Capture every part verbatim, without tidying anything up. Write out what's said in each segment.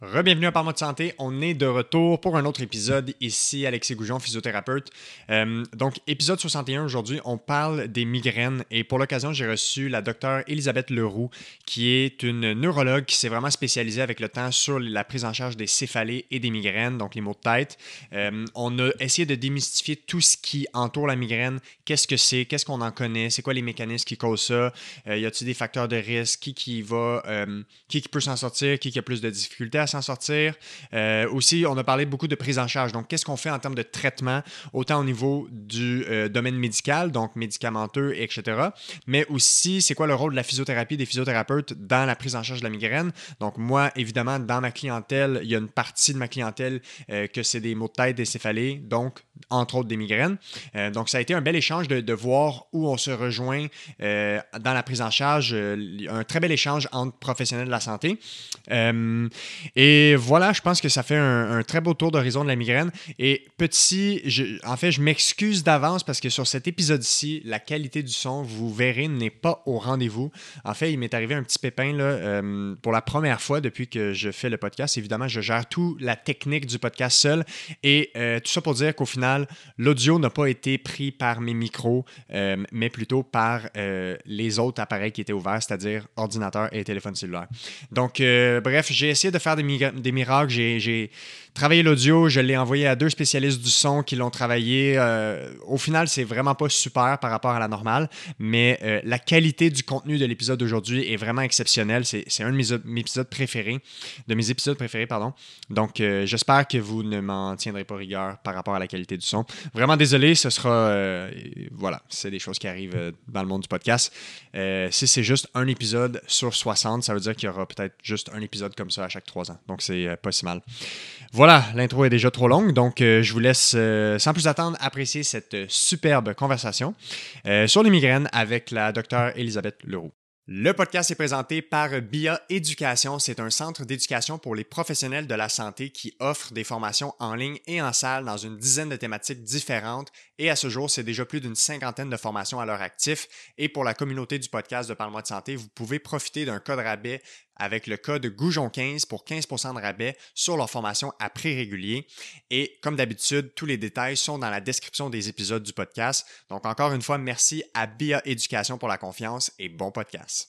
Re-bienvenue à Parle-moi de santé. On est de retour pour un autre épisode. Ici, Alexis Goujon, physiothérapeute. Euh, donc, épisode soixante et un aujourd'hui, on parle des migraines. Et pour l'occasion, j'ai reçu la docteure Elisabeth Leroux, qui est une neurologue qui s'est vraiment spécialisée avec le temps sur la prise en charge des céphalées et des migraines, donc les maux de tête. Euh, on a essayé de démystifier tout ce qui entoure la migraine. Qu'est-ce que c'est? Qu'est-ce qu'on en connaît? C'est quoi les mécanismes qui causent ça? Euh, y a-t-il des facteurs de risque? Qui, qui va, euh, qui, qui peut s'en sortir? Qui, qui a plus de difficultés à s'en sortir. Euh, aussi, on a parlé beaucoup de prise en charge. Donc, qu'est-ce qu'on fait en termes de traitement, autant au niveau du euh, domaine médical, donc médicamenteux, et cetera, mais aussi, c'est quoi le rôle de la physiothérapie des physiothérapeutes dans la prise en charge de la migraine. Donc, moi, évidemment, dans ma clientèle, il y a une partie de ma clientèle euh, que c'est des maux de tête, des céphalées, donc, entre autres, des migraines. Euh, donc, ça a été un bel échange de, de voir où on se rejoint euh, dans la prise en charge. Euh, un très bel échange entre professionnels de la santé. Euh, Et voilà, je pense que ça fait un, un très beau tour d'horizon de la migraine. Et petit, je, en fait, je m'excuse d'avance parce que sur cet épisode-ci, la qualité du son, vous verrez, n'est pas au rendez-vous. En fait, il m'est arrivé un petit pépin là, euh, pour la première fois depuis que je fais le podcast. Évidemment, je gère toute la technique du podcast seul. Et euh, tout ça pour dire qu'au final, l'audio n'a pas été pris par mes micros, euh, mais plutôt par euh, les autres appareils qui étaient ouverts, c'est-à-dire ordinateur et téléphone cellulaire. Donc, euh, bref, j'ai essayé de faire des des miracles. J'ai, j'ai travaillé l'audio, je l'ai envoyé à deux spécialistes du son qui l'ont travaillé. Euh, au final, c'est vraiment pas super par rapport à la normale, mais euh, la qualité du contenu de l'épisode d'aujourd'hui est vraiment exceptionnelle. C'est, c'est un de mes, mes épisodes préférés, de mes épisodes préférés, pardon. Donc, euh, j'espère que vous ne m'en tiendrez pas rigueur par rapport à la qualité du son. Vraiment désolé, ce sera... Euh, voilà, c'est des choses qui arrivent euh, dans le monde du podcast. Euh, si c'est juste un épisode sur soixante, ça veut dire qu'il y aura peut-être juste un épisode comme ça à chaque trois ans. Donc, c'est euh, pas si mal. Voilà, l'intro est déjà trop longue, donc euh, je vous laisse, euh, sans plus attendre, apprécier cette euh, superbe conversation euh, sur les migraines avec la docteure Elisabeth Leroux. Le podcast est présenté par B I A Éducation. C'est un centre d'éducation pour les professionnels de la santé qui offre des formations en ligne et en salle dans une dizaine de thématiques différentes. Et à ce jour, c'est déjà plus d'une cinquantaine de formations à leur actif. Et pour la communauté du podcast de Parle-moi de santé, vous pouvez profiter d'un code rabais avec le code Goujon quinze pour quinze pour cent de rabais sur leur formation à prix régulier. Et comme d'habitude, tous les détails sont dans la description des épisodes du podcast. Donc encore une fois, merci à B I A Éducation pour la confiance et bon podcast.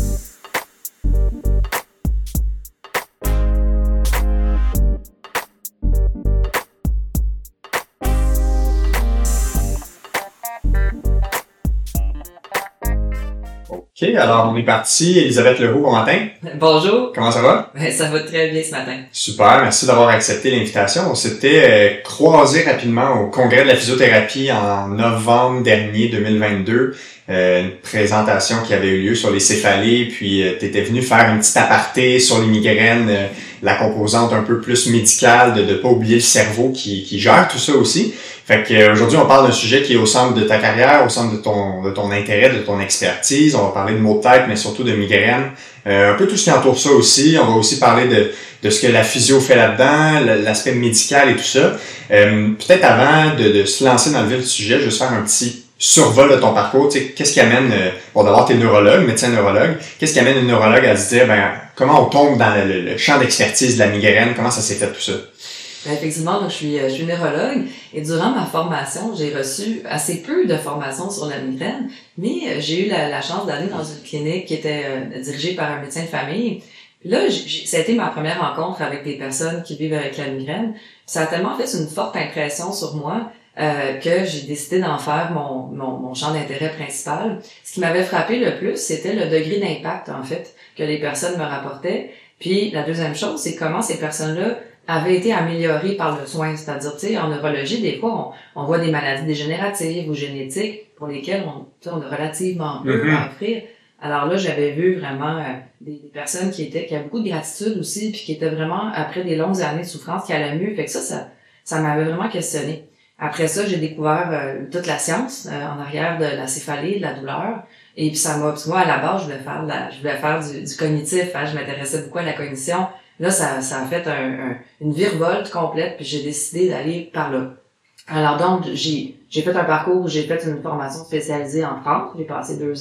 OK, alors on est parti. Elisabeth Leroux, bon matin. Bonjour. Comment ça va? Ben, ça va très bien ce matin. Super, merci d'avoir accepté l'invitation. On s'était euh, croisés rapidement au congrès de la physiothérapie en novembre dernier, deux mille vingt-deux. Euh, une présentation qui avait eu lieu sur les céphalées, puis euh, tu étais venu faire une petite aparté sur les migraines, euh, la composante un peu plus médicale, de ne pas oublier le cerveau qui, qui gère tout ça aussi. Fait que euh, aujourd'hui, on parle d'un sujet qui est au centre de ta carrière, au centre de ton de ton intérêt, de ton expertise. On va parler de maux de tête, mais surtout de migraines. Euh, un peu tout ce qui entoure ça aussi. On va aussi parler de de ce que la physio fait là-dedans, l'aspect médical et tout ça. Euh, peut-être avant de, de se lancer dans le vif du sujet, je vais juste faire un petit survol de ton parcours. Tu sais, qu'est-ce qui amène, euh, bon d'abord t'es neurologue, médecin neurologue, qu'est-ce qui amène une neurologue à se dire, ben comment on tombe dans le, le champ d'expertise de la migraine, comment ça s'est fait tout ça? Ben, effectivement, donc, je suis, je suis neurologue et durant ma formation, j'ai reçu assez peu de formations sur la migraine, mais j'ai eu la, la chance d'aller dans une clinique qui était euh, dirigée par un médecin de famille. Puis là, j'ai, ça a été ma première rencontre avec des personnes qui vivent avec la migraine. Ça a tellement fait une forte impression sur moi euh, que j'ai décidé d'en faire mon, mon, mon champ d'intérêt principal. Ce qui m'avait frappé le plus, c'était le degré d'impact, en fait, que les personnes me rapportaient. Puis la deuxième chose, c'est comment ces personnes-là avaient été améliorées par le soin. C'est-à-dire, tu sais, en neurologie, des fois, on, on voit des maladies dégénératives ou génétiques pour lesquelles on, on a relativement peu Mm-hmm. à offrir. Alors là, j'avais vu vraiment euh, des, des personnes qui étaient qui avaient beaucoup de gratitude aussi, puis qui étaient vraiment, après des longues années de souffrance, qui allaient mieux. Fait que ça, ça, ça m'avait vraiment questionné. Après ça, j'ai découvert euh, toute la science euh, en arrière de la céphalée, de la douleur. Et puis ça m'a, parce que moi, à la base, je voulais faire de la, je voulais faire du, du cognitif, hein, je m'intéressais beaucoup à la cognition. Là, ça, ça a fait un, un, une virevolte complète, puis j'ai décidé d'aller par là. Alors donc, j'ai, j'ai fait un parcours où j'ai fait une formation spécialisée en France. J'ai passé deux ans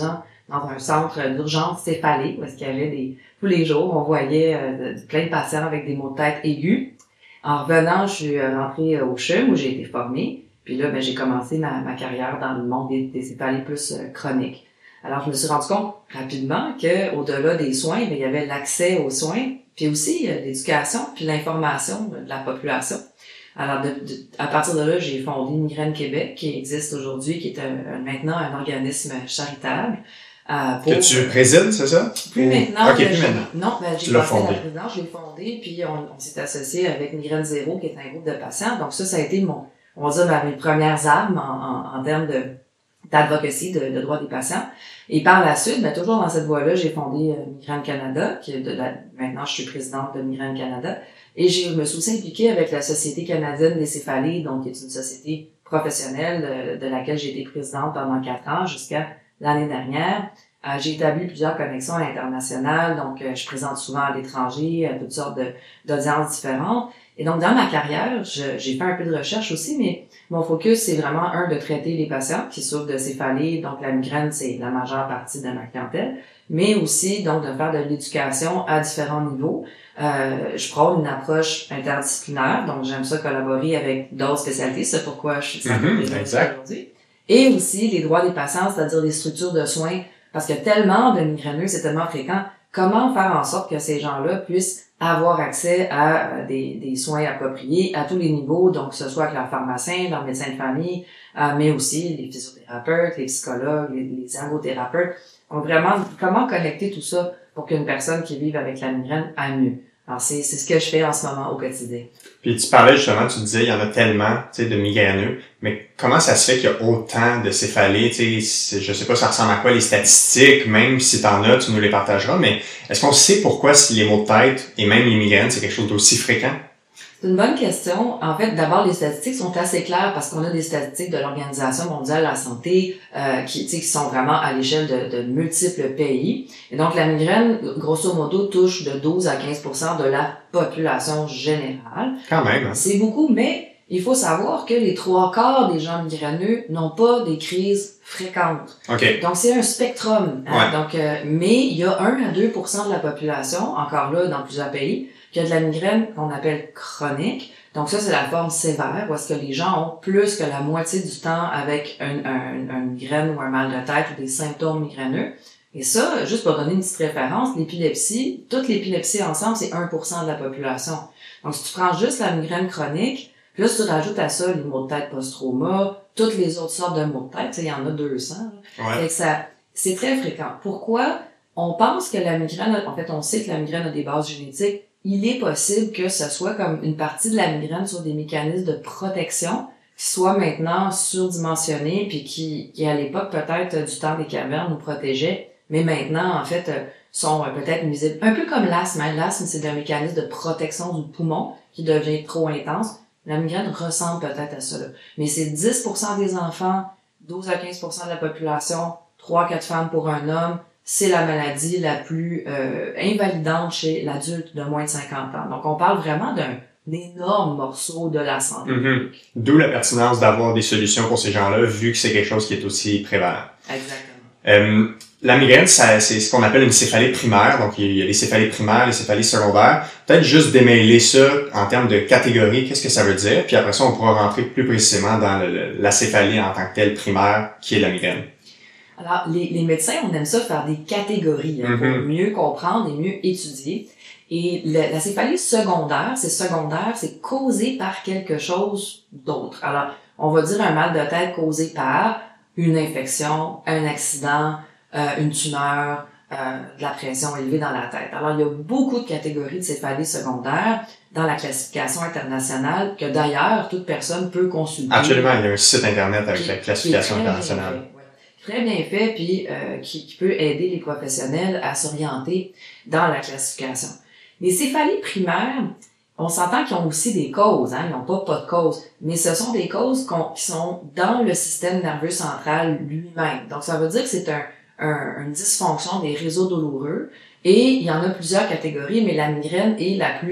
dans un centre d'urgence céphalée, où est-ce qu'il y avait des, tous les jours, on voyait euh, de, plein de patients avec des maux de tête aigus. En revenant, je suis rentrée au C H U M où j'ai été formée. Puis là, ben, j'ai commencé ma, ma carrière dans le monde des, des céphalées plus euh, chroniques. Alors, je me suis rendu compte rapidement que au-delà des soins, ben, il y avait l'accès aux soins, puis aussi euh, l'éducation, puis l'information de la population. Alors, de, de, à partir de là, j'ai fondé Migraine Québec, qui existe aujourd'hui, qui est un, un, maintenant un organisme charitable. Euh, pour... Que tu présides, c'est ça? Plus maintenant. Ok, plus maintenant. Non, ben, j'ai passé la présidence, je l'ai fondé, puis on, on s'est associé avec Migraine Zéro, qui est un groupe de patients. Donc ça, ça a été mon, on va dire, mes premières armes en, en, en termes de d'advocacy, de, de droits des patients. Et par la suite, ben, toujours dans cette voie-là, j'ai fondé euh, Migraine Canada, qui est de la, maintenant je suis présidente de Migraine Canada, et je me suis aussi impliquée avec la Société canadienne des céphalées, donc qui est une société professionnelle de, de laquelle j'ai été présidente pendant quatre ans jusqu'à l'année dernière. Euh, j'ai établi plusieurs connexions internationales, donc euh, je présente souvent à l'étranger, à toutes sortes de, d'audiences différentes. Et donc, dans ma carrière, je, j'ai fait un peu de recherche aussi, mais mon focus, c'est vraiment, un, de traiter les patients qui souffrent de céphalées. Donc, la migraine, c'est la majeure partie de ma clientèle, mais aussi, donc, de faire de l'éducation à différents niveaux. Euh, je prône une approche interdisciplinaire, donc j'aime ça collaborer avec d'autres spécialités, c'est pourquoi je suis mm-hmm, aujourd'hui. Et aussi, les droits des patients, c'est-à-dire les structures de soins, parce que tellement de migraineux, c'est tellement fréquent. Comment faire en sorte que ces gens-là puissent avoir accès à des, des soins appropriés à tous les niveaux, donc que ce soit avec leur pharmacien, leur médecin de famille, euh, mais aussi les physiothérapeutes, les psychologues, les, les ergothérapeutes. Donc vraiment, comment connecter tout ça pour qu'une personne qui vive avec la migraine aille mieux. Alors, c'est, c'est ce que je fais en ce moment au quotidien. Puis tu parlais justement, tu disais, il y en a tellement, tu sais, de migraineux, mais comment ça se fait qu'il y a autant de céphalées, tu sais, je sais pas ça ressemble à quoi les statistiques, même si t'en as, tu nous les partageras, mais est-ce qu'on sait pourquoi si les maux de tête et même les migraines, c'est quelque chose d'aussi fréquent? C'est une bonne question. En fait, d'abord, les statistiques sont assez claires parce qu'on a des statistiques de l'Organisation mondiale de la santé euh, qui, qui sont vraiment à l'échelle de, de multiples pays. Et donc, la migraine, grosso modo, touche de douze à quinze pour cent de la population générale. Quand même. Hein? C'est beaucoup, mais il faut savoir que les trois quarts des gens migraineux n'ont pas des crises fréquentes. Okay. Donc, c'est un spectrum. Hein? Ouais. Donc, euh, mais il y a un à deux pour cent de la population, encore là, dans plusieurs pays, qui a de la migraine qu'on appelle chronique. Donc ça, c'est la forme sévère, où est-ce que les gens ont plus que la moitié du temps avec un, un, un migraine ou un mal de tête ou des symptômes migraineux. Et ça, juste pour donner une petite référence, l'épilepsie, toute l'épilepsie ensemble, c'est un pour cent de la population. Donc si tu prends juste la migraine chronique, puis là, si tu rajoutes à ça les maux de tête post-trauma, toutes les autres sortes de maux de tête, il y en a deux cents. Ouais. Fait que ça, c'est très fréquent. Pourquoi? On pense que la migraine, en fait, on sait que la migraine a des bases génétiques. Il est possible que ce soit comme une partie de la migraine sur des mécanismes de protection qui soient maintenant surdimensionnés puis qui, qui à l'époque peut-être du temps des cavernes nous protégeaient, mais maintenant en fait sont peut-être nuisibles. Un peu comme l'asthme. Hein? L'asthme, c'est un mécanisme de protection du poumon qui devient trop intense. La migraine ressemble peut-être à cela. Mais c'est dix pour cent des enfants, douze à quinze pour cent de la population, trois à quatre femmes pour un homme. C'est la maladie la plus euh, invalidante chez l'adulte de moins de cinquante ans. Donc, on parle vraiment d'un énorme morceau de la santé. Mm-hmm. D'où la pertinence d'avoir des solutions pour ces gens-là, vu que c'est quelque chose qui est aussi prévalent. Exactement. Euh, la migraine, ça, c'est ce qu'on appelle une céphalée primaire. Donc, il y a les céphalées primaires, les céphalées secondaires. Peut-être juste démêler ça en termes de catégorie, qu'est-ce que ça veut dire. Puis après ça, on pourra rentrer plus précisément dans le, la céphalée en tant que telle primaire, qui est la migraine. Alors, les, les médecins, on aime ça faire des catégories hein, mm-hmm. pour mieux comprendre et mieux étudier. Et le, la céphalie secondaire, c'est secondaire, c'est causé par quelque chose d'autre. Alors, on va dire un mal de tête causé par une infection, un accident, euh, une tumeur, euh, de la pression élevée dans la tête. Alors, il y a beaucoup de catégories de céphalie secondaire dans la classification internationale que d'ailleurs, toute personne peut consulter. Absolument, il y a un site internet avec qui, la classification qui internationale. Très bien fait, puis euh, qui, qui peut aider les professionnels à s'orienter dans la classification. Les céphalies primaires, on s'entend qu'ils ont aussi des causes, hein, ils n'ont pas pas de cause, mais ce sont des causes qu'on, qui sont dans le système nerveux central lui-même. Donc, ça veut dire que c'est un, un, une dysfonction des réseaux douloureux, et il y en a plusieurs catégories, mais la migraine est la plus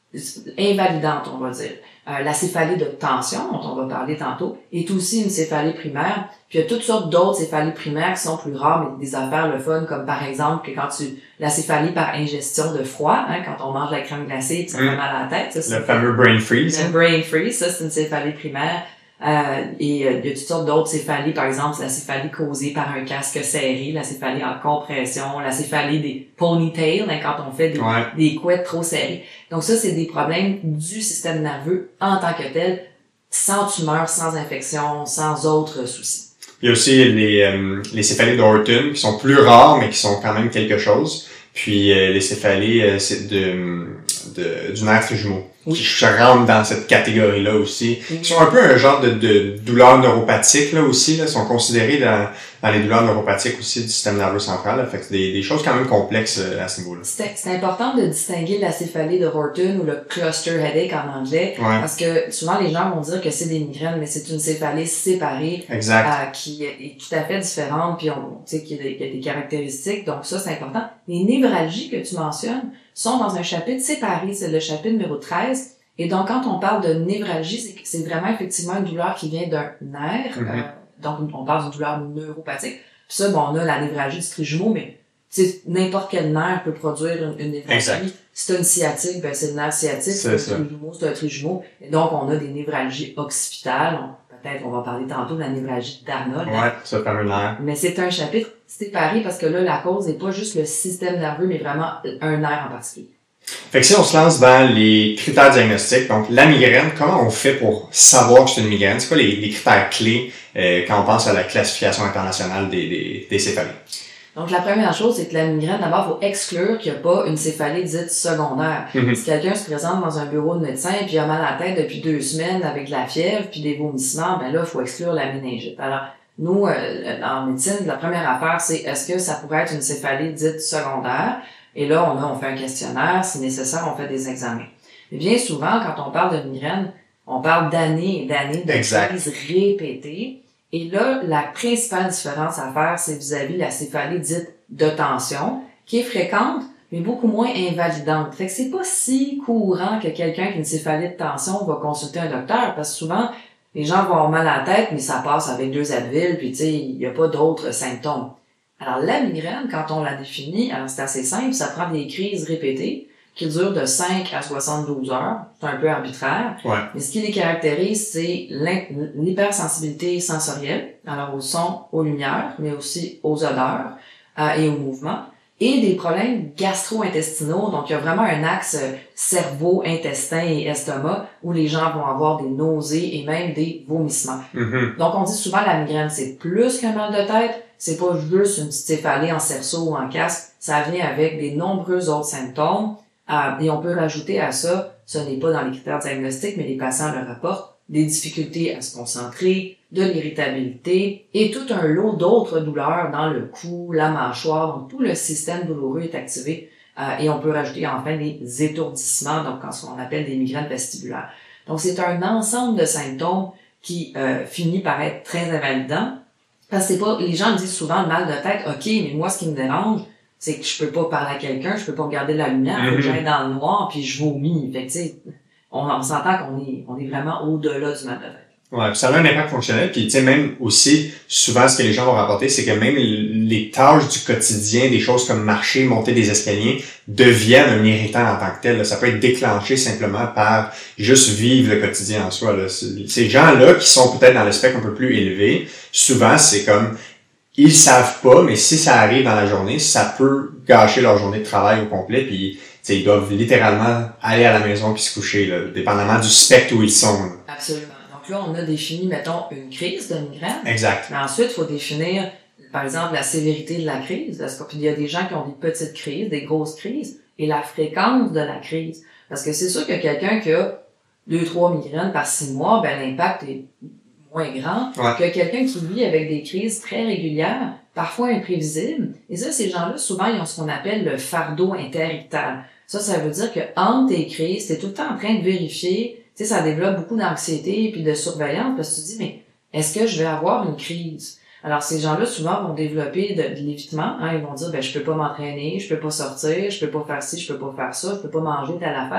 invalidante, on va dire. Euh, la céphalie de tension, dont on va parler tantôt, est aussi une céphalie primaire. Puis il y a toutes sortes d'autres céphalies primaires qui sont plus rares, mais des affaires le fun, comme par exemple que quand tu la céphalie par ingestion de froid, hein, quand on mange de la crème glacée, puis ça fait mm. mal à la tête. Ça, le fameux brain freeze. Le brain freeze, ça c'est une céphalie primaire. Euh, et euh, il y a toutes sortes d'autres céphalies, par exemple la céphalie causée par un casque serré, la céphalie en compression, la céphalie des ponytails, hein, quand on fait des, ouais. des couettes trop serrées. Donc ça, c'est des problèmes du système nerveux en tant que tel, sans tumeur, sans infection, sans autres soucis. Il y a aussi les, euh, les céphalies d'Orton qui sont plus rares, mais qui sont quand même quelque chose. Puis euh, les céphalies euh, de, de, du nerf trijumeau. Oui. Qui rentrent dans cette catégorie-là aussi. Oui. Ils sont un peu un genre de, de douleurs neuropathiques là aussi, là, sont considérés dans, dans les douleurs neuropathiques aussi du système nerveux central. Là. Fait que c'est des, des choses quand même complexes euh, à ce niveau-là. C'est, c'est important de distinguer la céphalie de Horton ou le cluster headache en anglais, ouais. parce que souvent les gens vont dire que c'est des migraines, mais c'est une céphalie séparée exact. Euh, qui est tout à fait différente, puis on tu sais qu'il y, y a des caractéristiques, donc ça c'est important. Les névralgies que tu mentionnes sont dans un chapitre séparé, c'est le chapitre numéro treize. Et donc, quand on parle de névralgie, c'est, c'est vraiment effectivement une douleur qui vient d'un nerf. Mm-hmm. Euh, donc, on parle d'une douleur neuropathique. Puis ça, bon, on a la névralgie du trijumeau, mais n'importe quel nerf peut produire une, une névralgie. Exact. Si c'est une sciatique, ben c'est le nerf sciatique. Si c'est un trijumeau, c'est un trijumeau. Et donc, on a des névralgies occipitales. On, peut-être, on va parler tantôt de la névralgie d'Arnold. Ouais, ça fameux nerf. Mais c'est un chapitre séparé parce que là, la cause n'est pas juste le système nerveux, mais vraiment un nerf en particulier. Fait que si on se lance dans les critères diagnostiques, donc la migraine, comment on fait pour savoir que c'est une migraine? C'est quoi les, les critères clés euh, quand on pense à la classification internationale des, des, des céphalies? Donc la première chose, c'est que la migraine, d'abord, il faut exclure qu'il n'y a pas une céphalie dite secondaire. Mm-hmm. Si quelqu'un se présente dans un bureau de médecin et puis il a mal à la tête depuis deux semaines avec de la fièvre puis des vomissements, ben là, il faut exclure la méningite. Alors, nous, euh, en médecine, la première affaire, c'est est-ce que ça pourrait être une céphalie dite secondaire? Et là, on, a, on fait un questionnaire. Si nécessaire, on fait des examens. Mais bien souvent, quand on parle de migraine, on parle d'années et d'années de crises répétées. Et là, la principale différence à faire, c'est vis-à-vis de la céphalie dite de tension, qui est fréquente, mais beaucoup moins invalidante. Fait que c'est pas si courant que quelqu'un qui a une céphalie de tension va consulter un docteur, parce que souvent, les gens vont avoir mal à la tête, mais ça passe avec deux Advil, puis tu sais, il n'y a pas d'autres symptômes. Alors, la migraine, quand on la définit, alors c'est assez simple, ça prend des crises répétées qui durent de cinq à soixante-douze heures. C'est un peu arbitraire. Ouais. Mais ce qui les caractérise, c'est l'hypersensibilité sensorielle, alors au son, aux lumières, mais aussi aux odeurs euh, et aux mouvements, et des problèmes gastro-intestinaux. Donc, il y a vraiment un axe cerveau, intestin et estomac où les gens vont avoir des nausées et même des vomissements. Mm-hmm. Donc, on dit souvent la migraine, c'est plus qu'un mal de tête. C'est pas juste une petite céphalie en cerceau ou en casque, ça vient avec des nombreux autres symptômes. Euh, et on peut rajouter à ça, ce n'est pas dans les critères diagnostiques, mais les patients le rapportent, des difficultés à se concentrer, de l'irritabilité et tout un lot d'autres douleurs dans le cou, la mâchoire. Donc, tout le système douloureux est activé. Euh, et on peut rajouter enfin des étourdissements, donc ce qu'on appelle des migraines vestibulaires. Donc, c'est un ensemble de symptômes qui euh, finit par être très invalidant. Parce que c'est pas, les gens me disent souvent le mal de tête, ok, mais moi, ce qui me dérange, c'est que je peux pas parler à quelqu'un, je peux pas regarder la lumière, mm-hmm. faut que j'aille dans le noir, puis je vomis. Fait que, tu sais, on, on s'entend qu'on est, on est vraiment au-delà du mal de tête. Ouais, ça a un impact fonctionnel, puis tu sais, même aussi, souvent, ce que les gens vont rapporter, c'est que même les tâches du quotidien, des choses comme marcher, monter des escaliers, deviennent un irritant en tant que tel. Là. Ça peut être déclenché simplement par juste vivre le quotidien en soi. Là. Ces gens-là, qui sont peut-être dans le spectre un peu plus élevé, souvent, c'est comme, ils savent pas, mais si ça arrive dans la journée, ça peut gâcher leur journée de travail au complet, puis ils doivent littéralement aller à la maison puis se coucher, là, dépendamment du spectre où ils sont. Là. Absolument. Donc là, on a défini, mettons, une crise de migraine. Exact. Mais ensuite, il faut définir, par exemple, la sévérité de la crise. Parce qu'il y a des gens qui ont des petites crises, des grosses crises, et la fréquence de la crise. Parce que c'est sûr que quelqu'un qui a deux, trois migraines par six mois, ben l'impact est moins grand ouais. que quelqu'un qui vit avec des crises très régulières, parfois imprévisibles. Et ça, ces gens-là, souvent, ils ont ce qu'on appelle le fardeau interictal. Ça, ça veut dire que entre tes crises, t'es tout le temps en train de vérifier. Tu sais, ça développe beaucoup d'anxiété et puis de surveillance parce que tu te dis, mais est-ce que je vais avoir une crise? Alors, ces gens-là, souvent, vont développer de, de l'évitement. Hein, ils vont dire, ben, je peux pas m'entraîner, je peux pas sortir, je peux pas faire ci, je peux pas faire ça, je peux pas manger telle affaire.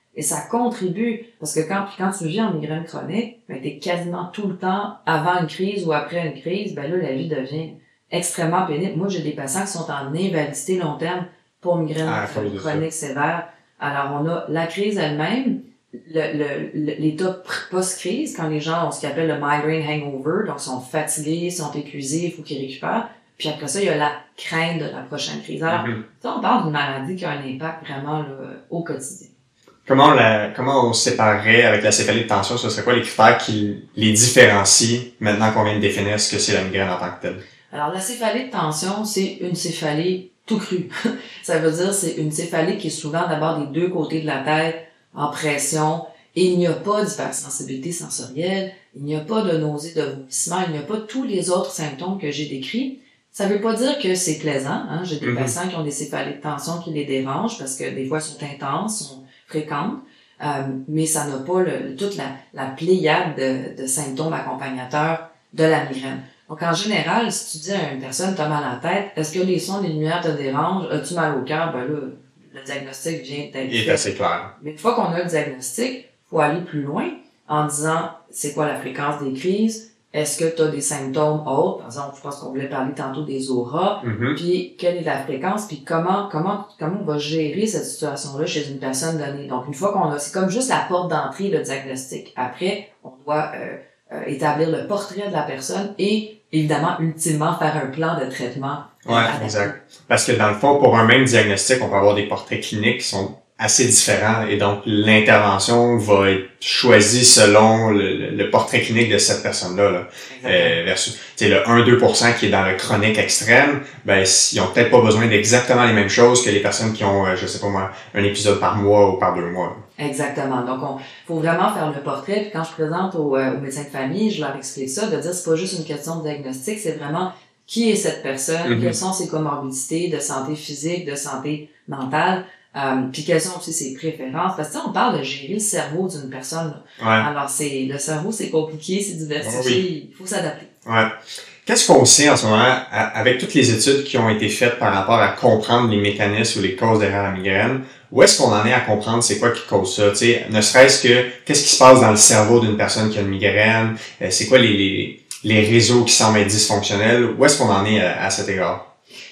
Et ça contribue, parce que quand, quand tu vis en migraine chronique, ben, t'es quasiment tout le temps avant une crise ou après une crise, ben là, la vie devient extrêmement pénible. Moi, j'ai des patients qui sont en invalidité long terme pour migraine ah, chronique sévère. Alors, on a la crise elle-même, le, le, le, l'état post-crise, quand les gens ont ce qu'ils appellent le migraine hangover, donc sont fatigués, sont épuisés, il faut qu'ils récupèrent. Puis après ça, il y a la crainte de la prochaine crise. Alors, mm-hmm. ça, on parle d'une maladie qui a un impact vraiment là, au quotidien. Comment on, la, comment on séparerait avec la céphalie de tension? Ce serait quoi les critères qui les différencient maintenant qu'on vient de définir ce que c'est la migraine en tant que telle? Alors, la céphalie de tension, c'est une céphalie tout crue. Ça veut dire c'est une céphalie qui est souvent d'abord des deux côtés de la tête, en pression, et il n'y a pas d'hypersensibilité sensorielle, il n'y a pas de nausée, de vomissement, il n'y a pas tous les autres symptômes que j'ai décrits. Ça veut pas dire que c'est plaisant, hein. J'ai des mm-hmm. patients qui ont des céphalies de tension qui les dérangent parce que des fois elles sont intenses, sont fréquentes, euh, mais ça n'a pas le, toute la, la pléiade de, de symptômes accompagnateurs de la migraine. Donc, en général, si tu dis à une personne, t'as mal à la tête, est-ce que les sons, les lumières te dérangent? As-tu mal au cœur? Ben là, le diagnostic vient d'être Il est assez clair. Mais une fois qu'on a le diagnostic, faut aller plus loin en disant, c'est quoi la fréquence des crises? Est-ce que tu as des symptômes autres? Par exemple, je pense qu'on voulait parler tantôt des auras. Mm-hmm. Puis, quelle est la fréquence? Puis, comment, comment, comment on va gérer cette situation-là chez une personne donnée? Donc, une fois qu'on a, c'est comme juste la porte d'entrée, le diagnostic. Après, on doit euh, euh, établir le portrait de la personne et, évidemment, ultimement, faire un plan de traitement. Ouais, adapté. Exact. Parce que dans le fond, pour un même diagnostic, on peut avoir des portraits cliniques qui sont assez différents et donc l'intervention va être choisie selon le, le, le portrait clinique de cette personne-là. Là. Euh, versus le un à deux pour cent qui est dans le chronique extrême, ben ils ont peut-être pas besoin d'exactement les mêmes choses que les personnes qui ont, je sais pas moi, un épisode par mois ou par deux mois. Là. Exactement. Donc, on faut vraiment faire le portrait. Puis quand je présente aux, euh, aux médecins de famille, je leur explique ça, de dire c'est pas juste une question de diagnostic, c'est vraiment qui est cette personne, mm-hmm. quelles sont ses comorbidités de santé physique, de santé mentale. Euh, puis quelles sont aussi ses préférences, parce que on parle de gérer le cerveau d'une personne. Ouais. Alors c'est le cerveau, c'est compliqué, c'est diversifié, oui. Il faut s'adapter. Ouais. Qu'est-ce qu'on sait en ce moment avec toutes les études qui ont été faites par rapport à comprendre les mécanismes ou les causes derrière la migraine? Où est-ce qu'on en est à comprendre c'est quoi qui cause ça? Tu sais, ne serait-ce que qu'est-ce qui se passe dans le cerveau d'une personne qui a une migraine? C'est quoi les, les les réseaux qui semblent être dysfonctionnels? Où est-ce qu'on en est à, à cet égard?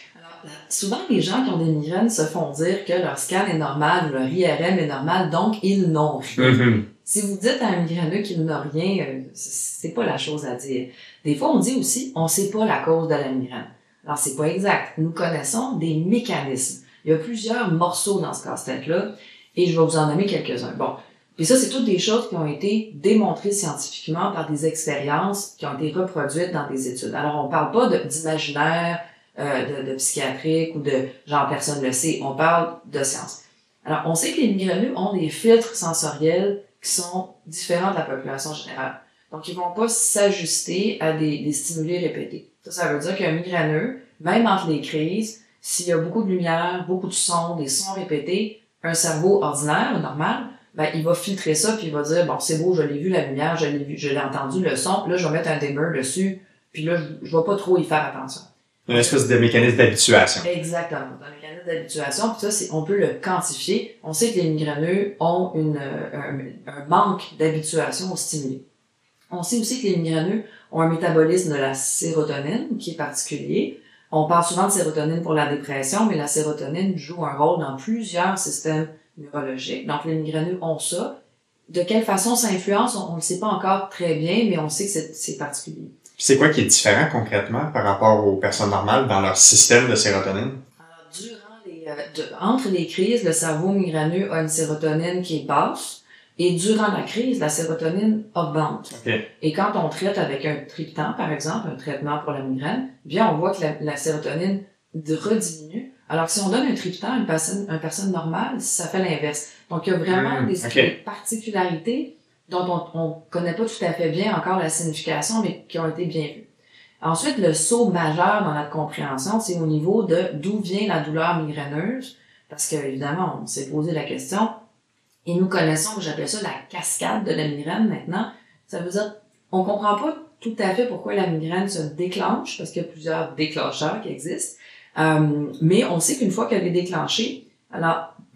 Souvent, les gens qui ont des migraines se font dire que leur scan est normal ou leur I R M est normal, donc ils n'ont rien. Mm-hmm. Si vous dites à un migraineux qu'il n'a rien, c'est pas la chose à dire. Des fois, on dit aussi, on sait pas la cause de la migraine. Alors, c'est pas exact. Nous connaissons des mécanismes. Il y a plusieurs morceaux dans ce casse-tête-là, et je vais vous en nommer quelques-uns. Bon. Puis ça, c'est toutes des choses qui ont été démontrées scientifiquement par des expériences qui ont été reproduites dans des études. Alors, on parle pas de, d'imaginaire, Euh, de, de psychiatrique ou de genre personne le sait, on parle de science. Alors, on sait que les migraineux ont des filtres sensoriels qui sont différents de la population générale. Donc, ils vont pas s'ajuster à des, des stimuli répétés. Ça, ça veut dire qu'un migraineux, même entre les crises, s'il y a beaucoup de lumière, beaucoup de sons, des sons répétés, un cerveau ordinaire, normal, ben, il va filtrer ça puis il va dire, bon, c'est beau, je l'ai vu la lumière, je l'ai vu, je l'ai entendu le son, là, je vais mettre un dimmer dessus, puis là, je, je vais pas trop y faire attention. Une espèce de mécanisme d'habituation. Exactement. Un mécanisme d'habituation, puis ça, c'est, on peut le quantifier. On sait que les migraineux ont une, un, un manque d'habituation aux stimuli. On sait aussi que les migraineux ont un métabolisme de la sérotonine qui est particulier. On parle souvent de sérotonine pour la dépression, mais la sérotonine joue un rôle dans plusieurs systèmes neurologiques. Donc, les migraineux ont ça. De quelle façon ça influence, on ne le sait pas encore très bien, mais on sait que c'est, c'est particulier. C'est quoi qui est différent concrètement par rapport aux personnes normales dans leur système de sérotonine? Alors, durant les, euh, de, entre les crises, le cerveau migraineux a une sérotonine qui est basse et durant la crise, la sérotonine augmente. Okay. Et quand on traite avec un triptan, par exemple, un traitement pour la migraine, bien on voit que la, la sérotonine rediminue. Alors que si on donne un triptan à une personne, une personne normale, ça fait l'inverse. Donc il y a vraiment mmh, des, okay. des particularités dont on ne connaît pas tout à fait bien encore la signification, mais qui ont été bien vues. Ensuite, le saut majeur dans notre compréhension, c'est au niveau de d'où vient la douleur migraineuse, parce que évidemment, on s'est posé la question, et nous connaissons, j'appelle ça la cascade de la migraine maintenant. Ça veut dire, on comprend pas tout à fait pourquoi la migraine se déclenche, parce qu'il y a plusieurs déclencheurs qui existent, euh, mais on sait qu'une fois qu'elle est déclenchée, alors,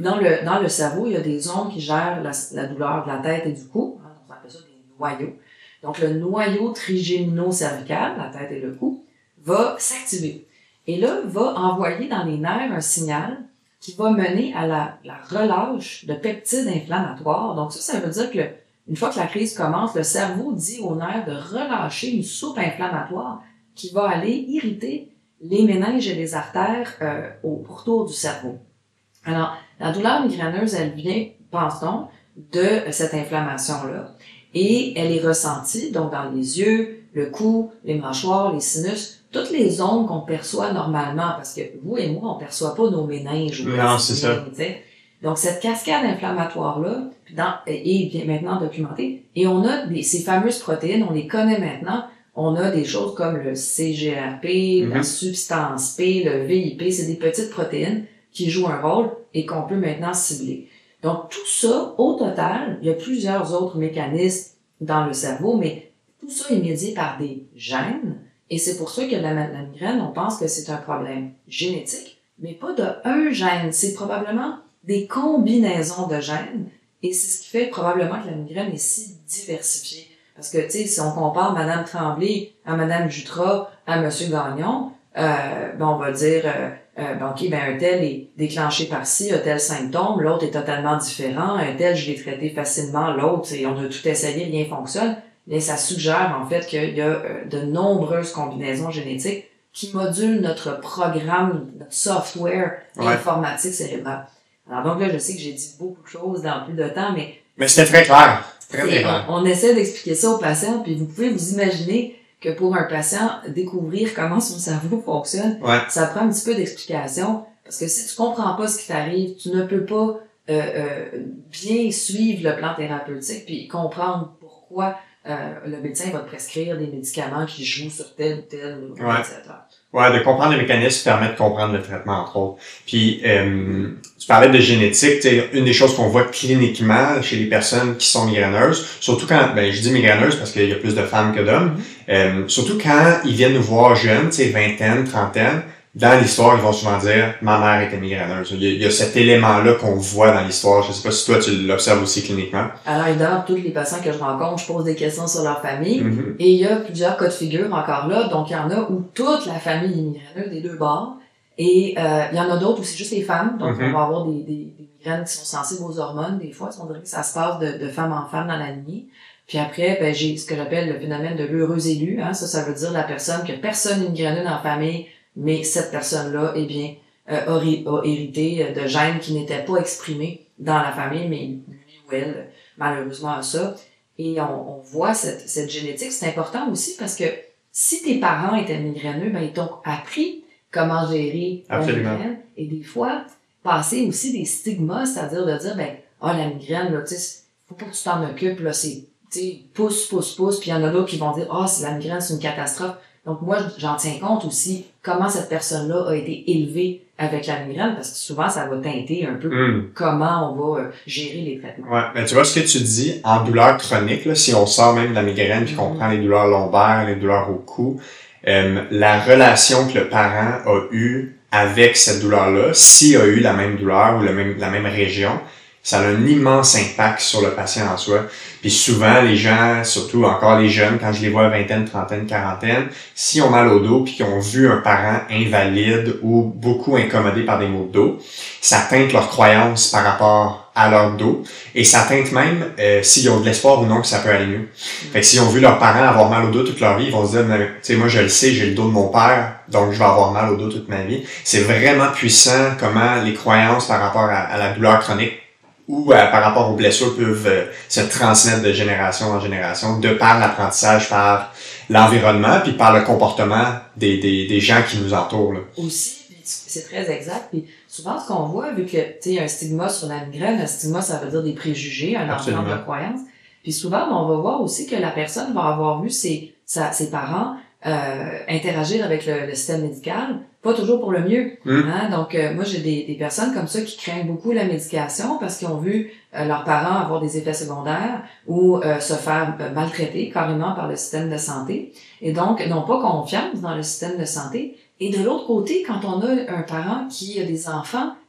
Dans le, dans le cerveau, il y a des zones qui gèrent la, la douleur de la tête et du cou. Hein, on appelle ça des noyaux. Donc, le noyau trigémino-cervical, la tête et le cou, va s'activer. Et là, va envoyer dans les nerfs un signal qui va mener à la, la relâche de peptides inflammatoires. Donc, ça, ça veut dire que le, une fois que la crise commence, le cerveau dit aux nerfs de relâcher une soupe inflammatoire qui va aller irriter les méninges et les artères euh, au pourtour du cerveau. Alors, la douleur migraineuse, elle vient, pense-t-on, de cette inflammation-là. Et elle est ressentie, donc, dans les yeux, le cou, les mâchoires, les sinus, toutes les zones qu'on perçoit normalement, parce que vous et moi, on perçoit pas nos méninges. Non, c'est ça. T'sais. Donc, cette cascade inflammatoire-là dans, est bien maintenant documentée. Et on a des, ces fameuses protéines, on les connaît maintenant. On a des choses comme le C G R P, mm-hmm. la substance P, le V I P. C'est des petites protéines qui jouent un rôle et qu'on peut maintenant cibler. Donc, tout ça, au total, il y a plusieurs autres mécanismes dans le cerveau, mais tout ça est médié par des gènes. Et c'est pour ça que la, la migraine, on pense que c'est un problème génétique, mais pas de un gène. C'est probablement des combinaisons de gènes. Et c'est ce qui fait probablement que la migraine est si diversifiée. Parce que, tu sais, si on compare Madame Tremblay à Madame Jutras à Monsieur Gagnon, euh, ben on va dire, euh, euh, ben, OK, ben un tel est déclenché par ci, un tel symptôme, l'autre est totalement différent, un tel, je l'ai traité facilement, l'autre, et on a tout essayé, rien fonctionne. Bien, ça suggère, en fait, qu'il y a euh, de nombreuses combinaisons génétiques qui modulent notre programme, notre software ouais. informatique cérébral. Alors donc là, je sais que j'ai dit beaucoup de choses dans plus de temps, mais... Mais c'était très clair. Très, très clair. On, on essaie d'expliquer ça aux patients, puis vous pouvez vous imaginer que pour un patient, découvrir comment son cerveau fonctionne, ouais. ça prend un petit peu d'explication. Parce que si tu comprends pas ce qui t'arrive, tu ne peux pas euh, euh, bien suivre le plan thérapeutique, puis comprendre pourquoi euh, le médecin va te prescrire des médicaments qui jouent sur tel ou tel, ouais. et cetera. Ouais, de comprendre les mécanismes permet de comprendre le traitement, entre autres. Puis, euh, tu parlais de génétique, tu sais, une des choses qu'on voit cliniquement chez les personnes qui sont migraineuses, surtout quand, ben, je dis migraineuses parce qu'il y a plus de femmes que d'hommes, mm-hmm. euh, surtout quand ils viennent nous voir jeunes, tu sais, vingtaine, trentaine, dans l'histoire, ils vont souvent dire « ma mère était migraineuse ». Il y a, il y a cet élément-là qu'on voit dans l'histoire. Je sais pas si toi, tu l'observes aussi cliniquement. Alors, évidemment, tous les patients que je rencontre, je pose des questions sur leur famille. Mm-hmm. Et il y a plusieurs cas de figure encore là. Donc, il y en a où toute la famille est migraineuse des deux bords. Et euh, il y en a d'autres où c'est juste les femmes. Donc, mm-hmm. on va avoir des, des, des migraines qui sont sensibles aux hormones. Des fois, on dirait que ça se passe de, de femme en femme dans la lignée. Puis après, ben, j'ai ce que j'appelle le phénomène de l'heureux élu. Hein. Ça, ça veut dire la personne que personne n'est migraineux dans la famille, mais cette personne-là, eh bien, euh, a, a hérité de gènes qui n'étaient pas exprimés dans la famille, mais lui ou elle, malheureusement, a ça. Et on, on voit cette, cette génétique. C'est important aussi parce que si tes parents étaient migraineux, ben, ils t'ont appris comment gérer la migraine. Et des fois, passer aussi des stigmas, c'est-à-dire de dire, ben, ah, la migraine, là, tu sais, faut pas que tu t'en occupes, là, c'est, tu sais, pousse, pousse, pousse, puis il y en a d'autres qui vont dire, ah, oh, c'est la migraine, c'est une catastrophe. Donc, moi, j'en tiens compte aussi comment cette personne-là a été élevée avec la migraine, parce que souvent, ça va teinter un peu mm. comment on va euh, gérer les traitements. Ouais, mais tu vois, ce que tu dis, en douleur chronique, là, si on sort même de la migraine puis qu'on mm. prend les douleurs lombaires, les douleurs au cou, euh, la relation que le parent a eue avec cette douleur-là, s'il a eu la même douleur ou le même, la même région, ça a un immense impact sur le patient en soi. Puis souvent, les gens, surtout encore les jeunes, quand je les vois à vingtaine, trentaine, quarantaine, s'ils ont mal au dos puis qu'ils ont vu un parent invalide ou beaucoup incommodé par des maux de dos, ça teinte leur croyance par rapport à leur dos et ça teinte même euh, s'ils ont de l'espoir ou non que ça peut aller mieux. Fait que s'ils ont vu leurs parents avoir mal au dos toute leur vie, ils vont se dire, tu sais, moi je le sais, j'ai le dos de mon père, donc je vais avoir mal au dos toute ma vie. C'est vraiment puissant comment les croyances par rapport à, à la douleur chronique ou euh, par rapport aux blessures peuvent euh, se transmettre de génération en génération de par l'apprentissage, par l'environnement, puis par le comportement des, des, des gens qui nous entourent. Là. Aussi, c'est très exact. Puis souvent, ce qu'on voit, vu que tu sais, il y a un stigma sur la migraine, un stigma, ça veut dire des préjugés, un ensemble de croyances. Puis souvent, on va voir aussi que la personne va avoir vu ses, sa, ses parents euh, interagir avec le, le système médical, pas toujours pour le mieux. Mmh. Hein? Donc, euh, moi, j'ai des, des personnes comme ça qui craignent beaucoup la médication parce qu'ils ont vu euh, leurs parents avoir des effets secondaires ou euh, se faire euh, maltraiter carrément par le système de santé. Et donc, n'ont pas confiance dans le système de santé. Et de l'autre côté, quand on a un parent qui a des enfants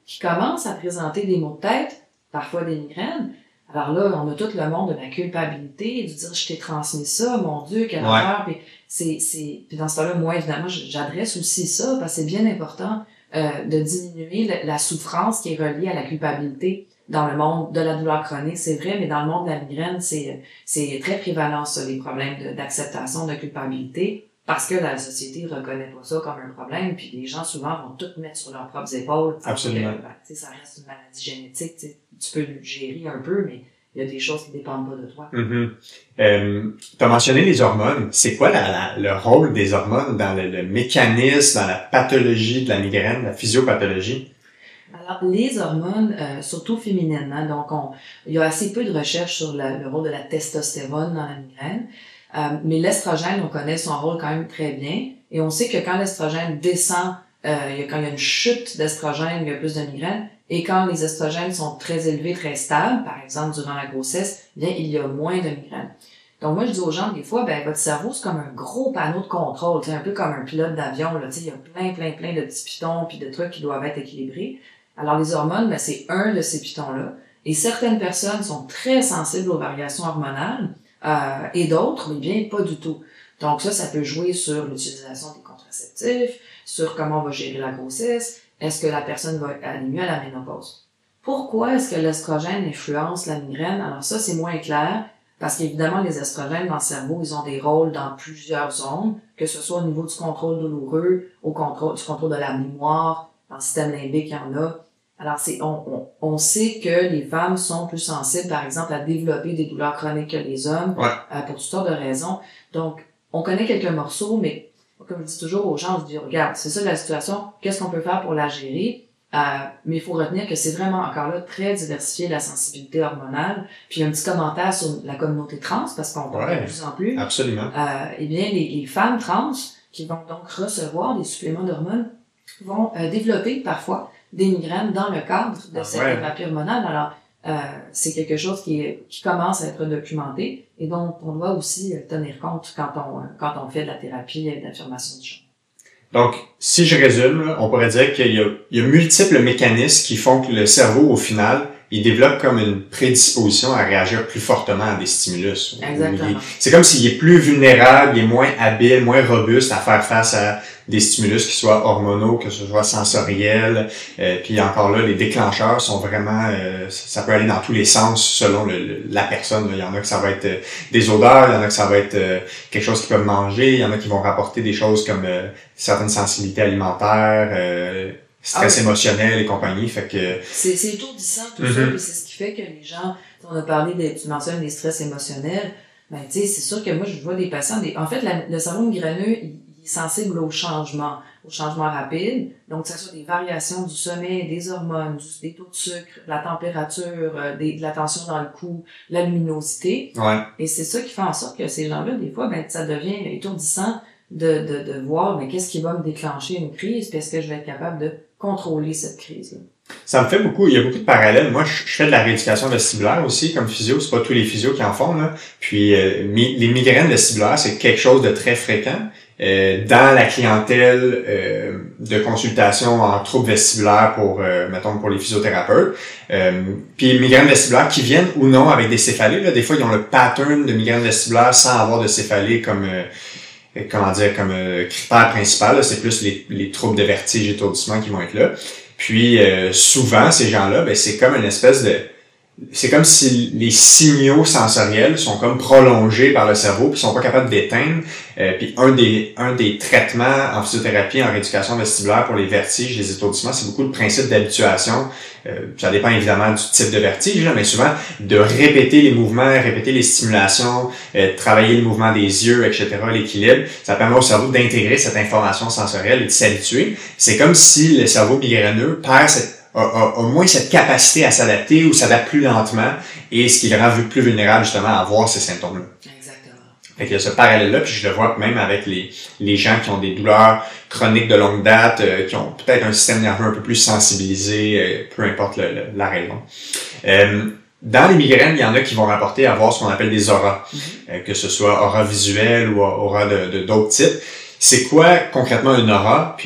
qui commencent à présenter des maux de tête, parfois des migraines. Alors là, on a tout le monde de la culpabilité, de dire « je t'ai transmis ça, mon Dieu, quelle horreur ». Puis c'est, c'est, puis dans ce cas-là, moi, évidemment, j'adresse aussi ça, parce que c'est bien important euh, de diminuer la, la souffrance qui est reliée à la culpabilité dans le monde de la douleur chronique, c'est vrai, mais dans le monde de la migraine, c'est, c'est très prévalent, ça, les problèmes de, d'acceptation, de culpabilité, parce que la société reconnaît pas ça comme un problème, puis les gens, souvent, vont tout mettre sur leurs propres épaules. Absolument. Que, ben, tu sais, ça reste une maladie génétique, tu sais, tu peux le gérer un peu, mais il y a des choses qui dépendent pas de toi. Mm-hmm. Euh, tu as mentionné les hormones. C'est quoi la, la, le rôle des hormones dans le, le mécanisme, dans la pathologie de la migraine, la physiopathologie? Alors, les hormones, euh, surtout féminines, hein, donc on, il y a assez peu de recherches sur la, le rôle de la testostérone dans la migraine, euh, mais l'estrogène, on connaît son rôle quand même très bien, et on sait que quand l'estrogène descend, euh, il y a, quand il y a une chute d'estrogène, il y a plus de migraine, et quand les estrogènes sont très élevés, très stables, par exemple durant la grossesse, bien il y a moins de migraine. Donc moi je dis aux gens des fois, ben votre cerveau c'est comme un gros panneau de contrôle, tu sais, un peu comme un pilote d'avion, là, tu sais, il y a plein, plein, plein de petits pitons puis de trucs qui doivent être équilibrés. Alors les hormones, ben c'est un de ces pitons-là. Et certaines personnes sont très sensibles aux variations hormonales euh, et d'autres, eh bien, pas du tout. Donc ça, ça peut jouer sur l'utilisation des contraceptifs, sur comment on va gérer la grossesse, est-ce que la personne va aller mieux à la ménopause. Pourquoi est-ce que l'estrogène influence la migraine? Alors ça, c'est moins clair, parce qu'évidemment, les estrogènes dans le cerveau, ils ont des rôles dans plusieurs zones, que ce soit au niveau du contrôle douloureux, au contrôle, du contrôle de la mémoire, dans le système limbique, il y en a. Alors, c'est, on, on, on sait que les femmes sont plus sensibles, par exemple, à développer des douleurs chroniques que les hommes, ouais. euh, pour toutes sortes de raisons. Donc, on connaît quelques morceaux, mais comme je dis toujours aux gens, je dis, regarde, c'est ça la situation, qu'est-ce qu'on peut faire pour la gérer? Euh, mais il faut retenir que c'est vraiment, encore là, très diversifié, la sensibilité hormonale. Puis un petit commentaire sur la communauté trans, parce qu'on parle ouais, de plus en plus. Absolument. Euh, eh bien, les, les femmes trans, qui vont donc recevoir des suppléments d'hormones, vont euh, développer parfois des migraines dans le cadre de ah, cette ouais. thérapie hormonale. Alors, euh, c'est quelque chose qui, est, qui commence à être documenté et dont on doit aussi tenir compte quand on, quand on fait de la thérapie d'affirmation du genre. Donc, si je résume, on pourrait dire qu'il y a, il y a multiples mécanismes qui font que le cerveau, au final, il développe comme une prédisposition à réagir plus fortement à des stimulus. Exactement. Il, c'est comme s'il est plus vulnérable, il est moins habile, moins robuste à faire face à des stimulus qui soient hormonaux, que ce soit sensoriels. Euh, puis encore là, les déclencheurs sont vraiment... Euh, ça peut aller dans tous les sens selon le, le, la personne. Il y en a que ça va être euh, des odeurs, il y en a que ça va être euh, quelque chose qu'ils peuvent manger, il y en a qui vont rapporter des choses comme euh, certaines sensibilités alimentaires, euh, stress ah oui. émotionnel et compagnie. Fait que c'est, c'est étourdissant tout mm-hmm. ça, puis c'est ce qui fait que les gens... On a parlé des... Tu mentionnes des stress émotionnels. Ben, tu sais, c'est sûr que moi, je vois des patients... Des, en fait, la, le cerveau migraineux, il, il est sensible au changement, au changement rapide. Donc, que ce soit des variations du sommeil, des hormones, du, des taux de sucre, la température, euh, des, de la tension dans le cou, la luminosité. Ouais. Et c'est ça qui fait en sorte que ces gens-là, des fois, ben, ça devient étourdissant de, de, de voir, mais qu'est-ce qui va me déclencher une crise, puis est-ce que je vais être capable de contrôler cette crise-là. Ça me fait beaucoup, il y a beaucoup de parallèles. Moi, je, je fais de la rééducation vestibulaire aussi, comme physio. C'est pas tous les physios qui en font, là. Puis, euh, mi, les migraines vestibulaires, c'est quelque chose de très fréquent. Euh, dans la clientèle euh, de consultation en troubles vestibulaires pour, euh, mettons, pour les physiothérapeutes. Euh, puis migraines vestibulaires qui viennent ou non avec des céphalées. Là. Des fois, ils ont le pattern de migraine vestibulaire sans avoir de céphalée comme... Euh, comment dire, comme euh, critère principal, là, c'est plus les, les troubles de vertige et étourdissement qui vont être là. Puis euh, souvent, ces gens-là, ben c'est comme une espèce de... C'est comme si les signaux sensoriels sont comme prolongés par le cerveau puis ils sont pas capables d'éteindre. Euh, puis un des un des traitements en physiothérapie, en rééducation vestibulaire pour les vertiges, les étourdissements, c'est beaucoup le principe d'habituation. Euh, ça dépend évidemment du type de vertige, là, mais souvent de répéter les mouvements, répéter les stimulations, euh, travailler le mouvement des yeux, et cetera, l'équilibre. Ça permet au cerveau d'intégrer cette information sensorielle et de s'habituer. C'est comme si le cerveau migraineux perd cette A, a, a moins cette capacité à s'adapter ou s'adapte plus lentement et ce qui le rend plus vulnérable justement à avoir ces symptômes-là. Exactement. Fait qu'il y a ce parallèle-là, puis je le vois même avec les les gens qui ont des douleurs chroniques de longue date, euh, qui ont peut-être un système nerveux un peu plus sensibilisé, euh, peu importe le, le, la raison. Euh, Dans les migraines, il y en a qui vont rapporter avoir ce qu'on appelle des auras, mm-hmm. euh, que ce soit aura visuelle ou aura de, de d'autres types. C'est quoi concrètement une aura? Puis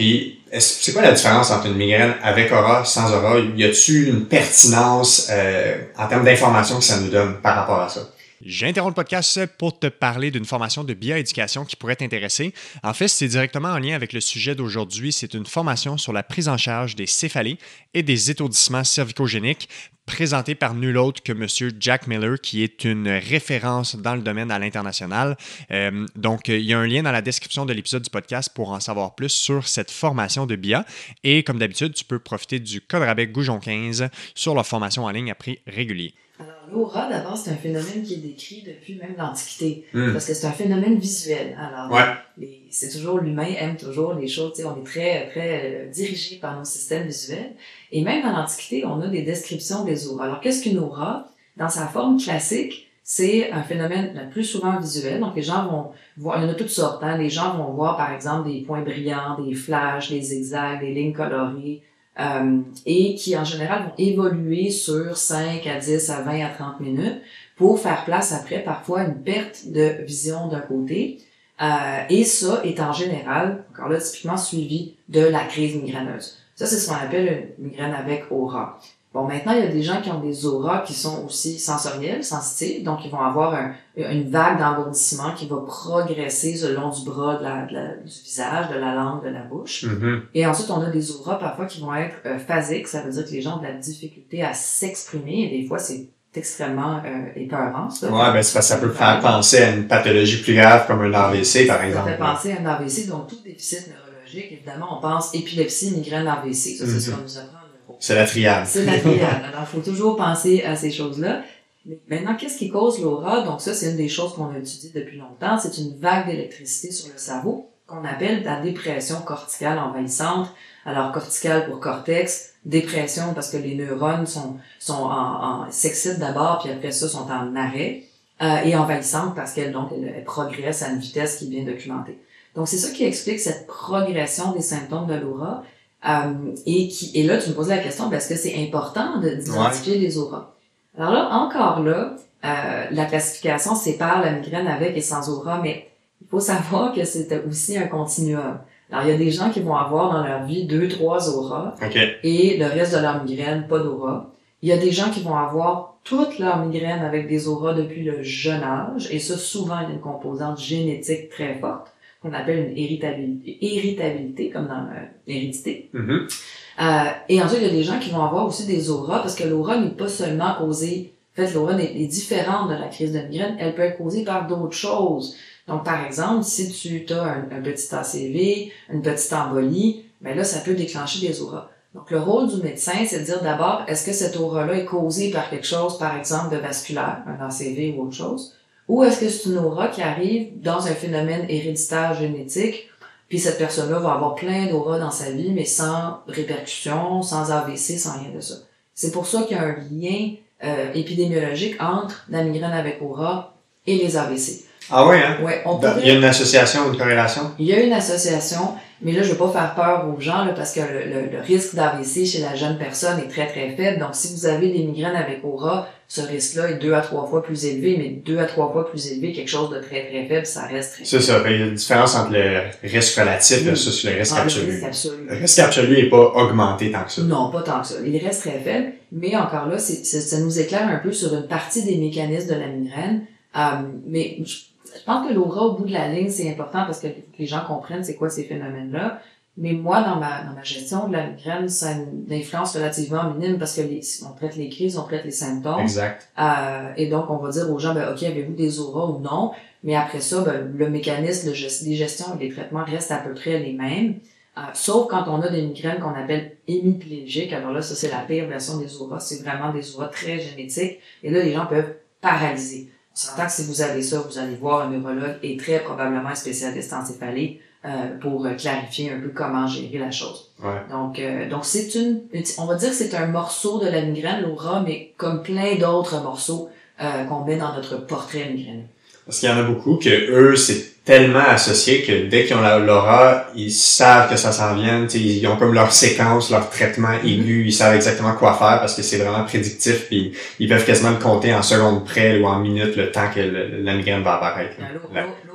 est-ce, c'est quoi la différence entre une migraine avec aura, sans aura? Y a-t-il une pertinence euh, en termes d'informations que ça nous donne par rapport à ça? J'interromps le podcast pour te parler d'une formation de bioéducation qui pourrait t'intéresser. En fait, c'est directement en lien avec le sujet d'aujourd'hui. C'est une formation sur la prise en charge des céphalées et des étourdissements cervicogéniques présentée par nul autre que M. Jack Miller, qui est une référence dans le domaine à l'international. Euh, donc, il y a un lien dans la description de l'épisode du podcast pour en savoir plus sur cette formation de B I A. Et comme d'habitude, tu peux profiter du code rabais Goujon quinze sur leur formation en ligne à prix régulier. Alors, l'aura, d'abord, c'est un phénomène qui est décrit depuis même l'Antiquité, mm. parce que c'est un phénomène visuel. Alors, ouais. les, c'est toujours, l'humain aime toujours les choses, tu sais, on est très, très euh, dirigé par nos systèmes visuels. Et même dans l'Antiquité, on a des descriptions des auras. Alors, qu'est-ce qu'une aura? Dans sa forme classique, c'est un phénomène le plus souvent visuel. Donc, les gens vont voir, il y en a toutes sortes, hein. Les gens vont voir, par exemple, des points brillants, des flashs, des zigzags, des lignes colorées, Euh, et qui en général vont évoluer sur cinq à dix à vingt à trente minutes pour faire place après parfois une perte de vision d'un côté. Euh, et ça est en général, encore là, typiquement suivi de la crise migraineuse. Ça, c'est ce qu'on appelle une migraine avec aura. Bon, maintenant, il y a des gens qui ont des auras qui sont aussi sensorielles, sensitives, donc ils vont avoir un, une vague d'engourdissement qui va progresser le long du bras, de la, de la, du visage, de la langue, de la bouche. Mm-hmm. Et ensuite, on a des auras parfois qui vont être euh, phasiques, ça veut dire que les gens ont de la difficulté à s'exprimer, et des fois, c'est extrêmement euh, épeurant. Ça, ouais, ben c'est parce que ça peut faire penser à une pathologie plus grave comme un A V C, par exemple. Ça fait penser à un A V C, donc tout déficit neurologique, évidemment, on pense épilepsie, migraine, A V C. Ça, c'est mm-hmm. ce qu'on nous apprend. C'est la triade. C'est la triade. Alors, il faut toujours penser à ces choses-là. Mais maintenant, qu'est-ce qui cause l'aura? Donc ça, c'est une des choses qu'on a étudiées depuis longtemps. C'est une vague d'électricité sur le cerveau qu'on appelle la dépression corticale envahissante. Alors, corticale pour cortex, dépression parce que les neurones sont, sont en, en, s'excitent d'abord, puis après ça, sont en arrêt. Euh, et envahissante parce qu'elle, donc, elle, elle progresse à une vitesse qui est bien documentée. Donc, c'est ça qui explique cette progression des symptômes de l'aura. Euh, et qui et là tu me poses la question parce que c'est important de d'identifier ouais. les auras. Alors là encore là euh, la classification sépare la migraine avec et sans aura, mais il faut savoir que c'est aussi un continuum. Alors il y a des gens qui vont avoir dans leur vie deux trois auras okay. et le reste de leur migraine pas d'aura. Il y a des gens qui vont avoir toute leur migraine avec des auras depuis le jeune âge et ça souvent il y a une composante génétique très forte qu'on appelle une irritabilité, irritabilité comme dans euh, l'hérédité. Mm-hmm. Euh, et ensuite, il y a des gens qui vont avoir aussi des auras, parce que l'aura n'est pas seulement causée, en fait, l'aura est, est différente de la crise de migraine, elle peut être causée par d'autres choses. Donc, par exemple, si tu as un, un petit A C V, une petite embolie, ben là, ça peut déclencher des auras. Donc, le rôle du médecin, c'est de dire d'abord, est-ce que cette aura-là est causée par quelque chose, par exemple, de vasculaire, un A C V ou autre chose? Ou est-ce que c'est une aura qui arrive dans un phénomène héréditaire génétique, puis cette personne-là va avoir plein d'auras dans sa vie, mais sans répercussion, sans A V C, sans rien de ça. C'est pour ça qu'il y a un lien euh, épidémiologique entre la migraine avec aura et les A V C. Ah oui, hein? Ouais, on pourrait... Il y a une association, une corrélation? Il y a une association, mais là, je veux pas faire peur aux gens, là, parce que le, le, le risque d'A V C chez la jeune personne est très, très faible. Donc, si vous avez des migraines avec aura, ce risque-là est deux à trois fois plus élevé, mais deux à trois fois plus élevé, quelque chose de très, très faible, ça reste très C'est ça. Il y a une différence entre le risque relatif oui. versus le risque ah, absolu. Le risque absolu. Le risque absolu est pas augmenté tant que ça. Non, pas tant que ça. Il reste très faible, mais encore là, c'est, c'est, ça nous éclaire un peu sur une partie des mécanismes de la migraine. Euh, mais je, je pense que l'aura, au bout de la ligne, c'est important parce que les gens comprennent c'est quoi ces phénomènes-là. Mais moi, dans ma, dans ma gestion de la migraine, ça a une influence relativement minime parce que les, on traite les crises, on traite les symptômes. Exact. Euh, et donc, on va dire aux gens, ben, OK, avez-vous des auras ou non? Mais après ça, ben, le mécanisme de gest- des gestions et des traitements restent à peu près les mêmes. Euh, sauf quand on a des migraines qu'on appelle hémiplégiques. Alors là, ça, c'est la pire version des auras. C'est vraiment des auras très génétiques. Et là, les gens peuvent paralyser. On s'entend que si vous avez ça, vous allez voir un neurologue et très probablement un spécialiste en céphalée euh, pour clarifier un peu comment gérer la chose. Ouais. Donc, euh, donc c'est une, on va dire que c'est un morceau de la migraine, l'aura, mais comme plein d'autres morceaux euh, qu'on met dans notre portrait migraineux. Parce qu'il y en a beaucoup que eux, c'est tellement associé que dès qu'ils ont la, l'aura, ils savent que ça s'en vient. Ils ont comme leur séquence, leur traitement aigu, ils savent exactement quoi faire parce que c'est vraiment prédictif. Puis ils peuvent quasiment le compter en secondes près ou en minutes le temps que le, la migraine va apparaître. L'aura,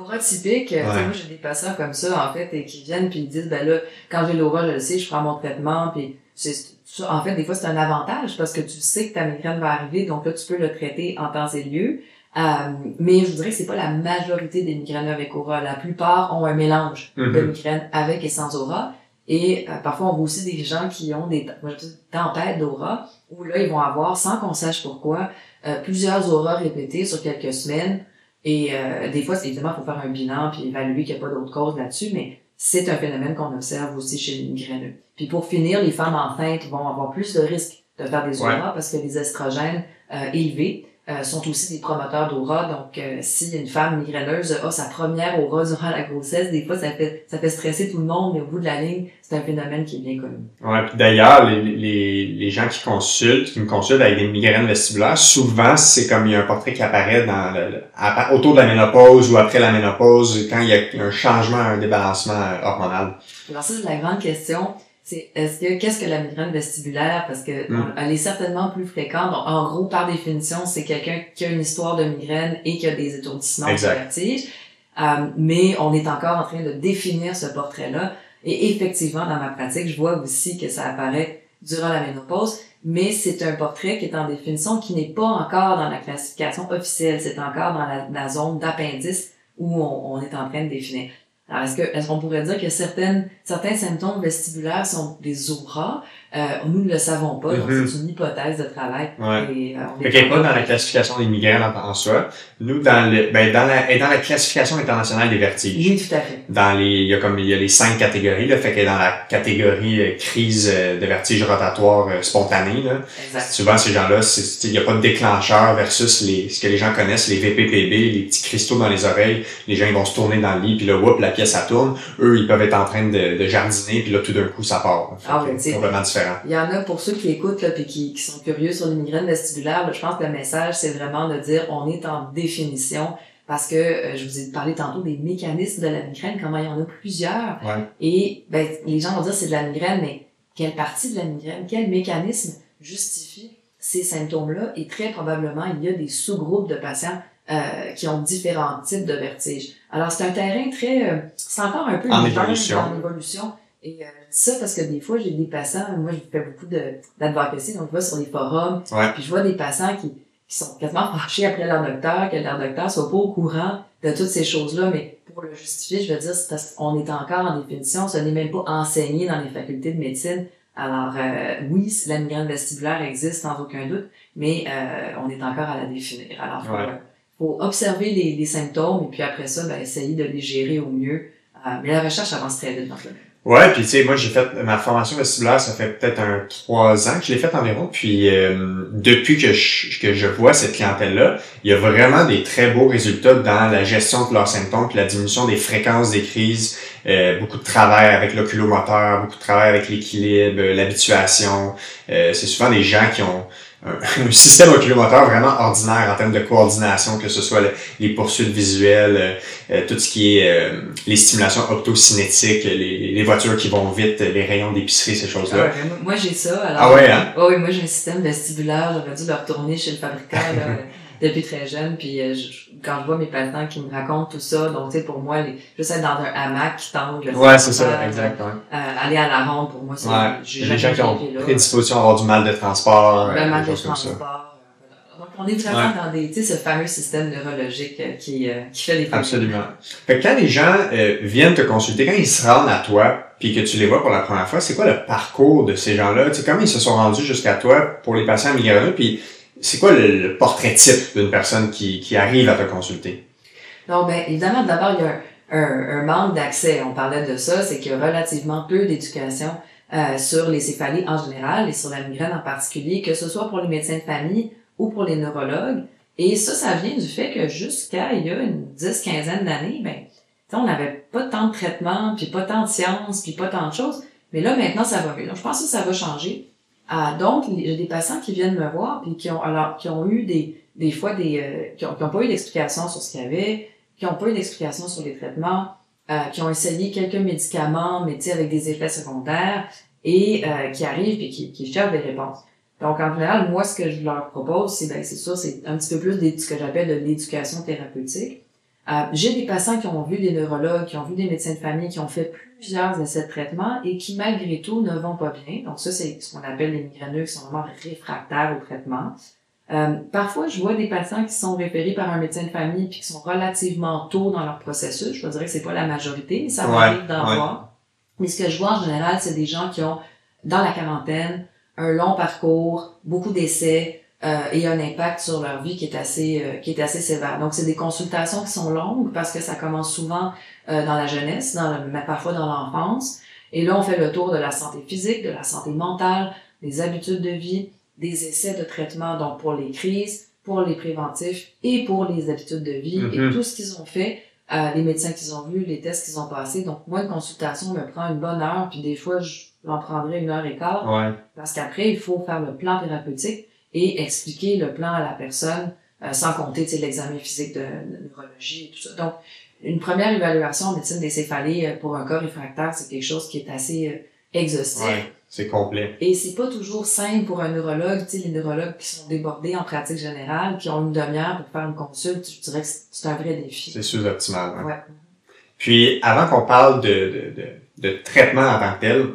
L'aura typique, ouais. Moi j'ai des patients comme ça en fait et qui viennent puis ils disent ben là quand j'ai l'aura je le sais, je prends mon traitement puis c'est en fait des fois c'est un avantage parce que tu sais que ta migraine va arriver donc là tu peux le traiter en temps et lieu. Euh, mais je vous dirais que c'est pas la majorité des migraines avec aura. La plupart ont un mélange mm-hmm. de migraines avec et sans aura. Et euh, parfois on voit aussi des gens qui ont des tempêtes d'aura où là ils vont avoir sans qu'on sache pourquoi euh, plusieurs auras répétées sur quelques semaines. Et euh, des fois, évidemment, il faut faire un bilan puis évaluer qu'il n'y a pas d'autre cause là-dessus, mais c'est un phénomène qu'on observe aussi chez les migraineux. Puis pour finir, les femmes enceintes vont avoir plus de risques de faire des auras ouais. parce que les estrogènes euh, élevés euh, sont aussi des promoteurs d'aura. Donc, euh, si une femme migraineuse a sa première aura durant la grossesse, des fois, ça fait ça fait stresser tout le monde, mais au bout de la ligne, c'est un phénomène qui est bien connu. Ouais, puis d'ailleurs, les, les, les gens qui consultent, qui me consultent avec des migraines vestibulaires, souvent, c'est comme il y a un portrait qui apparaît dans le, le, à, autour de la ménopause ou après la ménopause, quand il y a un changement, un débalancement hormonal. Alors ça, c'est la grande question. C'est, est-ce que, qu'est-ce que la migraine vestibulaire? Parce que, mm. on, elle est certainement plus fréquente. Donc, en gros, par définition, c'est quelqu'un qui a une histoire de migraine et qui a des étourdissements de vertige. Euh, mais on est encore en train de définir ce portrait-là. Et effectivement, dans ma pratique, je vois aussi que ça apparaît durant la ménopause. Mais c'est un portrait qui est en définition, qui n'est pas encore dans la classification officielle. C'est encore dans la, la zone d'appendice où on, on est en train de définir. Alors, est-ce que, est-ce qu'on pourrait dire que certaines, certains symptômes vestibulaires sont des auras? Euh, nous ne le savons pas, donc mm-hmm. c'est une hypothèse de travail. Ouais. Et, euh, on est fait pas dans la classification des migraines en, en soi. Nous, dans le, ben, dans la, et dans la classification internationale des vertiges. Oui, tout à fait. Dans les, il y a comme, il y a les cinq catégories, là, fait qu'elle est dans la catégorie euh, crise euh, de vertige rotatoire euh, spontané, là. Exact. Souvent, ces gens-là, c'est, il y a pas de déclencheur versus les, ce que les gens connaissent, les V P P B, les petits cristaux dans les oreilles. Les gens, ils vont se tourner dans le lit, puis là, whoop, la pièce, ça tourne. Eux, ils peuvent être en train de, de jardiner, puis là, tout d'un coup, ça part. Ah, oui, c'est complètement différent. Il y en a, pour ceux qui écoutent, là, puis qui, qui sont curieux sur les migraines vestibulaires, là, je pense que le message, c'est vraiment de dire, on est en définition, parce que, euh, je vous ai parlé tantôt des mécanismes de la migraine, comment il y en a plusieurs. Ouais. Et, ben, les gens vont dire, c'est de la migraine, mais quelle partie de la migraine, quel mécanisme justifie ces symptômes-là? Et très probablement, il y a des sous-groupes de patients Euh, qui ont différents types de vertiges. Alors, c'est un terrain très... Euh, c'est encore un peu en évolution. En évolution. Et euh, je dis ça parce que des fois, j'ai des patients... Moi, je fais beaucoup de, d'advocacy, donc je vais sur les forums, ouais. puis je vois des patients qui, qui sont quasiment fâchés après leur docteur, que leur docteur soit pas au courant de toutes ces choses-là, mais pour le justifier, je veux dire, c'est parce qu'on est encore en définition, ce n'est même pas enseigné dans les facultés de médecine. Alors, euh, oui, la migraine vestibulaire existe sans aucun doute, mais euh, on est encore à la définir. Alors, faut, ouais. euh, faut observer les, les symptômes et puis après ça, ben, essayer de les gérer au mieux. Euh, mais la recherche avance très vite dans ce domaine. Ouais, puis tu sais, moi j'ai fait ma formation vestibulaire, ça fait peut-être un trois ans que je l'ai faite environ. Puis euh, depuis que je que je vois cette clientèle-là, il y a vraiment des très beaux résultats dans la gestion de leurs symptômes, puis la diminution des fréquences des crises, euh, beaucoup de travail avec l'oculomoteur, beaucoup de travail avec l'équilibre, l'habituation. Euh, c'est souvent des gens qui ont un système oculomoteur vraiment ordinaire en termes de coordination, que ce soit le, les poursuites visuelles, euh, tout ce qui est euh, les stimulations optocinétiques, les, les voitures qui vont vite, les rayons d'épicerie, ces choses-là. Ah ouais, moi, j'ai ça. Alors, ah ouais, hein? Oh oui, moi, j'ai un système vestibulaire. J'aurais dû le retourner chez le fabricant là, depuis très jeune. Puis euh, je, quand je vois mes patients qui me racontent tout ça, donc tu sais, pour moi, les, juste être dans un hamac qui tangue. Ouais, c'est ça, exact. Ouais. Euh, aller à la ronde, pour moi, c'est... Ouais, j'ai les gens qui ont prédisposition à avoir du mal de transport. Le mal de transport. Donc, on est vraiment ouais. dans des, tu sais, ce fameux système neurologique euh, qui, euh, qui fait des problèmes. Absolument. Fait que quand les gens euh, viennent te consulter, quand ils se rendent à toi, puis que tu les vois pour la première fois, c'est quoi le parcours de ces gens-là? Tu sais, comment ils se sont rendus jusqu'à toi pour les patients migraineux, puis c'est quoi le, le portrait type d'une personne qui, qui arrive à te consulter? Non, ben, évidemment, d'abord, il y a un, un, un manque d'accès. On parlait de ça, c'est qu'il y a relativement peu d'éducation euh, sur les céphalies en général et sur la migraine en particulier, que ce soit pour les médecins de famille ou pour les neurologues. Et ça, ça vient du fait que jusqu'à il y a une dix, quinzaine d'années, ben, on n'avait pas tant de traitements, puis pas tant de sciences, puis pas tant de choses. Mais là, maintenant, ça va mieux. Donc, je pense que ça va changer. Ah, donc, j'ai des patients qui viennent me voir, puis qui ont, alors, qui ont eu des, des fois des, euh, qui ont, qui ont pas eu d'explication sur ce qu'il y avait, qui ont pas eu d'explication sur les traitements, euh, qui ont essayé quelques médicaments, mais tu sais, avec des effets secondaires, et euh, qui arrivent et qui, qui cherchent des réponses. Donc, en général, moi, ce que je leur propose, c'est, ben, c'est ça, c'est un petit peu plus de ce que j'appelle de l'éducation thérapeutique. Euh, j'ai des patients qui ont vu des neurologues, qui ont vu des médecins de famille, qui ont fait plusieurs essais de traitement et qui, malgré tout, ne vont pas bien. Donc ça, c'est ce qu'on appelle les migraineux qui sont vraiment réfractaires au traitement. Euh, parfois, je vois des patients qui sont référés par un médecin de famille puis qui sont relativement tôt dans leur processus. Je veux dire que c'est pas la majorité, mais ça m'arrive d'en ouais. voir. Mais ce que je vois en général, c'est des gens qui ont, dans la quarantaine, un long parcours, beaucoup d'essais, Euh, et un impact sur leur vie qui est assez euh, qui est assez sévère. Donc c'est des consultations qui sont longues parce que ça commence souvent euh, dans la jeunesse, dans le, mais parfois dans l'enfance. Et là on fait le tour de la santé physique, de la santé mentale, des habitudes de vie, des essais de traitement donc pour les crises, pour les préventifs et pour les habitudes de vie mm-hmm. et tout ce qu'ils ont fait, euh, les médecins qu'ils ont vus, les tests qu'ils ont passés. Donc moi une consultation me prend une bonne heure puis des fois j'en prendrai une heure et quart ouais. parce qu'après il faut faire le plan thérapeutique et expliquer le plan à la personne, euh, sans compter l'examen physique de, de neurologie et tout ça. Donc, une première évaluation en médecine des céphalées euh, pour un cas réfractaire, c'est quelque chose qui est assez euh, exhaustif. Ouais, c'est complet. Et c'est pas toujours simple pour un neurologue. Tu sais, les neurologues qui sont débordés en pratique générale, qui ont une demi-heure pour faire une consulte, je dirais que c'est un vrai défi. C'est sous-optimal. Hein? Ouais. Puis, avant qu'on parle de, de, de, de traitement en tant que tel,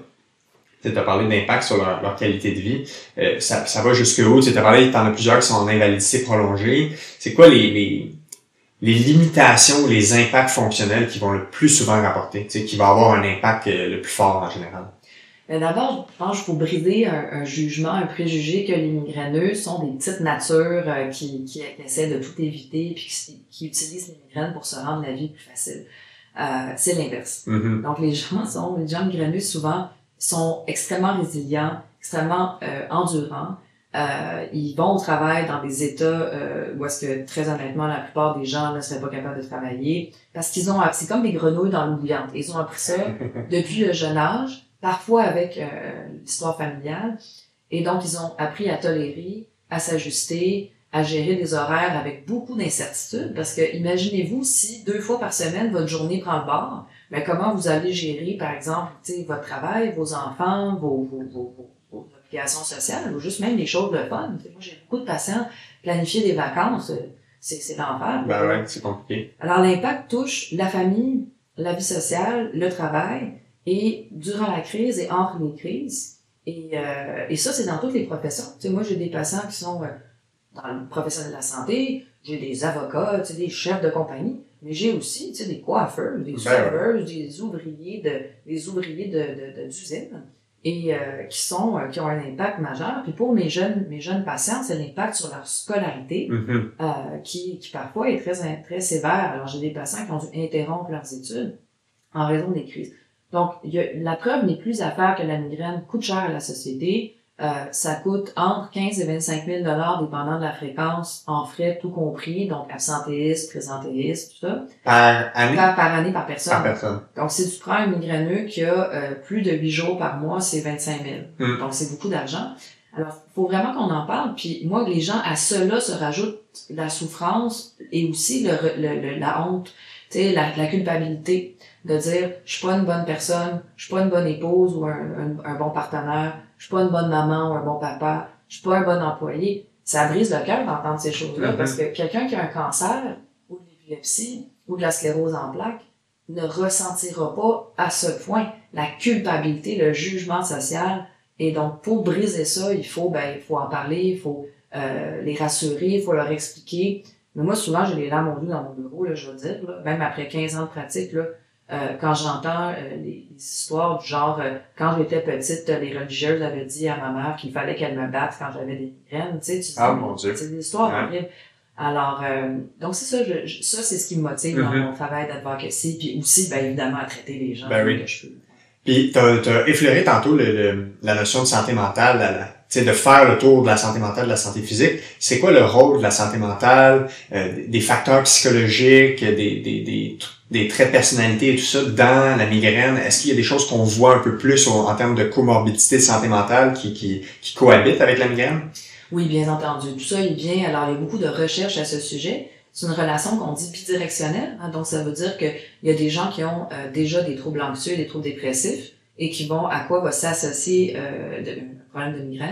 tu as parlé d'impact sur leur, leur qualité de vie. Euh, ça, ça va jusque où? Tu as parlé, t'en as plusieurs qui sont en invalidité prolongée. C'est quoi les, les, les limitations ou les impacts fonctionnels qui vont le plus souvent rapporter, tu sais, qui va avoir un impact euh, le plus fort en général? Mais d'abord, je pense qu'il faut briser un, un jugement, un préjugé que les migraineux sont des petites natures euh, qui, qui, qui essaient de tout éviter puis qui, qui utilisent les migraines pour se rendre la vie plus facile. Euh, c'est l'inverse. Mm-hmm. Donc, les gens sont, les gens migraineux, souvent, sont extrêmement résilients, extrêmement euh, endurants. Euh, ils vont au travail dans des états euh, où est-ce que, très honnêtement, la plupart des gens ne seraient pas capables de travailler parce qu'ils ont, c'est comme des grenouilles dans l'eau bouillante. Ils ont appris ça depuis le jeune âge, parfois avec euh, l'histoire familiale. Et donc, ils ont appris à tolérer, à s'ajuster, à gérer des horaires avec beaucoup d'incertitudes parce que, imaginez-vous si deux fois par semaine, votre journée prend le bord. Mais comment vous allez gérer, par exemple, votre travail, vos enfants, vos, vos, vos, vos, vos obligations sociales, ou juste même les choses de fun. T'sais, moi, j'ai beaucoup de patients, planifier des vacances, c'est, c'est l'enfer. Ben ouais, c'est compliqué. Alors, l'impact touche la famille, la vie sociale, le travail, et durant la crise et entre les crises. Et, euh, et ça, c'est dans toutes les professions. T'sais, moi, j'ai des patients qui sont euh, dans le professionnel de la santé, j'ai des avocats, des chefs de compagnie. Mais j'ai aussi, tu sais, des coiffeurs, des serveurs, des ouvriers de, des ouvriers de, de, de, d'usine, et euh, qui sont, euh, qui ont un impact majeur. Puis pour mes jeunes, mes jeunes patients, c'est l'impact sur leur scolarité, mm-hmm. euh, qui, qui parfois est très, très sévère. Alors j'ai des patients qui ont dû interrompre leurs études en raison des crises. Donc, il y a, la preuve n'est plus à faire que la migraine coûte cher à la société. Euh, ça coûte entre quinze et vingt-cinq mille dollars dépendant de la fréquence en frais tout compris, donc absentéisme, présentéisme, tout ça. Par année? Par, par année, par personne. Par personne. Donc, si tu prends un migraineux qui a euh, plus de huit jours par mois, c'est vingt-cinq mille. Mm. Donc, c'est beaucoup d'argent. Alors, il faut vraiment qu'on en parle. Puis, moi, les gens, à cela se rajoutent la souffrance et aussi le, le, le, la honte, tu sais, la, la culpabilité de dire, je suis pas une bonne personne, je suis pas une bonne épouse ou un, un, un bon partenaire, je suis pas une bonne maman ou un bon papa, je suis pas un bon employé. Ça brise le cœur d'entendre ces choses-là, mm-hmm. parce que quelqu'un qui a un cancer ou de l'épilepsie ou de la sclérose en plaques ne ressentira pas à ce point la culpabilité, le jugement social. Et donc, pour briser ça, il faut, ben, il faut en parler, il faut euh, les rassurer, il faut leur expliquer. Mais moi, souvent, j'ai les larmes aux yeux dans mon bureau, là, je veux dire, là, même après quinze ans de pratique, là, Euh, quand j'entends euh, les, les histoires du genre, euh, quand j'étais petite, euh, les religieuses avaient dit à ma mère qu'il fallait qu'elle me batte quand j'avais des migraines, tu sais, tu dis, ah, mon Dieu. C'est des histoires ouais. horribles. Alors, euh, donc c'est ça, je, je, ça c'est ce qui me motive mm-hmm. dans mon travail d'advocacy, puis aussi, ben évidemment, à traiter les gens ben oui. que je peux. Puis t'as, t'as effleuré tantôt le, le, la notion de santé mentale, la, la, tu sais, de faire le tour de la santé mentale, de la santé physique. C'est quoi le rôle de la santé mentale, euh, des facteurs psychologiques, des, des, des, des traits de personnalité et tout ça dans la migraine? Est-ce qu'il y a des choses qu'on voit un peu plus en, en termes de comorbidité de santé mentale qui, qui, qui cohabitent avec la migraine? Oui, bien entendu. Tout ça est bien. Alors, il y a beaucoup de recherches à ce sujet. C'est une relation qu'on dit bidirectionnelle. Hein, donc, ça veut dire qu'il y a des gens qui ont euh, déjà des troubles anxieux, des troubles dépressifs, et qui vont, à quoi va s'associer euh, de, un problème de migraine.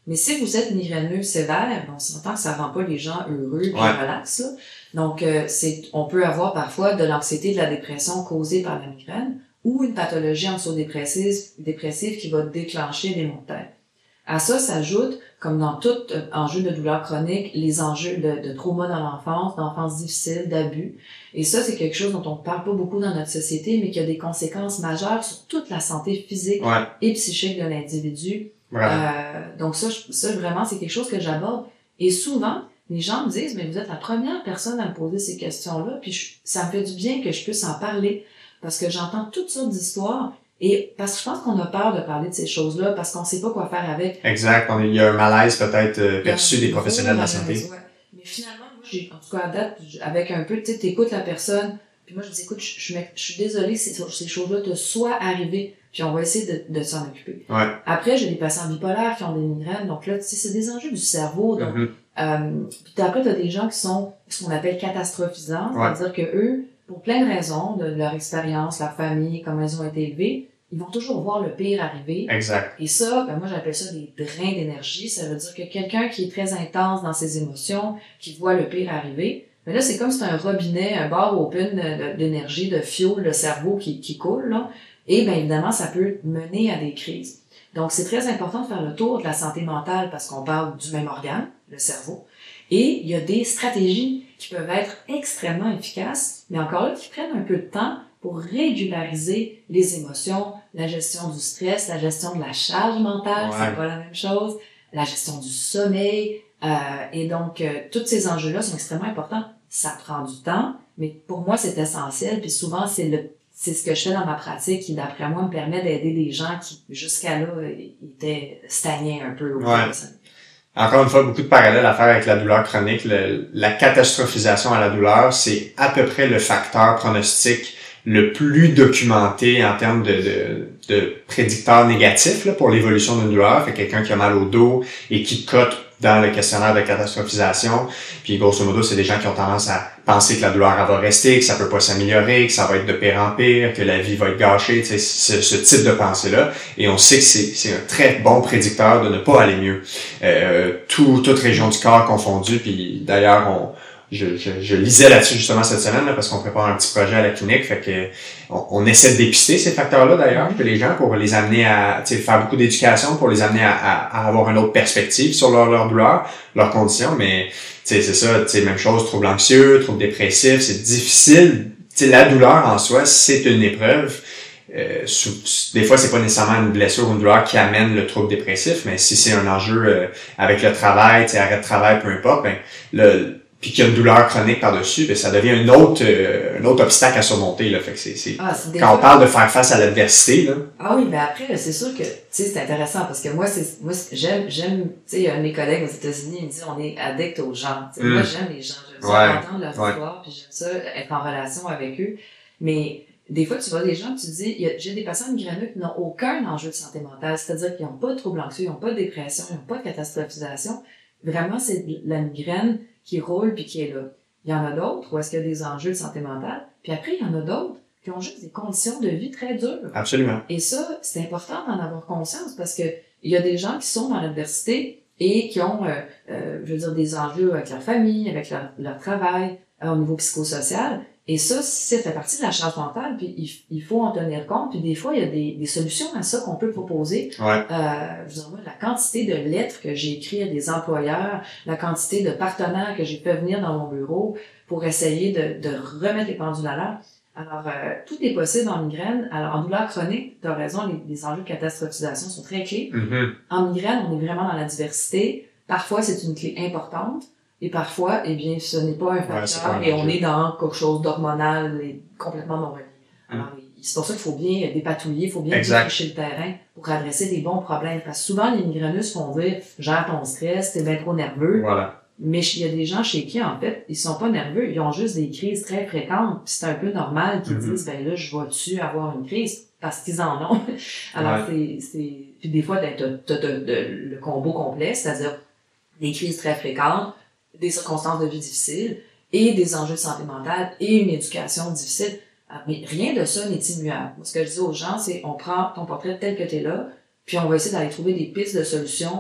Mais si vous êtes migraineux sévère, on s'entend que ça rend pas les gens heureux et ouais. relax, là. Donc, euh, c'est, on peut avoir parfois de l'anxiété, de la dépression causée par la migraine ou une pathologie anxio-dépressive dépressive qui va déclencher des maux de tête. À ça s'ajoute, comme dans tout euh, enjeu de douleur chronique, les enjeux de, de trauma dans l'enfance, d'enfance difficile, d'abus. Et ça, c'est quelque chose dont on ne parle pas beaucoup dans notre société, mais qui a des conséquences majeures sur toute la santé physique ouais. et psychique de l'individu. Euh, donc ça, ça, vraiment, c'est quelque chose que j'aborde. Et souvent, les gens me disent, mais vous êtes la première personne à me poser ces questions-là, puis je, ça me fait du bien que je puisse en parler, parce que j'entends toutes sortes d'histoires. Et parce que je pense qu'on a peur de parler de ces choses-là parce qu'on sait pas quoi faire avec. Exact. Il y a un malaise peut-être euh, perçu des professionnels de la santé. Ouais. Mais finalement, moi, j'ai, en tout cas à date, avec un peu, tu sais, t'écoutes la personne, puis moi je dis, écoute, je, je, je suis désolée si ces choses-là te soient arrivées, puis on va essayer de, de s'en occuper. Ouais. Après, j'ai des patients bipolaires qui ont des migraines, donc là, tu sais, c'est des enjeux du cerveau. Donc, mm-hmm. euh, puis après, t'as des gens qui sont ce qu'on appelle catastrophisants, ouais. c'est-à-dire que eux, pour plein de raisons, de leur expérience, leur famille, comment ils ont été élevés, ils vont toujours voir le pire arriver. Exact. Et ça, ben moi j'appelle ça des drains d'énergie. Ça veut dire que quelqu'un qui est très intense dans ses émotions, qui voit le pire arriver, mais là c'est comme si c'est un robinet, un bar open d'énergie, de fuel, le cerveau qui, qui coule, là. Et bien évidemment, ça peut mener à des crises. Donc c'est très important de faire le tour de la santé mentale parce qu'on parle du même organe, le cerveau. Et il y a des stratégies qui peuvent être extrêmement efficaces, mais encore là, qui prennent un peu de temps pour régulariser les émotions, la gestion du stress, la gestion de la charge mentale, ouais. c'est pas la même chose, la gestion du sommeil, euh, et donc euh, tous ces enjeux-là sont extrêmement importants. Ça prend du temps, mais pour moi c'est essentiel, puis souvent c'est le c'est ce que je fais dans ma pratique qui d'après moi me permet d'aider des gens qui jusqu'à là étaient stagnés un peu au ouais. Encore une fois, beaucoup de parallèles à faire avec la douleur chronique. Le, la catastrophisation à la douleur, c'est à peu près le facteur pronostic le plus documenté en termes de, de, de prédicteurs négatifs là, pour l'évolution d'une douleur. Fait quelqu'un qui a mal au dos et qui cote dans le questionnaire de catastrophisation. Puis grosso modo, c'est des gens qui ont tendance à penser que la douleur elle va rester, que ça peut pas s'améliorer, que ça va être de pire en pire, que la vie va être gâchée, tu sais, ce, ce type de pensée-là. Et on sait que c'est, c'est un très bon prédicteur de ne pas aller mieux. Euh, tout, toute région du corps confondue. Puis d'ailleurs, on Je, je, je lisais là-dessus justement cette semaine là, parce qu'on prépare un petit projet à la clinique, fait que on, on essaie de dépister ces facteurs-là d'ailleurs chez les gens pour les amener à faire beaucoup d'éducation, pour les amener à, à, à avoir une autre perspective sur leur, leur douleur, leurs conditions, mais c'est ça, même chose, trouble anxieux, trouble dépressif, c'est difficile. T'sais, la douleur en soi, c'est une épreuve. Euh, sous, des fois, c'est pas nécessairement une blessure ou une douleur qui amène le trouble dépressif, mais si c'est un enjeu euh, avec le travail, arrêt de travail, peu importe, ben le puis qu'il y a une douleur chronique par-dessus, ben ça devient un autre euh, un autre obstacle à surmonter là. Fait que c'est c'est ah, c'est quand fois... on parle de faire face à l'adversité là. Ah oui, mais après c'est sûr que tu sais c'est intéressant parce que moi c'est moi j'aime j'aime tu sais un de mes collègues aux États-Unis il me dit on est addict aux gens. Mm. Moi j'aime les gens, j'aime ça ouais. entendre leur ouais. histoire, puis j'aime ça être en relation avec eux. Mais des fois tu vois des gens tu te dis y a, j'ai des patients migraineux qui n'ont aucun enjeu de santé mentale, c'est-à-dire qu'ils n'ont pas de trouble anxieux, ils n'ont pas de dépression, ils n'ont pas de catastrophisation. Vraiment c'est la migraine qui roule puis qui est là. Il y en a d'autres où est-ce qu'il y a des enjeux de santé mentale, puis après, il y en a d'autres qui ont juste des conditions de vie très dures. Absolument. Et ça, c'est important d'en avoir conscience parce que il y a des gens qui sont dans l'adversité et qui ont, euh, euh, je veux dire, des enjeux avec leur famille, avec leur, leur travail, euh, au niveau psychosocial. Et ça, ça fait partie de la charge mentale, puis il, il faut en tenir compte. Puis des fois, il y a des, des solutions à ça qu'on peut proposer. Ouais. Euh, je veux dire, moi, la quantité de lettres que j'ai écrites à des employeurs, la quantité de partenaires que j'ai fait venir dans mon bureau pour essayer de, de remettre les pendules à l'heure. Alors, euh, tout est possible en migraine. Alors, en douleur chronique, tu as raison, les, les enjeux de catastrophisation sont très clés. Mm-hmm. En migraine, on est vraiment dans la diversité. Parfois, c'est une clé importante. Et parfois, eh bien, ce n'est pas un facteur ouais, et on est dans quelque chose d'hormonal et complètement non relié. Alors, hum. c'est pour ça qu'il faut bien dépatouiller, il faut bien défricher le terrain pour adresser des bons problèmes. Parce que souvent, les migraineux se font dire « gère ton stress, t'es bien trop nerveux voilà. ». Mais il y a des gens chez qui, en fait, ils sont pas nerveux, ils ont juste des crises très fréquentes. Puis c'est un peu normal qu'ils mm-hmm. disent « ben là, je vais-tu avoir une crise ?» parce qu'ils en ont. Alors, ouais. c'est, c'est... Puis des fois, t'as, t'as, t'as, t'as le combo complet, c'est-à-dire des crises très fréquentes, des circonstances de vie difficiles et des enjeux de santé mentale et une éducation difficile. Mais rien de ça n'est immuable. Ce que je dis aux gens, c'est on prend ton portrait tel que t'es là, puis on va essayer d'aller trouver des pistes de solutions pour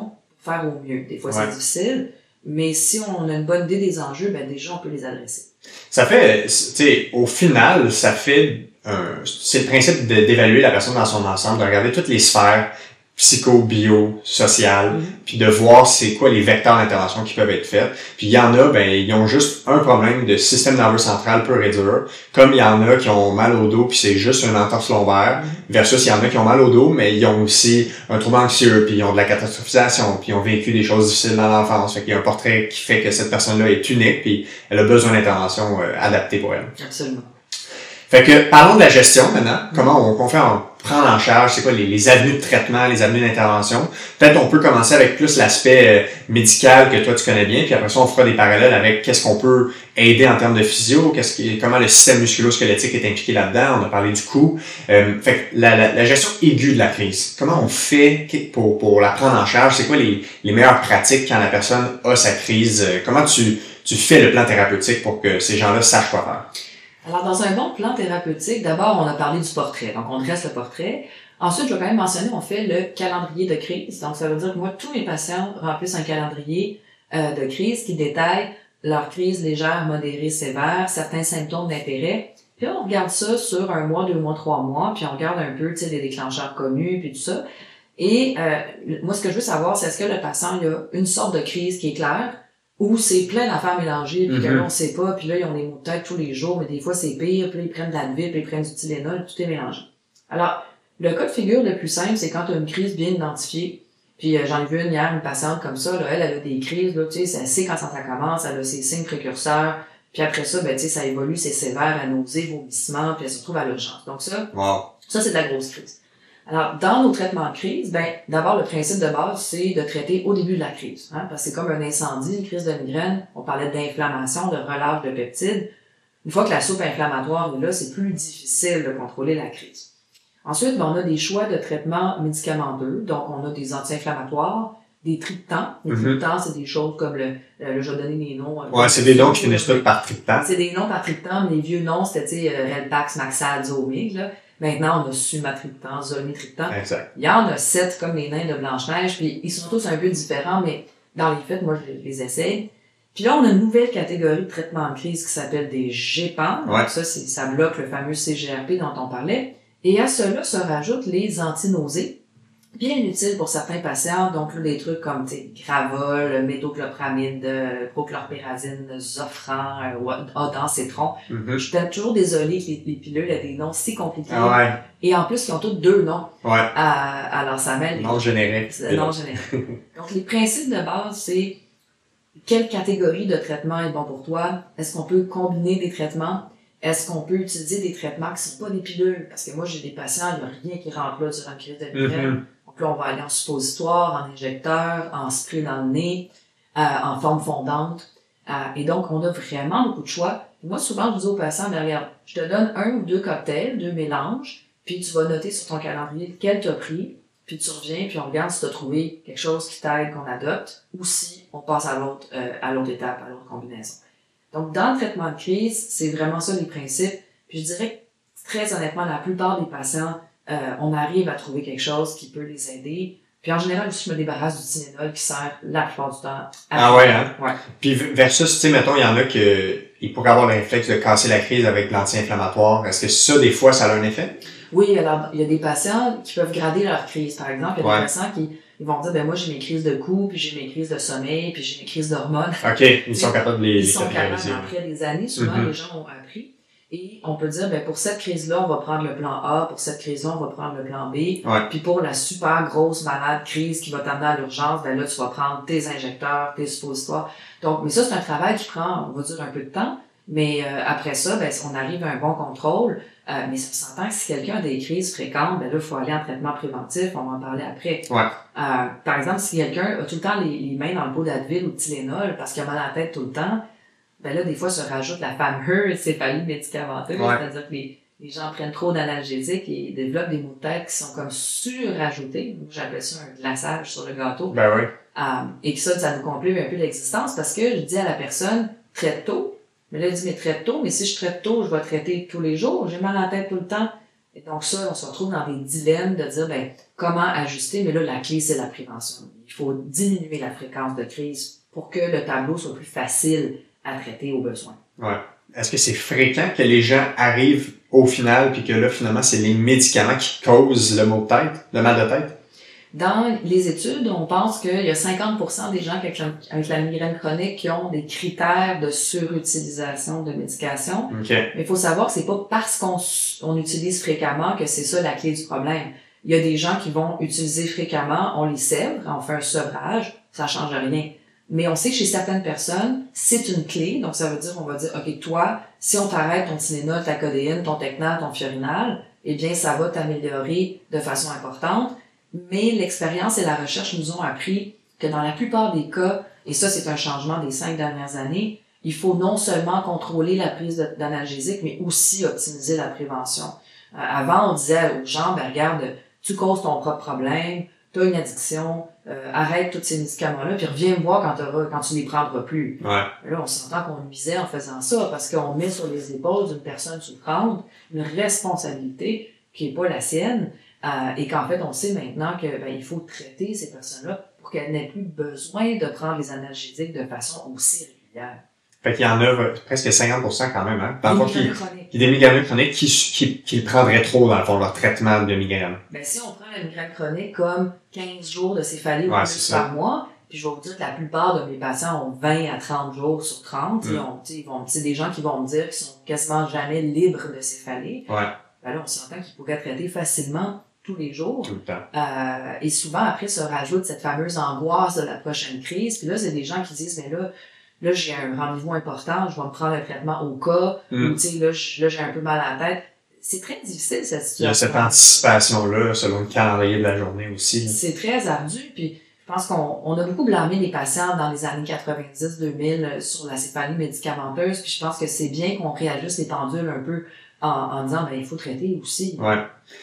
faire au mieux. Des fois, Ouais. c'est difficile, mais si on a une bonne idée des enjeux, ben déjà, on peut les adresser. Ça fait, tu sais, au final, ça fait, un, c'est le principe de, d'évaluer la personne dans son ensemble, de regarder toutes les sphères psycho, bio, sociales, Mm-hmm. puis de voir c'est quoi les vecteurs d'intervention qui peuvent être faits. Puis il y en a, ben ils ont juste un problème de système nerveux central pur et dur, comme il y en a qui ont mal au dos puis c'est juste une entorse lombaire, Mm-hmm. versus il y en a qui ont mal au dos mais ils ont aussi un trouble anxieux, puis ils ont de la catastrophisation, puis ils ont vécu des choses difficiles dans l'enfance. Fait qu'il y a un portrait qui fait que cette personne-là est unique puis elle a besoin d'intervention euh, adaptée pour elle. Absolument. Fait que, parlons de la gestion maintenant. Comment on, on fait en prendre en charge, c'est quoi les, les avenues de traitement, les avenues d'intervention. Peut-être on peut commencer avec plus l'aspect euh, médical que toi tu connais bien, puis après ça on fera des parallèles avec qu'est-ce qu'on peut aider en termes de physio, qu'est-ce qui, comment le système musculo-squelettique est impliqué là-dedans. On a parlé du cou. Euh, fait que la, la, la gestion aiguë de la crise. Comment on fait pour, pour la prendre en charge? C'est quoi les, les meilleures pratiques quand la personne a sa crise? Comment tu, tu fais le plan thérapeutique pour que ces gens-là sachent quoi faire? Alors, dans un bon plan thérapeutique, d'abord, on a parlé du portrait. Donc, on dresse le portrait. Ensuite, je vais quand même mentionner, on fait le calendrier de crise. Donc, ça veut dire que moi, tous mes patients remplissent un calendrier euh, de crise qui détaille leur crise légère, modérée, sévère, certains symptômes d'intérêt. Puis là, on regarde ça sur un mois, deux mois, trois mois, puis on regarde un peu, tu sais, les déclencheurs connus, puis tout ça. Et euh, moi, ce que je veux savoir, c'est est-ce que le patient, il a une sorte de crise qui est claire, ou c'est plein d'affaires mélangées, puis que Mm-hmm. là, on sait pas, puis là, ils ont des maux de tête tous les jours, mais des fois, c'est pire, puis là, ils prennent de l'Advil, puis ils prennent du Tylenol, tout est mélangé. Alors, le cas de figure le plus simple, c'est quand tu as une crise bien identifiée, puis euh, j'en ai vu une hier, une patiente comme ça, là, elle, elle a des crises, là, tu sais, elle sait quand ça commence, elle a ses signes précurseurs, puis après ça, ben, tu sais, ça évolue, c'est sévère, à nausée, vomissement, puis elle se retrouve à l'urgence. Donc ça, Wow. ça, c'est de la grosse crise. Alors, dans nos traitements de crise, ben, d'abord, le principe de base, c'est de traiter au début de la crise, hein, parce que c'est comme un incendie, une crise de migraine. On parlait d'inflammation, de relâche de peptides. Une fois que la soupe inflammatoire est là, c'est plus difficile de contrôler la crise. Ensuite, ben, on a des choix de traitements médicamenteux. Donc, on a des anti-inflammatoires, des triptans. Les Mm-hmm. triptans, c'est des choses comme le, le, je vais donner des noms. Ouais, c'est des noms qui finissent tous par triptan. C'est des noms par triptan, mais les vieux noms, c'était, tu sais, Relpax, Maxal, Zomig, là. Maintenant, on a sumatriptan, zolmitriptan. Exact. Il y en a sept comme les nains de Blanche-Neige, puis ils sont tous un peu différents, mais dans les faits, moi, je les essaye. Puis là, on a une nouvelle catégorie de traitement de crise qui s'appelle des G P A N. Ouais. Donc ça, c'est, ça bloque le fameux C G R P dont on parlait. Et à cela se rajoutent les antinausées, bien utiles pour certains patients. Donc là, des trucs comme, tu sais, Gravol, métoclopramide, prochlorpérazine, Zofran, euh, Odancétron. Mm-hmm. Je suis toujours désolée que les, les pilules aient des noms si compliqués. Ah ouais. Et en plus, ils ont tous deux noms. Ouais. À, alors, ça mêle les Non générique. c'est non générique. Donc, les principes de base, c'est quelle catégorie de traitement est bon pour toi? Est-ce qu'on peut combiner des traitements? Est-ce qu'on peut utiliser des traitements qui sont pas des pilules? Parce que moi, j'ai des patients, il n'y a rien qui rentre là durant une crise de migraine. Mm-hmm. Donc là, on va aller en suppositoire, en injecteur, en spray dans le nez, euh, en forme fondante. Euh, et donc, on a vraiment beaucoup de choix. Moi, souvent, je dis aux patients, ben, regarde, je te donne un ou deux cocktails, deux mélanges, puis tu vas noter sur ton calendrier lequel tu as pris, puis tu reviens, puis on regarde si tu as trouvé quelque chose qui t'aide, qu'on adopte, ou si on passe à l'autre, euh, à l'autre étape, à l'autre combinaison. Donc, dans le traitement de crise, c'est vraiment ça les principes. Puis je dirais que, très honnêtement, la plupart des patients, euh, on arrive à trouver quelque chose qui peut les aider. Puis en général, aussi, je me débarrasse du Tylenol qui sert la plupart du temps à Ah ouais, hein? Ouais. Puis versus, tu sais, mettons, il y en a que ils pourraient avoir le réflexe de casser la crise avec l'anti-inflammatoire. Est-ce que ça, des fois, ça a un effet? Oui, alors, il y a des patients qui peuvent grader leur crise, par exemple. Il y a Ouais. des patients qui ils vont dire, ben moi, j'ai mes crises de cou, puis j'ai mes crises de sommeil, puis j'ai mes crises d'hormones. OK, ils sont capables de les, Ils les sont capables, catégoriser. après des années, souvent, Mhm. les gens ont appris. Et on peut dire, ben pour cette crise-là, on va prendre le plan A, pour cette crise-là, on va prendre le plan B. Ouais. Puis pour la super grosse malade crise qui va t'amener à l'urgence, ben là, tu vas prendre tes injecteurs, tes suppositoires. Donc, mais ça, c'est un travail qui prend, on va dire, un peu de temps. Mais euh, après ça, ben, on arrive à un bon contrôle. Euh, mais ça s'entend que si quelqu'un a des crises fréquentes, ben là, il faut aller en traitement préventif, on va en parler après. Ouais. Euh, par exemple, si quelqu'un a tout le temps les, les mains dans le pot d'Advil ou de Tylenol parce qu'il a mal à la tête tout le temps, ben là, des fois, se rajoute la fameuse céphalie médicamenteuse, Ouais. c'est-à-dire que les, les gens prennent trop d'analgésiques et développent des maux de tête qui sont comme surajoutés. Moi, j'appelle ça un glaçage sur le gâteau. Ben oui. Euh, et que ça, ça nous complique un peu l'existence parce que je dis à la personne, traite tôt. Mais là, elle dit, mais traite tôt, mais si je traite tôt, je vais traiter tous les jours. J'ai mal à la tête tout le temps. Et donc ça, on se retrouve dans des dilemmes de dire, ben, comment ajuster? Mais là, la clé, c'est la prévention. Il faut diminuer la fréquence de crise pour que le tableau soit plus facile à traiter aux besoins. Ouais. Est-ce que c'est fréquent que les gens arrivent au final puis que là, finalement, c'est les médicaments qui causent le maux de tête, le mal de tête? Dans les études, on pense qu'il y a cinquante pour cent des gens avec la migraine chronique qui ont des critères de surutilisation de médication. Okay. Mais il faut savoir que c'est pas parce qu'on on utilise fréquemment que c'est ça la clé du problème. Il y a des gens qui vont utiliser fréquemment, on les sèvre, on fait un sevrage, ça change rien. Mais on sait que chez certaines personnes, c'est une clé. Donc, ça veut dire, on va dire, OK, toi, si on t'arrête ton Tylenol, ta codéine, ton Tecna, ton Fiorinal, eh bien, ça va t'améliorer de façon importante. Mais l'expérience et la recherche nous ont appris que dans la plupart des cas, et ça, c'est un changement des cinq dernières années, il faut non seulement contrôler la prise d'analgésiques, mais aussi optimiser la prévention. Euh, avant, on disait aux gens, ben, regarde, tu causes ton propre problème, tu as une addiction, euh, arrête tous ces médicaments-là, puis reviens me voir quand, t'auras, quand tu les prendras plus. Ouais. Là, on s'entend qu'on nuisait en faisant ça, parce qu'on met sur les épaules d'une personne souffrante une responsabilité qui est pas la sienne, euh, et qu'en fait, on sait maintenant que ben, il faut traiter ces personnes-là pour qu'elles n'aient plus besoin de prendre les analgésiques de façon aussi régulière. Fait qu'il y en a presque cinquante pour cent quand même, hein? Dans le fond, qui, chroniques. qui des migraineux chroniques qui, qui, qui le prendraient trop, dans le fond, leur traitement de migraine. Ben, si on prend la migraine chronique comme quinze jours de céphalie ou ouais, plus par mois, puis je vais vous dire que la plupart de mes patients ont vingt à trente jours sur trente. Mm. On, ils vont, c'est des gens qui vont me dire qu'ils sont quasiment jamais libres de céphalie. Ouais. Ben là, on s'entend qu'ils pourraient traiter facilement tous les jours. Tout le temps. Euh, et souvent, après, se rajoute cette fameuse angoisse de la prochaine crise. Puis là, c'est des gens qui disent, mais là, là, j'ai un rendez-vous important, je vais me prendre un traitement au cas, mm. ou tu sais, là, là, j'ai un peu mal à la tête. C'est très difficile, cette situation. Il y a cette anticipation-là, selon le calendrier de la journée aussi. C'est très ardu, puis je pense qu'on on a beaucoup blâmé les patients dans les années quatre-vingt-dix deux mille sur la céphalie médicamenteuse, puis je pense que c'est bien qu'on réajuste les pendules un peu en, en disant, ben, il faut traiter aussi. Ouais.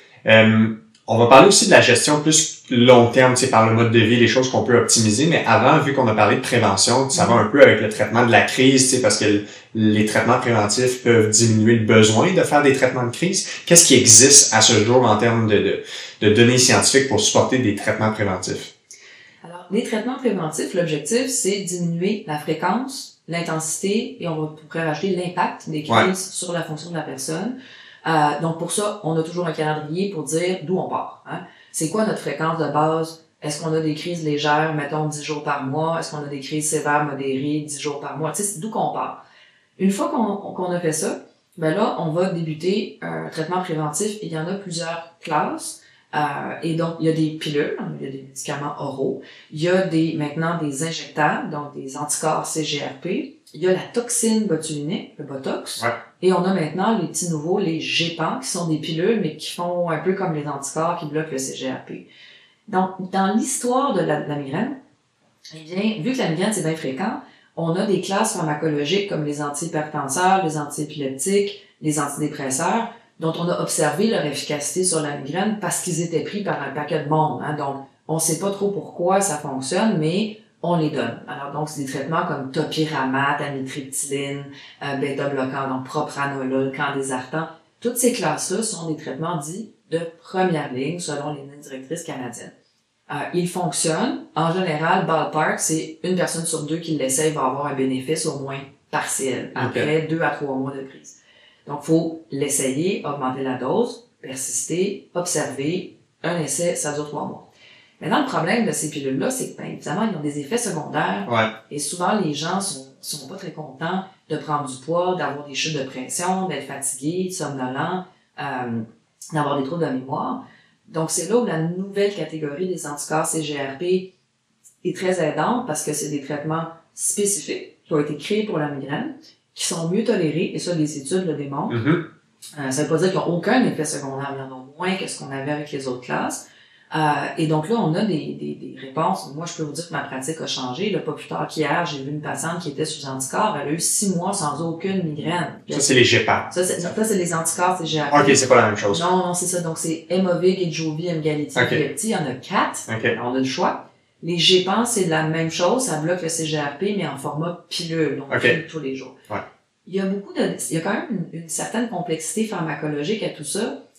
Euh, On va parler aussi de la gestion plus long terme, tu sais, par le mode de vie, les choses qu'on peut optimiser. Mais avant, vu qu'on a parlé de prévention, ça va un peu avec le traitement de la crise, tu sais, parce que les traitements préventifs peuvent diminuer le besoin de faire des traitements de crise. Qu'est-ce qui existe à ce jour en termes de, de, de données scientifiques pour supporter des traitements préventifs? Alors, les traitements préventifs, l'objectif, c'est diminuer la fréquence, l'intensité et on va pourrait rajouter l'impact des crises ouais. sur la fonction de la personne. Euh, donc pour ça, on a toujours un calendrier pour dire d'où on part. Hein? C'est quoi notre fréquence de base? Est-ce qu'on a des crises légères, mettons dix jours par mois? Est-ce qu'on a des crises sévères, modérées, dix jours par mois? Tu sais, c'est d'où qu'on part. Une fois qu'on, qu'on a fait ça, ben là, on va débuter un traitement préventif. Il y en a plusieurs classes. Euh, et donc, il y a des pilules, il y a des médicaments oraux. Il y a des maintenant des injectables, donc des anticorps C G R P. Il y a la toxine botulinique, le Botox. Ouais. Et on a maintenant les petits nouveaux, les Gépan, qui sont des pilules, mais qui font un peu comme les anticorps qui bloquent le C G R P. Donc, dans l'histoire de la, de la migraine, eh bien, vu que la migraine, c'est bien fréquent, on a des classes pharmacologiques comme les antihypertenseurs, les antiépileptiques, les antidépresseurs, dont on a observé leur efficacité sur la migraine parce qu'ils étaient pris par un paquet de monde. Hein. Donc, on ne sait pas trop pourquoi ça fonctionne, mais on les donne. Alors, donc, c'est des traitements comme topiramate, amitriptyline, euh, bêta-bloquant, donc propranolol, candesartan. Toutes ces classes-là sont des traitements dits de première ligne selon les lignes directrices canadiennes. Euh, ils fonctionnent. En général, ballpark, c'est une personne sur deux qui l'essaye va avoir un bénéfice au moins partiel après okay. deux à trois mois de prise. Donc, faut l'essayer, augmenter la dose, persister, observer. Un essai, ça dure trois mois. Maintenant, le problème de ces pilules-là, c'est que, ben, évidemment, ils ont des effets secondaires. Ouais. Et souvent, les gens sont, sont pas très contents de prendre du poids, d'avoir des chutes de pression, d'être fatigués, somnolents, euh, d'avoir des troubles de mémoire. Donc, c'est là où la nouvelle catégorie des anticorps C G R P est très aidante parce que c'est des traitements spécifiques qui ont été créés pour la migraine, qui sont mieux tolérés, et ça, les études le démontrent. Mm-hmm. Euh, ça veut pas dire qu'ils n'ont aucun effet secondaire, il y en a moins que ce qu'on avait avec les autres classes. Euh, et donc là, on a des, des, des réponses. Moi, je peux vous dire que ma pratique a changé. Là, pas plus tard qu'hier, j'ai vu une patiente qui était sous anticorps. Elle a eu six mois sans aucune migraine. Puis ça, c'est les Gépan. Ça, c'est, ça, c'est les anticorps C G R P. OK, c'est pas la même chose. Non, non, c'est ça. Donc, c'est Aimovig, Edjovi, Emgality, okay. Il y en a quatre. Okay. Alors, on a le choix. Les Gépan, c'est la même chose. Ça bloque le C G R P, mais en format pilule. Donc, okay. tous les jours. Ouais. Il y a beaucoup de, il y a quand même une, une certaine complexité pharmacologique à tout ça.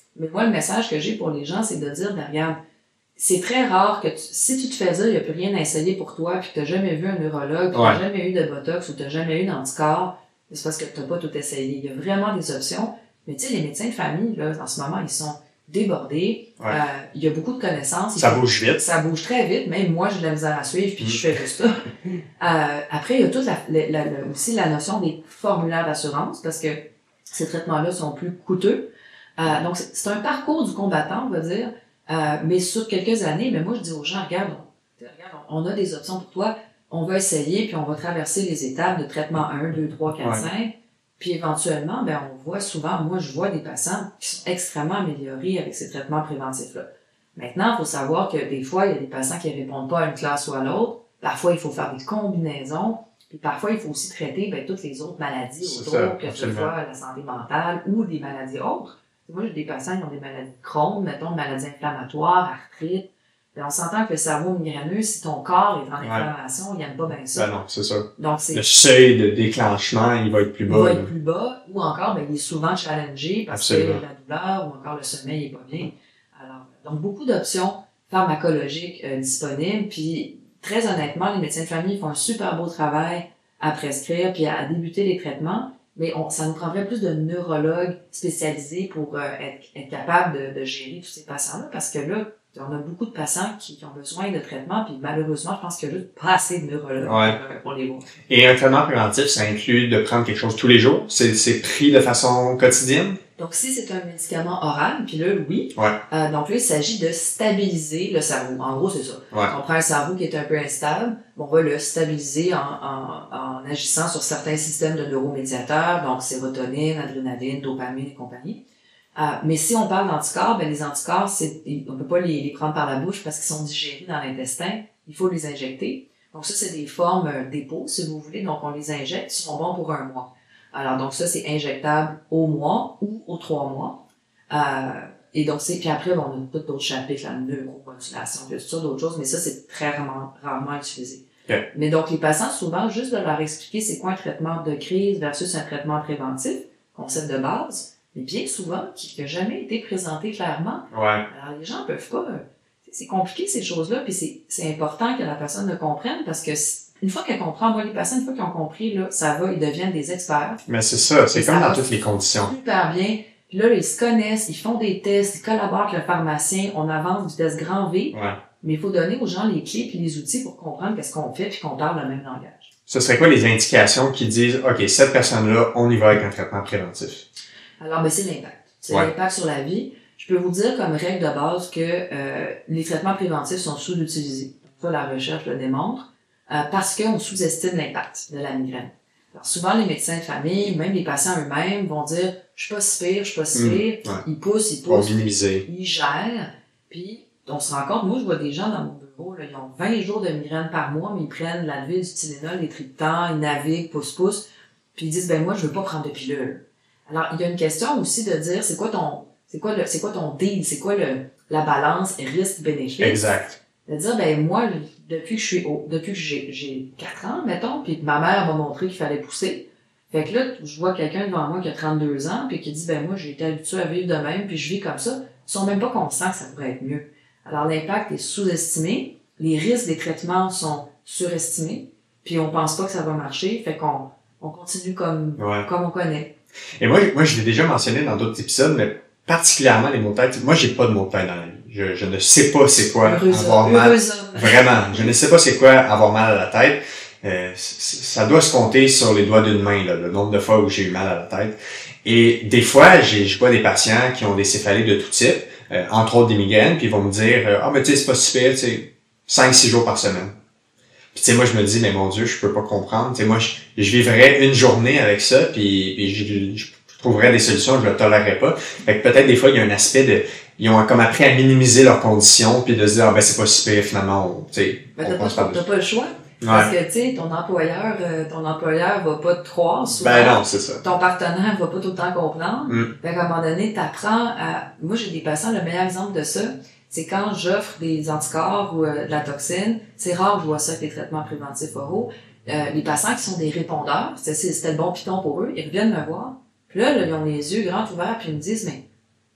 Mais moi, le message que j'ai pour les gens, c'est de dire, ben, regarde, c'est très rare que tu, si tu te fais dire, il n'y a plus rien à essayer pour toi, puis que tu n'as jamais vu un neurologue, puis ouais. tu n'as jamais eu de botox ou tu n'as jamais eu d'anticorps, c'est parce que tu n'as pas tout essayé. Il y a vraiment des options. Mais tu sais, les médecins de famille, là, en ce moment, ils sont débordés. Ouais. Euh, il y a beaucoup de connaissances. Ça faut, bouge vite. Ça bouge très vite. Même moi, j'ai de la misère à suivre, puis mm. je fais juste ça. euh, après, il y a toute la, la, la, la, aussi la notion des formulaires d'assurance, parce que ces traitements-là sont plus coûteux. Euh, donc, c'est, c'est un parcours du combattant, on va dire. Euh, mais sur quelques années, mais moi, je dis aux gens, regarde, on, regarde, on a des options pour toi. On va essayer, puis on va traverser les étapes de traitement un, deux, trois, quatre, cinq. Puis éventuellement, ben on voit souvent, moi je vois des patients qui sont extrêmement améliorés avec ces traitements préventifs-là. Maintenant, il faut savoir que des fois, il y a des patients qui ne répondent pas à une classe ou à l'autre. Parfois, il faut faire des combinaisons. Puis parfois, il faut aussi traiter ben, toutes les autres maladies C'est autour, ça, que ce absolument. soit la santé mentale ou des maladies autres. Moi, j'ai des patients qui ont des maladies de Crohn, mettons, maladies inflammatoires, arthrite. Ben, on s'entend que le cerveau migraineux, si ton corps est en inflammation, ouais. il n'aime pas bien ça. Ben non, c'est ça. Donc, c'est, le seuil de déclenchement, il va être plus bas. Il va là. être plus bas, ou encore, ben, il est souvent challengé parce Absolument. que la douleur ou encore le sommeil est pas bien. Alors, donc, beaucoup d'options pharmacologiques euh, disponibles, puis très honnêtement, les médecins de famille font un super beau travail à prescrire puis à, à débuter les traitements, mais on, ça nous prendrait plus de neurologues spécialisés pour euh, être, être capables de, de gérer tous ces patients-là, parce que là, on a beaucoup de patients qui, qui ont besoin de traitement, puis malheureusement, je pense qu'il y a juste pas assez de neurologues ouais. pour, pour les voir. Et un traitement préventif, ça inclut de prendre quelque chose tous les jours? C'est, c'est pris de façon quotidienne? Donc, si c'est un médicament oral, puis là, oui. Ouais. Euh, donc là, il s'agit de stabiliser le cerveau. En gros, c'est ça. Ouais. On prend un cerveau qui est un peu instable, on va le stabiliser en, en, en agissant sur certains systèmes de neuromédiateurs, donc sérotonine, adrénaline, dopamine et compagnie. Euh, mais si on parle d'anticorps, ben les anticorps, c'est, on peut pas les, les prendre par la bouche parce qu'ils sont digérés dans l'intestin. Il faut les injecter. Donc ça, c'est des formes euh, dépôts, si vous voulez. Donc on les injecte, ils sont bons pour un mois. Alors donc ça, c'est injectable au mois ou aux trois mois. Euh, et donc c'est, puis après, bon, on a tout d'autres chapitres, la neuromodulation, il y a toutes sortes d'autres choses, mais ça, c'est très rarement, rarement utilisé. Okay. Mais donc les patients, souvent, juste de leur expliquer c'est quoi un traitement de crise versus un traitement préventif, concept de base, mais bien souvent, qui n'a jamais été présenté clairement. Ouais. Alors, les gens peuvent pas... C'est compliqué, ces choses-là, puis c'est, c'est important que la personne le comprenne, parce que une fois qu'elle comprend, moi, les patients, une fois qu'ils ont compris, là, ça va, ils deviennent des experts. Mais c'est ça, c'est Et comme ça dans toutes les conditions. Super bien. Puis là, là, ils se connaissent, ils font des tests, ils collaborent avec le pharmacien, on avance vitesse grand V, ouais. mais il faut donner aux gens les clés puis les outils pour comprendre qu'est-ce qu'on fait puis qu'on parle le même langage. Ce serait quoi les indications qui disent, OK, cette personne-là, on y va avec un traitement préventif? Alors, ben, c'est l'impact. C'est ouais. l'impact sur la vie. Je peux vous dire comme règle de base que euh, les traitements préventifs sont sous-utilisés. Ça, la recherche le démontre, euh, parce qu'on sous-estime l'impact de la migraine. Alors, souvent, les médecins de famille, même les patients eux-mêmes, vont dire « je suis pas si pire, je suis pas si pire mmh, ». Ouais. Ils poussent, ils poussent, ils gèrent. Puis, on se rend compte, moi, je vois des gens dans mon bureau, là, ils ont vingt jours de migraine par mois, mais ils prennent l'Advil, du Tylenol, des triptans, ils naviguent, poussent-poussent. Puis ils disent « ben moi, je veux pas prendre de pilule ». Alors, il y a une question aussi de dire, c'est quoi ton, c'est quoi le, c'est quoi ton deal, c'est quoi le, la balance risque-bénéfice. Exact. De dire, ben, moi, depuis que je suis au, depuis que j'ai, j'ai quatre ans, mettons, puis ma mère m'a montré qu'il fallait pousser. Fait que là, je vois quelqu'un devant moi qui a trente-deux ans, puis qui dit, ben, moi, j'ai été habitué à vivre de même, puis je vis comme ça. Ils sont même pas conscients que ça pourrait être mieux. Alors, l'impact est sous-estimé. Les risques des traitements sont surestimés. Puis on pense pas que ça va marcher. Fait qu'on, on continue comme, ouais. comme on connaît. Et moi, moi, je l'ai déjà mentionné dans d'autres épisodes, mais particulièrement les maux de tête. Moi, j'ai pas de maux de tête dans la vie. Je, je ne sais pas c'est quoi Heureuse avoir homme, mal. heureuse homme. Vraiment. Je ne sais pas c'est quoi avoir mal à la tête. Euh, ça doit se compter sur les doigts d'une main, là, le nombre de fois où j'ai eu mal à la tête. Et des fois, j'ai, je vois des patients qui ont des céphalées de tout type, euh, entre autres des migraines, puis ils vont me dire, ah, euh, mais tu sais, c'est pas si pire, tu sais, cinq, six jours par semaine. Puis tu sais, moi, je me dis, mais mon Dieu, je peux pas comprendre. Tu sais, moi, je, je vivrais une journée avec ça, puis, puis je, je trouverais des solutions, je le tolérerais pas. Fait que peut-être des fois, il y a un aspect de, ils ont comme appris à minimiser leurs conditions, puis de se dire, ah ben c'est pas si pire, finalement, tu sais, ben, on t'as pense pas, pas. T'as pas le choix. Ouais. Parce que, tu sais, ton employeur, euh, ton employeur va pas te croire souvent. Ben non, c'est ça. Ton partenaire va pas tout le temps comprendre. Mm. Fait qu'à un moment donné, t'apprends à... Moi, j'ai des patients, le meilleur exemple de ça, c'est quand j'offre des anticorps ou euh, de la toxine. C'est rare que je vois ça avec les traitements préventifs oraux. Euh, les patients qui sont des répondeurs, c'était, c'était le bon piton pour eux, ils reviennent me voir. Puis là, là, ils ont les yeux grands ouverts, puis ils me disent, mais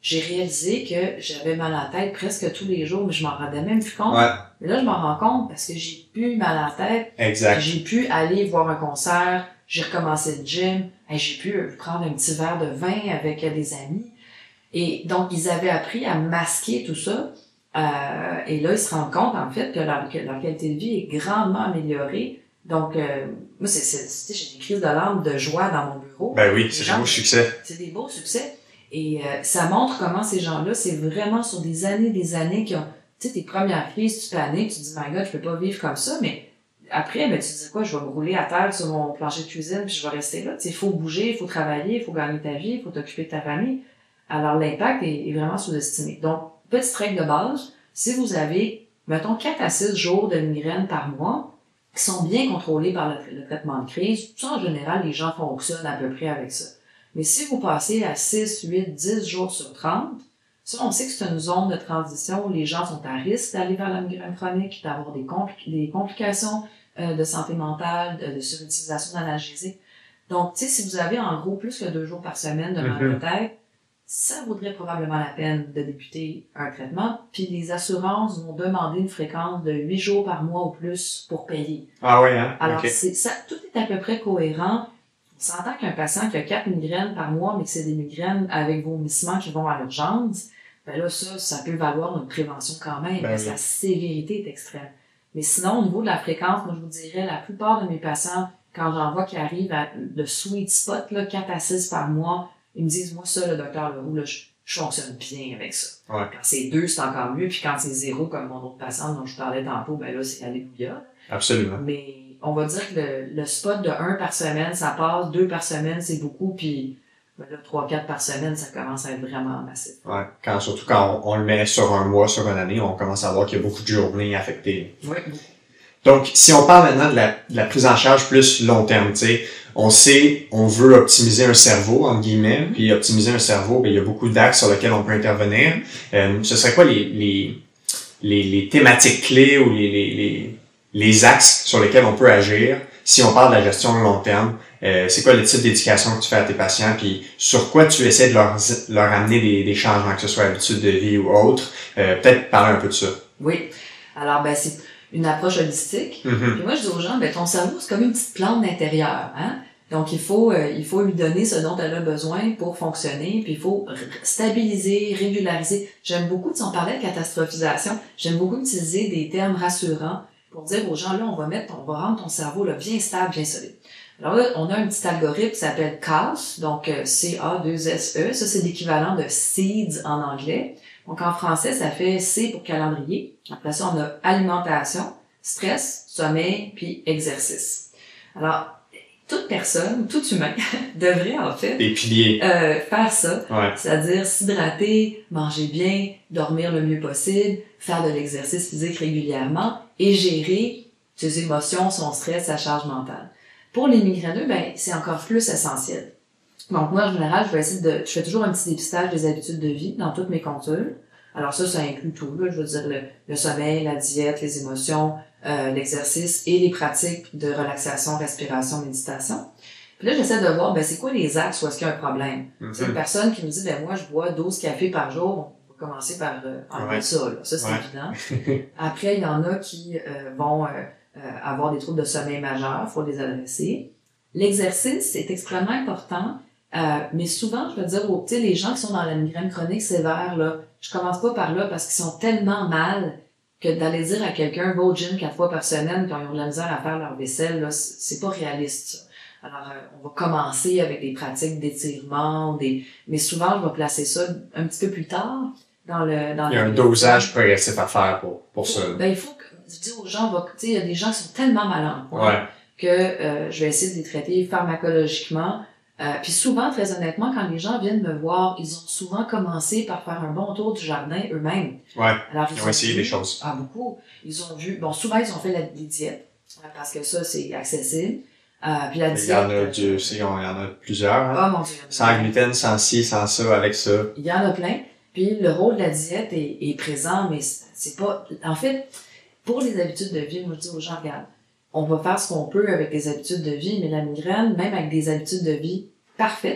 j'ai réalisé que j'avais mal à la tête presque tous les jours, mais je m'en rendais même plus compte. Ouais. Mais là, je m'en rends compte parce que j'ai plus mal à la tête. Exact. J'ai pu aller voir un concert, j'ai recommencé le gym, et j'ai pu prendre un petit verre de vin avec des amis. Et donc, ils avaient appris à masquer tout ça. Euh, et là, ils se rendent compte, en fait, que leur, que leur qualité de vie est grandement améliorée. Donc, euh, moi, c'est, c'est, j'ai des crises de larmes de joie dans mon bureau. Ben oui, c'est des beaux succès. C'est des beaux succès. Et euh, ça montre comment ces gens-là, c'est vraiment sur des années des années qui ont... Tu sais, tes premières crises, tu paniques, tu te dis « My God, je peux pas vivre comme ça », mais après, ben, tu te dis quoi, je vais me rouler à terre sur mon plancher de cuisine puis je vais rester là. Tu sais, il faut bouger, il faut travailler, il faut gagner ta vie, il faut t'occuper de ta famille. Alors, l'impact est, est vraiment sous-estimé. Donc, petite règle de base, si vous avez, mettons, quatre à six jours de migraine par mois, qui sont bien contrôlés par le, le traitement de crise, ça, en général, les gens fonctionnent à peu près avec ça. Mais si vous passez à six, huit, dix jours sur trente, ça, on sait que c'est une zone de transition où les gens sont à risque d'aller vers la migraine chronique, d'avoir des, compli- des complications euh, de santé mentale, de, de surutilisation d'analgésiques. Donc, tu sais, si vous avez en gros plus que deux jours par semaine de mal de tête, ça vaudrait probablement la peine de débuter un traitement. Puis les assurances vont demander une fréquence de huit jours par mois ou plus pour payer. Ah oui, hein? Alors, Okay. c'est, ça, tout est à peu près cohérent. On s'entend qu'un patient qui a quatre migraines par mois, mais que c'est des migraines avec vomissements qui vont à l'urgence, ben là, ça, ça peut valoir une prévention quand même, Ben parce oui. que la sévérité est extrême. Mais sinon, au niveau de la fréquence, moi, je vous dirais, la plupart de mes patients, quand j'en vois qui arrivent à le sweet spot, là, quatre à six par mois, ils me disent, moi, ça, le docteur Leroux, là, je, je fonctionne bien avec ça. Ouais. Quand c'est deux, c'est encore mieux, puis quand c'est zéro, comme mon autre patient dont je parlais tantôt, ben là, c'est alléluia. Absolument. Mais on va dire que le, le spot de un par semaine, ça passe, deux par semaine, c'est beaucoup, puis ben là, trois, quatre par semaine, ça commence à être vraiment massif. Ouais. Quand, surtout quand on, on le met sur un mois, sur une année, on commence à voir qu'il y a beaucoup de journées affectées. Oui, beaucoup. Donc, si on parle maintenant de la, de la prise en charge plus long terme, tu sais, on sait, on veut optimiser un cerveau, entre guillemets, puis optimiser un cerveau, ben, il y a beaucoup d'axes sur lesquels on peut intervenir. Euh, ce serait quoi les, les, les, les thématiques clés ou les, les, les, les axes sur lesquels on peut agir si on parle de la gestion long terme? Euh, c'est quoi le type d'éducation que tu fais à tes patients, puis sur quoi tu essaies de leur, leur amener des, des changements, que ce soit habitudes de vie ou autre? Euh, peut-être parler un peu de ça. Oui. Alors, ben, c'est une approche holistique. Mm-hmm. Puis moi, je dis aux gens, ben, ton cerveau, c'est comme une petite plante d'intérieur, hein. Donc, il faut, euh, il faut lui donner ce dont elle a besoin pour fonctionner, puis il faut r- stabiliser, régulariser. J'aime beaucoup, si on parlait de catastrophisation, j'aime beaucoup utiliser des termes rassurants pour dire aux gens, là, on va mettre, on va rendre ton cerveau, là, bien stable, bien solide. Alors là, on a un petit algorithme qui s'appelle C A S, donc euh, C A deux S E. Ça, c'est l'équivalent de SEEDS en anglais. Donc, en français, ça fait C pour calendrier. Après ça, on a alimentation, stress, sommeil, puis exercice. Alors, toute personne, tout humain, devrait en fait Des piliers. euh, faire ça. Ouais. C'est-à-dire s'hydrater, manger bien, dormir le mieux possible, faire de l'exercice physique régulièrement et gérer ses émotions, son stress, sa charge mentale. Pour les migraineux, ben, c'est encore plus essentiel. Donc, moi, en général, je vais essayer de, je fais toujours un petit dépistage des habitudes de vie dans toutes mes consultes. Alors ça, ça inclut tout, là. Je veux dire, le, le sommeil, la diète, les émotions, euh, l'exercice et les pratiques de relaxation, respiration, méditation. Puis là, j'essaie de voir, ben, c'est quoi les axes où est-ce qu'il y a un problème? Mm-hmm. C'est une personne qui me dit, ben, moi, je bois douze cafés par jour. On va commencer par euh, enlever Ouais. ça, là. Ça, c'est Ouais. évident. Après, il y en a qui euh, vont euh, euh, avoir des troubles de sommeil majeurs. Il faut les adresser. L'exercice est extrêmement important. Euh, mais souvent, je veux dire, tu sais, les gens qui sont dans la migraine chronique sévère, là, je commence pas par là parce qu'ils sont tellement mal que d'aller dire à quelqu'un, va au gym quatre fois par semaine quand ils ont de la misère à faire leur vaisselle, là, c'est pas réaliste, ça. Alors, euh, on va commencer avec des pratiques d'étirement, des, mais souvent, je vais placer ça un petit peu plus tard dans le, dans Il y a un le- dosage progressif à faire pour, pour ça. Ben, il faut que, je dis aux gens, va- tu sais, il y a des gens qui sont tellement mal en point Ouais. que euh, je vais essayer de les traiter pharmacologiquement. Euh, puis souvent, très honnêtement, quand les gens viennent me voir, ils ont souvent commencé par faire un bon tour du jardin eux-mêmes. Ouais. Alors, Ils ont essayé vu- des choses. Ah, beaucoup. Ils ont vu, bon, souvent, ils ont fait la, les diètes, euh, parce que ça, c'est accessible. Euh, puis la Il diète... y en a, Dieu sait, il y en a plusieurs. Hein. Oh mon Dieu. il y en a Sans plein. gluten, sans ci, sans ça, avec ça. Il y en a plein. Puis le rôle de la diète est, est présent, mais c'est pas... En fait, pour les habitudes de vie, moi, je dis aux gens, regarde, on va faire ce qu'on peut avec les habitudes de vie, mais la migraine, même avec des habitudes de vie parfaites,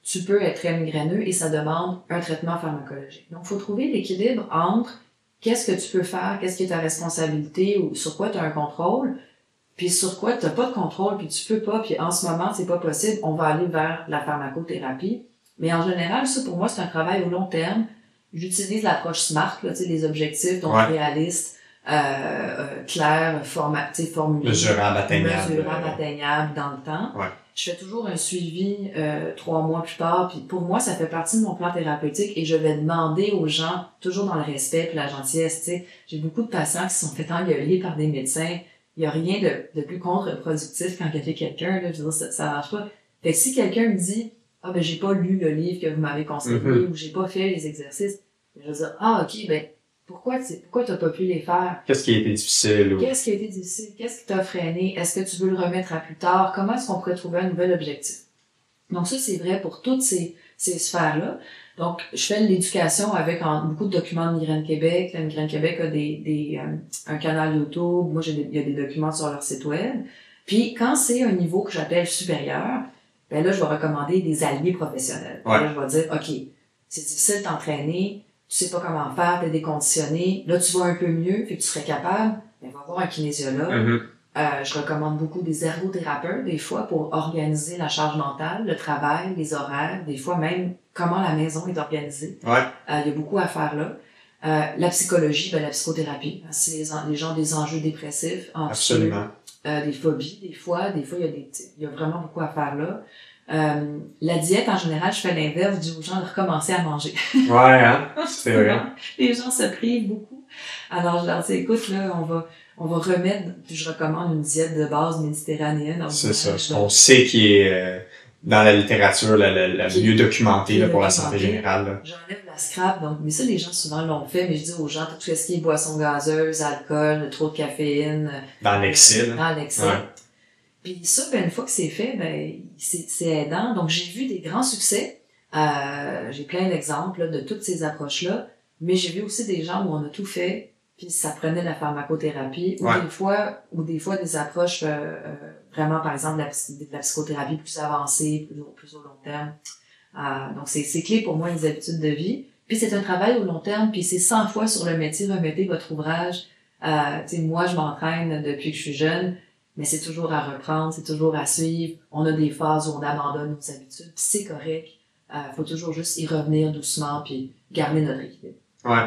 tu peux être très migraineux et ça demande un traitement pharmacologique. Donc, il faut trouver l'équilibre entre qu'est-ce que tu peux faire, qu'est-ce qui est ta responsabilité ou sur quoi tu as un contrôle, puis sur quoi tu n'as pas de contrôle, puis tu peux pas, puis en ce moment, c'est pas possible, on va aller vers la pharmacothérapie. Mais en général, ça, pour moi, c'est un travail au long terme. J'utilise l'approche SMART, là, tu sais, les objectifs, donc ouais. réalistes, euh, euh, clairs, formatés, formulés. Mesurable, atteignable. Mesurable, atteignable dans le temps. Ouais. Je fais toujours un suivi euh, trois mois plus tard, puis pour moi, ça fait partie de mon plan thérapeutique et je vais demander aux gens, toujours dans le respect et la gentillesse, tu sais, j'ai beaucoup de patients qui se sont fait engueuler par des médecins. Il y a rien de, de plus contre-productif quand il y a quelqu'un, là, je veux dire, ça, ça marche pas. Fait que si quelqu'un me dit, ah ben j'ai pas lu le livre que vous m'avez conseillé mm-hmm. ou j'ai pas fait les exercices, je vais dire, ah ok, ben pourquoi tu pourquoi t'as pas pu les faire? Qu'est-ce qui a été difficile? Ou... Qu'est-ce qui a été difficile? Qu'est-ce qui t'a freiné? Est-ce que tu veux le remettre à plus tard? Comment est-ce qu'on pourrait trouver un nouvel objectif? Donc ça, c'est vrai pour toutes ces, ces sphères-là. Donc, je fais de l'éducation avec en, beaucoup de documents de Migraine Québec. La Migraine Québec a des, des euh, un canal YouTube. Moi, j'ai des, il y a des documents sur leur site web. Puis, quand c'est un niveau que j'appelle supérieur, ben là, je vais recommander des alliés professionnels. Ouais. Là, je vais dire, OK, c'est difficile de t'entraîner, tu sais pas comment faire, t'es déconditionné, là, tu vas un peu mieux, fait que tu serais capable, ben, va voir un kinésiologue. Mm-hmm. Euh, je recommande beaucoup des ergothérapeutes, des fois, pour organiser la charge mentale, le travail, les horaires, des fois même comment la maison est organisée. Ouais. Euh, il y a beaucoup à faire là. Euh, la psychologie, ben, la psychothérapie. C'est les, les gens des enjeux dépressifs, anxieux, Absolument. Euh, des phobies, des fois. Des fois, il y a des, il y a vraiment beaucoup à faire là. Euh, la diète, en général, je fais l'inverse, je dis aux gens de recommencer à manger. Ouais, hein? C'est vrai. Les gens se privent beaucoup. Alors, je leur dis, écoute, là, on va, on va remettre, puis je recommande une diète de base méditerranéenne. C'est ça. Ce qu'on sait qui est, euh, dans la littérature, la, la, la mieux documentée, là, pour la santé générale, là. J'enlève la scrap, donc, mais ça, les gens souvent l'ont fait, mais je dis aux gens, tout ce qui est boissons gazeuses, alcool, trop de caféine. Dans l'excès, euh, Dans l'excès. Ouais. Puis ça, ben, une fois que c'est fait, ben, c'est, c'est aidant. Donc, j'ai vu des grands succès. Euh, j'ai plein d'exemples là, de toutes ces approches-là. Mais j'ai vu aussi des gens où on a tout fait, puis ça prenait de la pharmacothérapie, ou ouais. des fois, ou des fois des approches euh, euh, vraiment, par exemple, de la, de la psychothérapie plus avancée, plus, plus au long terme. Euh, donc, c'est, c'est clé pour moi, les habitudes de vie. Puis c'est un travail au long terme, puis c'est cent fois sur le métier, remettez votre ouvrage. Euh, tu sais, moi, je m'entraîne depuis que je suis jeune. Mais c'est toujours à reprendre, c'est toujours à suivre. On a des phases où on abandonne nos habitudes, puis c'est correct. Euh, faut toujours juste y revenir doucement, puis garder notre équilibre. Ouais.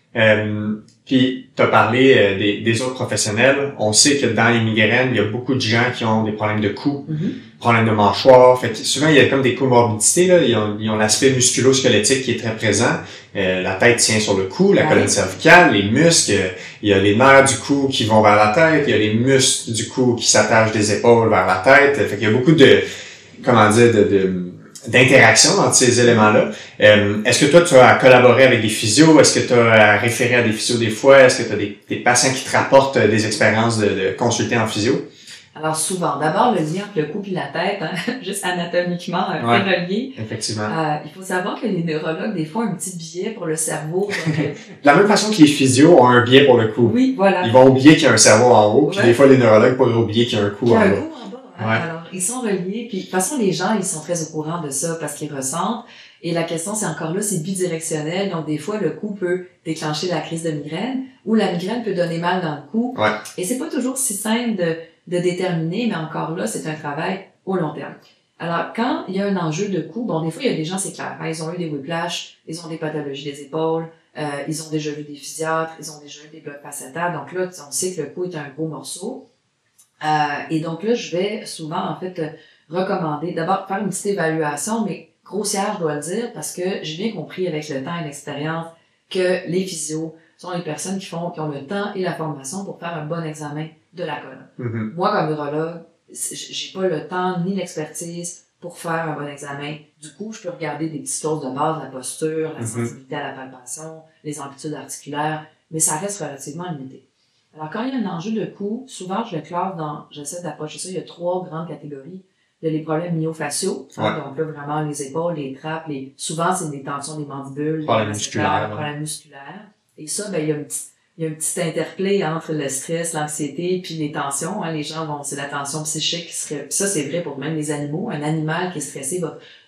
Euh, puis, tu as parlé euh, des, des autres professionnels. On sait que dans les migraines, il y a beaucoup de gens qui ont des problèmes de cou, mm-hmm. problèmes de mâchoire. Fait que souvent, il y a comme des comorbidités, là. Ils ont, ils ont l'aspect musculo-squelettique qui est très présent. Euh, la tête tient sur le cou, la ouais. colonne cervicale, les muscles. Il y a les nerfs du cou qui vont vers la tête. Il y a les muscles du cou qui s'attachent des épaules vers la tête. Fait qu'il y a beaucoup de, comment dire, de, de d'interaction entre ces éléments-là. Euh, est-ce que toi, tu as collaboré avec des physios? Est-ce que tu as référé à des physios des fois? Est-ce que tu as des, des patients qui te rapportent des expériences de, de consulter en physio? Alors souvent, d'abord le lien entre le cou et la tête, hein, juste anatomiquement euh, ouais, relié. Effectivement. Euh, il faut savoir que les neurologues, des fois, ont un petit billet pour le cerveau. Donc, de la même façon que les physios ont un billet pour le cou. Oui, voilà. Ils vont oublier qu'il y a un cerveau en haut, puis ouais. des fois les neurologues pourraient oublier qu'il y a un cou qu'il y a en un bas. Cou en bas hein? Ouais. Alors, ils sont reliés, puis de toute façon, les gens, ils sont très au courant de ça parce qu'ils ressentent. Et la question, c'est encore là, c'est bidirectionnel. Donc, des fois, le cou peut déclencher la crise de migraine ou la migraine peut donner mal dans le cou. Ouais. Et c'est pas toujours si simple de, de déterminer, mais encore là, c'est un travail au long terme. Alors, quand il y a un enjeu de cou, bon, des fois, il y a des gens, c'est clair, hein, ils ont eu des whiplash, ils ont des pathologies des épaules, euh, ils ont déjà vu des physiatres, ils ont déjà eu des blocs facétaires. Donc là, on sait que le cou est un gros morceau. Euh, et donc là, je vais souvent, en fait, recommander, d'abord, faire une petite évaluation, mais grossière, je dois le dire, parce que j'ai bien compris avec le temps et l'expérience que les physios sont les personnes qui font, qui ont le temps et la formation pour faire un bon examen de la colonne. Mm-hmm. Moi, comme neurologue, j'ai pas le temps ni l'expertise pour faire un bon examen. Du coup, je peux regarder des petites choses de base, la posture, la mm-hmm. sensibilité à la palpation, les amplitudes articulaires, mais ça reste relativement limité. Alors, quand il y a un enjeu de cou, souvent, je le classe dans, j'essaie d'approcher ça, il y a trois grandes catégories. Il y a les problèmes myofasciaux, ouais. hein, donc là, vraiment, les épaules, les trappes, les, souvent, c'est des tensions des mandibules, problèmes musculaires, des problèmes musculaires. Et ça, ben, il y a un petit, il y a un petit interplay entre le stress, l'anxiété, puis les tensions, hein. Les gens vont, c'est la tension psychique qui serait, puis ça, c'est vrai pour même les animaux. Un animal qui est stressé va,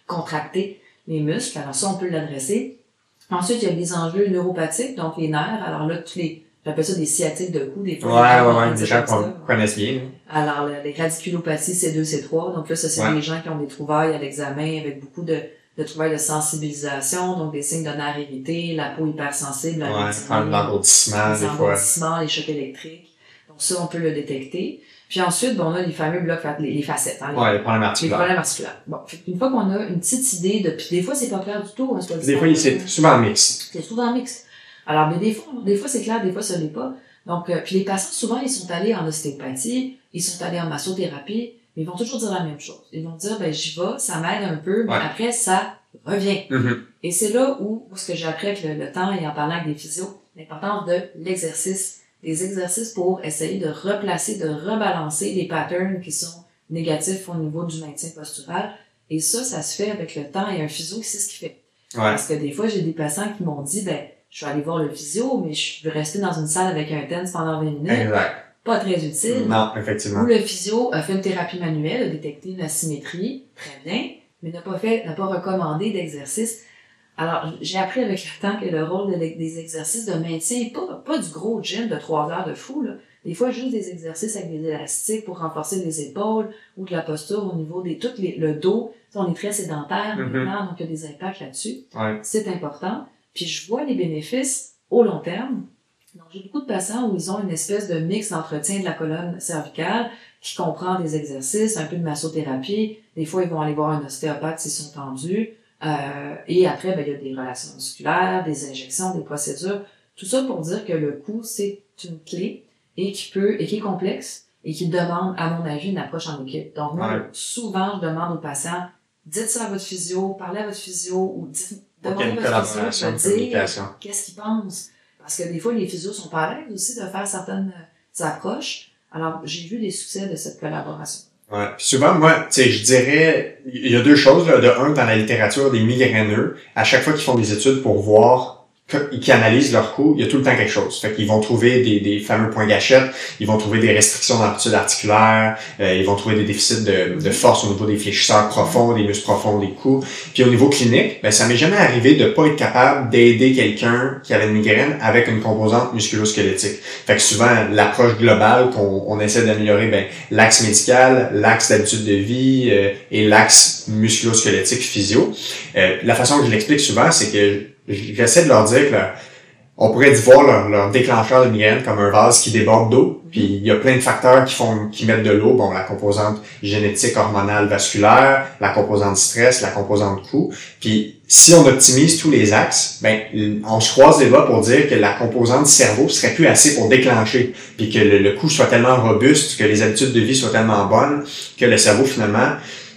contracter les muscles. Alors ça, on peut l'adresser. Ensuite, il y a des enjeux neuropathiques, donc les nerfs. Alors là, tous les, j'appelle ça des sciatiques de cou, des fois. Ouais, ouais, ouais, des gens qu'on connaisse bien. Alors, les radiculopathies C deux, C trois. Donc là, ça, c'est ouais. des gens qui ont des trouvailles à l'examen avec beaucoup de, de trouvailles de sensibilisation, donc des signes de nerfs irrités, la peau hypersensible, la ouais, rétine, l'engourdissement, les engourdissements, les chocs électriques. Donc ça, on peut le détecter. Puis ensuite, bon, on a les fameux blocs, les, les facettes. Hein, les, ouais, les problèmes articulaires. Les problèmes articulaires. Bon, une fois qu'on a une petite idée de... Puis des fois, c'est pas clair du tout. Hein, c'est pas des fois, c'est souvent mixte. C'est souvent mixte. Alors, mais des fois, des fois c'est clair, des fois, ce n'est pas. Donc, euh, puis les patients, souvent, ils sont allés en ostéopathie, ils sont allés en massothérapie, mais ils vont toujours dire la même chose. Ils vont dire, ben, j'y vais, ça m'aide un peu, mais ouais. après, ça revient. Mm-hmm. Et c'est là où, où ce que j'ai appris avec le, le temps et en parlant avec des physios, l'importance de l'exercice. Des exercices pour essayer de replacer, de rebalancer les patterns qui sont négatifs au niveau du maintien postural. Et ça, ça se fait avec le temps et un physio qui sait ce qu'il fait. Ouais. Parce que des fois, j'ai des patients qui m'ont dit, ben, je suis allé voir le physio, mais je vais rester dans une salle avec un TENS pendant vingt minutes. Exact. Pas très utile. Non, effectivement. Ou le physio a fait une thérapie manuelle, a détecté une asymétrie, très bien, mais n'a pas fait, n'a pas recommandé d'exercice. Alors, j'ai appris avec le temps que le rôle de, des exercices de maintien, pas, pas du gros gym de trois heures de fou, là. Des fois, juste des exercices avec des élastiques pour renforcer les épaules ou de la posture au niveau des, tout les, le dos. On est très sédentaire mm-hmm. maintenant, donc il y a des impacts là-dessus. Ouais. C'est important. Puis je vois les bénéfices au long terme. Donc, j'ai beaucoup de patients où ils ont une espèce de mix d'entretien de la colonne cervicale qui comprend des exercices, un peu de massothérapie. Des fois, ils vont aller voir un ostéopathe s'ils sont tendus. Euh, et après, ben, il y a des relations musculaires, des injections, des procédures. Tout ça pour dire que le cou, c'est une clé et qui peut, et qui est complexe et qui demande, à mon avis, une approche en équipe. Donc, moi, ouais. souvent, je demande aux patients, dites ça à votre physio, parlez à votre physio ou dites, demandez à votre physio de dire qu'est-ce qu'il pense. Parce que des fois, les physios sont pas à l'aise aussi de faire certaines approches. Alors, j'ai vu des succès de cette collaboration. Ouais. Puis souvent, moi, tu sais, je dirais, il y a deux choses, là. De un, dans la littérature des migraineux, à chaque fois qu'ils font des études pour voir, qu'ils analysent leur cou, il y a tout le temps quelque chose. Fait qu'ils vont trouver des, des fameux points gâchettes, ils vont trouver des restrictions d'amplitude articulaire, euh, ils vont trouver des déficits de, de force au niveau des fléchisseurs profonds, des muscles profonds des coups. Puis au niveau clinique, ben, ça m'est jamais arrivé de pas être capable d'aider quelqu'un qui avait une migraine avec une composante musculo-squelettique. Fait que souvent, l'approche globale qu'on on essaie d'améliorer, ben, l'axe médical, l'axe d'habitude de vie euh, et l'axe musculo-squelettique physio. Euh, la façon que je l'explique souvent, c'est que j'essaie de leur dire que là, on pourrait voir leur, leur déclencheur de migraine comme un vase qui déborde d'eau. Puis il y a plein de facteurs qui font qui mettent de l'eau. Bon, la composante génétique, hormonale, vasculaire, la composante stress, la composante cou. Puis si on optimise tous les axes, ben on se croise les doigts pour dire que la composante cerveau serait plus assez pour déclencher. Puis que le, le cou soit tellement robuste, que les habitudes de vie soient tellement bonnes, que le cerveau finalement,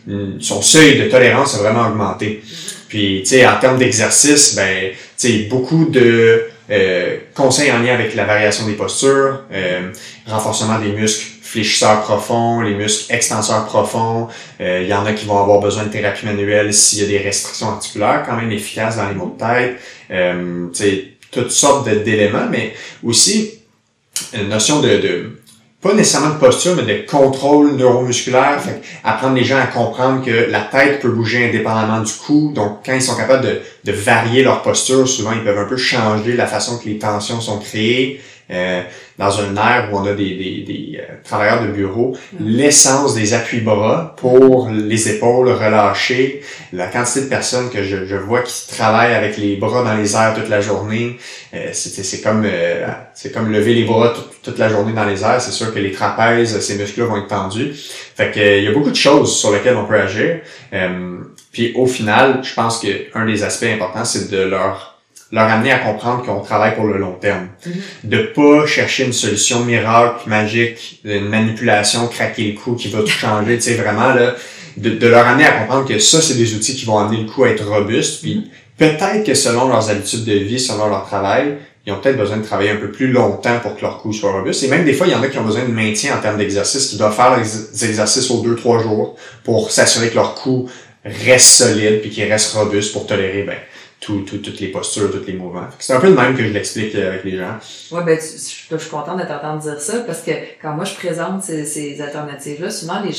son seuil de tolérance a vraiment augmenté. Puis, tu sais, en termes d'exercice, ben, tu sais, beaucoup de euh, conseils en lien avec la variation des postures, euh, renforcement des muscles fléchisseurs profonds, les muscles extenseurs profonds. Il euh, y en a qui vont avoir besoin de thérapie manuelle s'il y a des restrictions articulaires quand même efficaces dans les maux de tête. Euh, tu sais, toutes sortes de, d'éléments, mais aussi une notion de... de pas nécessairement de posture, mais de contrôle neuromusculaire. Fait apprendre les gens à comprendre que la tête peut bouger indépendamment du cou. Donc, quand ils sont capables de, de varier leur posture, souvent, ils peuvent un peu changer la façon que les tensions sont créées. Euh, dans un air où on a des, des, des euh, travailleurs de bureau, mmh. l'essence des appuis-bras pour les épaules relâchées, la quantité de personnes que je, je vois qui travaillent avec les bras dans les airs toute la journée, euh, c'est, c'est comme euh, c'est comme lever les bras toute, toute la journée dans les airs. C'est sûr que les trapèzes, ces muscles-là vont être tendus. Fait que il y a beaucoup de choses sur lesquelles on peut agir. Euh, puis au final, je pense que un des aspects importants, c'est de leur leur amener à comprendre qu'on travaille pour le long terme. Mm-hmm. De pas chercher une solution miracle, magique, une manipulation, craquer le cou qui va tout changer, tu sais, vraiment, là, de, de leur amener à comprendre que ça, c'est des outils qui vont amener le cou à être robuste, puis mm-hmm. peut-être que selon leurs habitudes de vie, selon leur travail, ils ont peut-être besoin de travailler un peu plus longtemps pour que leur cou soit robuste. Et même des fois, il y en a qui ont besoin de maintien en termes d'exercice, qui doivent faire des exercices aux deux, trois jours pour s'assurer que leur cou reste solide puis qu'il reste robuste pour tolérer, ben, Tout, tout, toutes les postures, tous les mouvements. C'est un peu le même que je l'explique avec les gens. Ouais, ben, tu, je, je suis contente de t'entendre dire ça parce que quand moi je présente ces, ces alternatives-là, souvent les gens ont,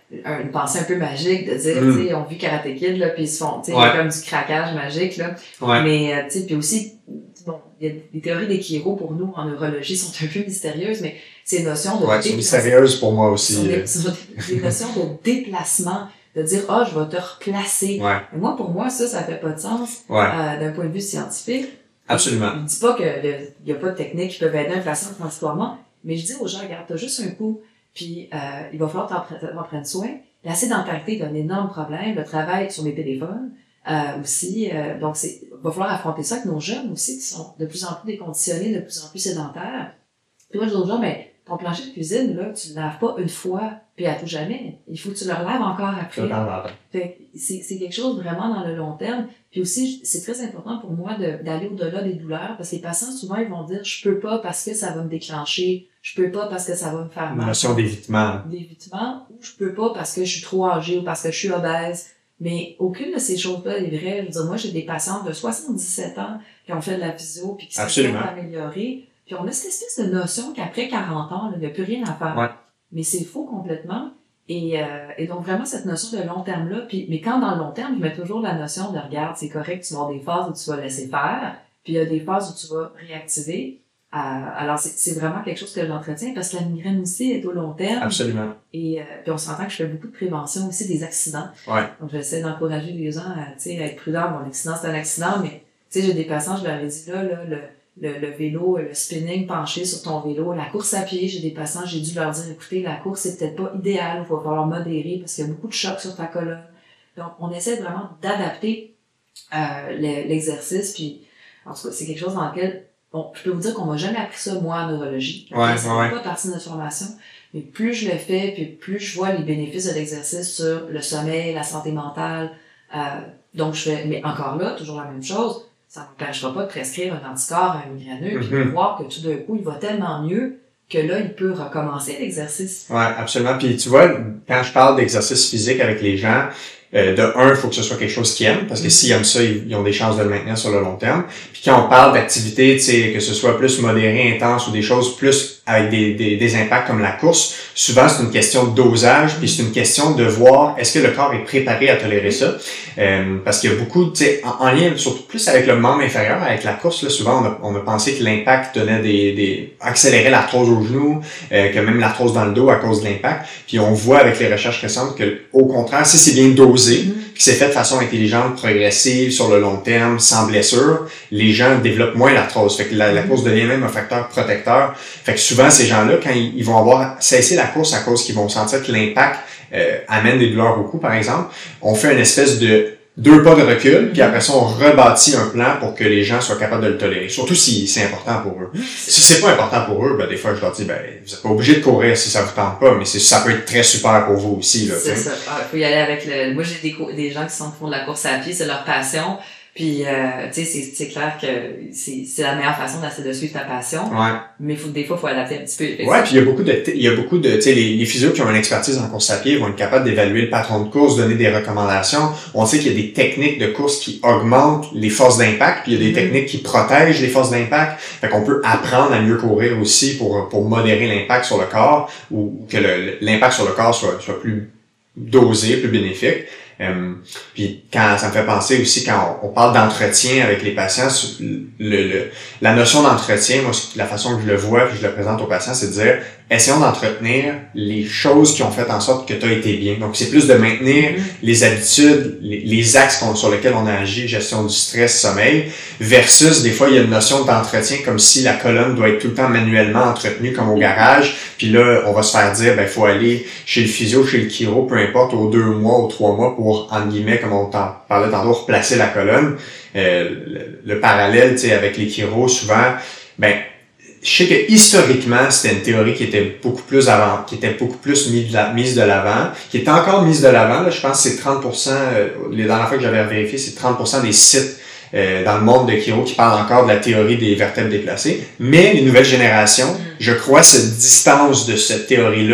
un, une pensée un peu magique de dire, mm. tu sais, on vit Karate Kid, là, puis ils se font, tu sais, Ouais. il y a comme du craquage magique, là. Ouais. Mais, euh, tu sais, puis aussi, bon, il y a des théories des chiro pour nous en neurologie sont un peu mystérieuses, mais ces notions de Ouais, c'est mystérieuse pour moi aussi. sont des, sont des, des notions de déplacement, de dire, ah, oh, je vais te replacer. Ouais. Et moi, pour moi, ça, ça fait pas de sens, Ouais. euh, d'un point de vue scientifique. Absolument. Je ne dis pas qu'il n'y a pas de techniques qui peuvent aider un patient transitoire, mais je dis aux gens, regarde, t'as juste un coup, puis euh, il va falloir que t'en prennes soin. La sédentarité est un énorme problème, le travail sur les téléphones euh, aussi, euh, donc c'est, il va falloir affronter ça avec nos jeunes aussi, qui sont de plus en plus déconditionnés, de plus en plus sédentaires. Puis moi, je dis aux gens, ben, ton plancher de cuisine, là, tu le laves pas une fois, puis à tout jamais. Il faut que tu le relaves encore après. Fait que c'est, c'est quelque chose vraiment dans le long terme. Puis aussi, c'est très important pour moi de, d'aller au-delà des douleurs, parce que les patients, souvent, ils vont dire, je peux pas parce que ça va me déclencher, je peux pas parce que ça va me faire mal. Une notion d'évitement. D'évitement, ou je peux pas parce que je suis trop âgée ou parce que je suis obèse. Mais aucune de ces choses-là est vraie. Je veux dire, moi, j'ai des patientes de soixante-dix-sept ans qui ont fait de la physio puis qui s'est fait améliorer. Puis on a cette espèce de notion qu'après quarante ans, il n'y a plus rien à faire. Ouais. Mais c'est faux complètement. Et, euh, et donc vraiment cette notion de long terme-là. Puis, mais quand dans le long terme, je mets toujours la notion de regarde, c'est correct, tu vas avoir des phases où tu vas laisser faire, puis il y a des phases où tu vas réactiver. Euh, alors c'est, c'est vraiment quelque chose que j'entretiens parce que la migraine aussi est au long terme. Absolument. Et euh, puis on s'entend que je fais beaucoup de prévention aussi des accidents. Ouais. Donc j'essaie d'encourager les gens à, tu sais, à être prudents. Bon, l'accident c'est un accident, mais tu sais, j'ai des patients, je leur ai dit là, là, le Le, le vélo, le spinning penché sur ton vélo, la course à pied, j'ai des patients, j'ai dû leur dire, écoutez, la course, c'est peut-être pas idéal, il va falloir modérer parce qu'il y a beaucoup de chocs sur ta colonne. Donc, on essaie vraiment d'adapter euh, l'exercice, puis en tout cas, c'est quelque chose dans lequel, bon, je peux vous dire qu'on m'a jamais appris ça, moi, en neurologie. Ouais, c'est ouais. pas partie de notre formation, mais plus je le fais, puis plus je vois les bénéfices de l'exercice sur le sommeil, la santé mentale, euh, donc je fais, mais encore là, toujours la même chose, ça ne m'empêchera pas de prescrire un anticorps à un migraineux, puis Mm-hmm. de voir que tout d'un coup, il va tellement mieux que là, il peut recommencer l'exercice. Ouais, absolument. Puis tu vois, quand je parle d'exercice physique avec les gens, euh, de un, il faut que ce soit quelque chose qu'ils aiment, parce que mm-hmm. s'ils aiment ça, ils, ils ont des chances de le maintenir sur le long terme. Puis quand on parle d'activité, tu sais, que ce soit plus modéré, intense ou des choses plus avec des, des, des impacts comme la course, souvent c'est une question de dosage, puis c'est une question de voir est-ce que le corps est préparé à tolérer ça. Euh, parce qu'il y a beaucoup, tu sais, en, en lien surtout plus avec le membre inférieur, avec la course, là, souvent on a, on a pensé que l'impact donnait des, des accélérait l'arthrose au genou, euh, que même l'arthrose dans le dos à cause de l'impact. Puis on voit avec les recherches récentes que, au contraire, si c'est bien dosé, puis c'est fait de façon intelligente, progressive, sur le long terme, sans blessure, les gens développent moins l'arthrose. Fait que la, la course devient même un facteur protecteur. Fait que souvent, ces gens-là, quand ils, ils vont avoir cessé la course à cause qu'ils vont sentir que l'impact euh, amène des douleurs au cou, par exemple, on fait une espèce de deux pas de recul, puis après ça, on rebâtit un plan pour que les gens soient capables de le tolérer. Surtout si c'est important pour eux. Si c'est pas important pour eux, ben des fois, je leur dis, ben vous êtes pas obligé de courir si ça vous tente pas, mais c'est, ça peut être très super pour vous aussi. Là, c'est ça. Ah, faut y aller avec le... Moi, j'ai des, des gens qui sont font de la course à pied, c'est leur passion. Puis, euh, tu sais, c'est, c'est clair que c'est, c'est la meilleure façon d'essayer de suivre ta passion. Ouais. Mais faut, des fois, il faut adapter un petit peu. Ouais, puis il y a beaucoup de, il y a beaucoup de, tu sais, les, les physios qui ont une expertise en course à pied vont être capables d'évaluer le patron de course, donner des recommandations. On sait qu'il y a des techniques de course qui augmentent les forces d'impact, puis il y a des mm-hmm. techniques qui protègent les forces d'impact. Fait qu'on peut apprendre à mieux courir aussi pour, pour modérer l'impact sur le corps ou que le, l'impact sur le corps soit, soit plus dosé, plus bénéfique. Euh, puis quand ça me fait penser aussi quand on, on parle d'entretien avec les patients, le, le, la notion d'entretien, moi la façon que je le vois puis je le présente aux patients, c'est de dire essayons d'entretenir les choses qui ont fait en sorte que tu as été bien. Donc c'est plus de maintenir mmh. les habitudes, les, les axes qu'on, sur lesquels on a agi, gestion du stress, sommeil, versus des fois il y a une notion d'entretien comme si la colonne doit être tout le temps manuellement entretenue comme au garage. Puis là on va se faire dire ben il faut aller chez le physio, chez le chiro, peu importe, aux deux mois, aux trois mois pour pour, entre guillemets, comme on t'en parlait tantôt, replacer la colonne. Euh, le, le parallèle, tu sais, avec les chiros, souvent, ben, je sais que historiquement, c'était une théorie qui était beaucoup plus avant, qui était beaucoup plus mise de, la, mise de l'avant, qui est encore mise de l'avant, là, je pense que c'est trente pour cent, euh, les dernières fois que j'avais vérifié, c'est trente pour cent des sites euh, dans le monde de chiro qui parlent encore de la théorie des vertèbres déplacées. Mais les nouvelles générations, je crois, se distancent de cette théorie-là